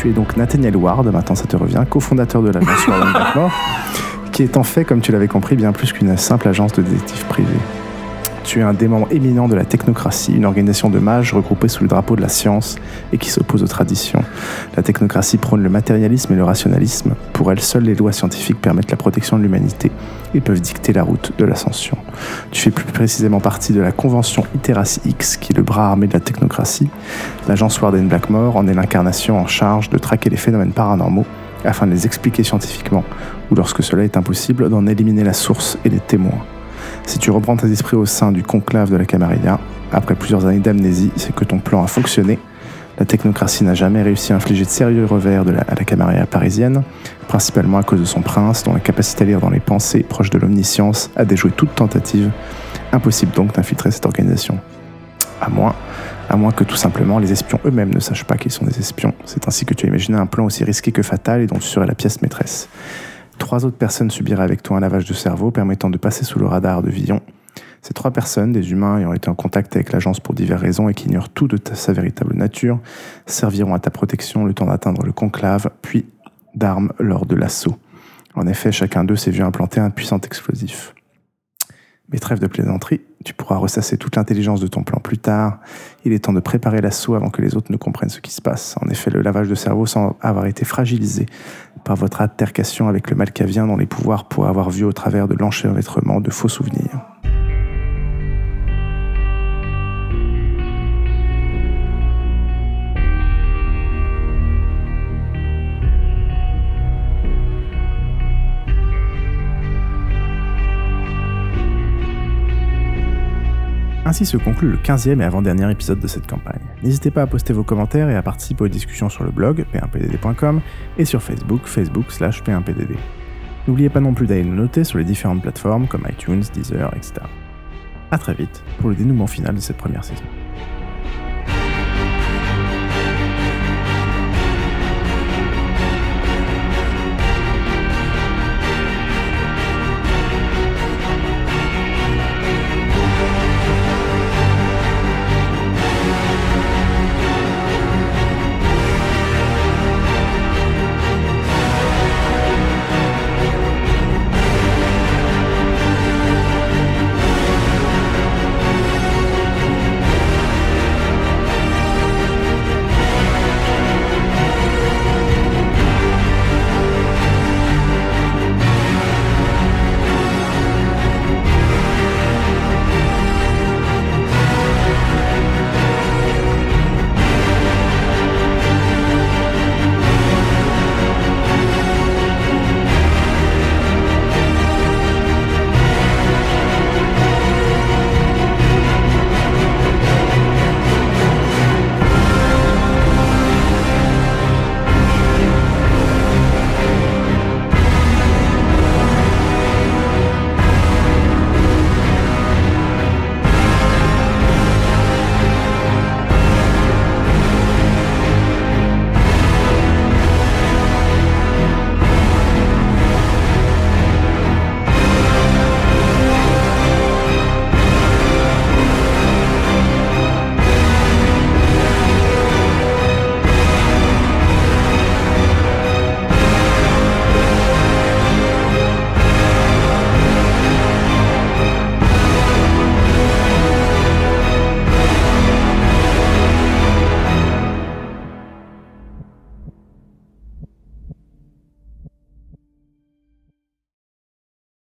Tu es donc Nathaniel Ward, maintenant ça te revient, cofondateur de l'agence Ward & Blackmore, qui est en fait, comme tu l'avais compris, bien plus qu'une simple agence de détectives privés. Tu es un des membres éminents de la technocratie, une organisation de mages regroupée sous le drapeau de la science et qui s'oppose aux traditions. La technocratie prône le matérialisme et le rationalisme. Pour elle, seules les lois scientifiques permettent la protection de l'humanité et peuvent dicter la route de l'ascension. Tu fais plus précisément partie de la convention Iteracy X, qui est le bras armé de la technocratie. L'agence Ward & Blackmore en est l'incarnation en charge de traquer les phénomènes paranormaux afin de les expliquer scientifiquement, ou lorsque cela est impossible, d'en éliminer la source et les témoins. Si tu reprends tes esprits au sein du conclave de la Camarilla, après plusieurs années d'amnésie, c'est que ton plan a fonctionné. La technocratie n'a jamais réussi à infliger de sérieux revers à la Camarilla parisienne, principalement à cause de son prince, dont la capacité à lire dans les pensées, proche de l'omniscience, a déjoué toute tentative. Impossible donc d'infiltrer cette organisation. À moins que tout simplement les espions eux-mêmes ne sachent pas qu'ils sont des espions. C'est ainsi que tu as imaginé un plan aussi risqué que fatal et dont tu serais la pièce maîtresse. 3 autres personnes subiraient avec toi un lavage de cerveau permettant de passer sous le radar de Villon. Ces 3 personnes, des humains ayant été en contact avec l'agence pour diverses raisons et qui ignorent tout de sa véritable nature, serviront à ta protection le temps d'atteindre le conclave, puis d'armes lors de l'assaut. En effet, chacun d'eux s'est vu implanter un puissant explosif. Mais trêve de plaisanterie, tu pourras ressasser toute l'intelligence de ton plan plus tard. Il est temps de préparer l'assaut avant que les autres ne comprennent ce qui se passe. En effet, le lavage de cerveau semble avoir été fragilisé par votre altercation avec le Malkavien dont les pouvoirs pourraient avoir vu au travers de l'enchevêtrement de faux souvenirs. Ainsi se conclut le 15e et avant-dernier épisode de cette campagne. N'hésitez pas à poster vos commentaires et à participer aux discussions sur le blog p1pdd.com et sur Facebook.com/p1pdd. N'oubliez pas non plus d'aller nous noter sur les différentes plateformes comme iTunes, Deezer, etc. A très vite pour le dénouement final de cette première saison.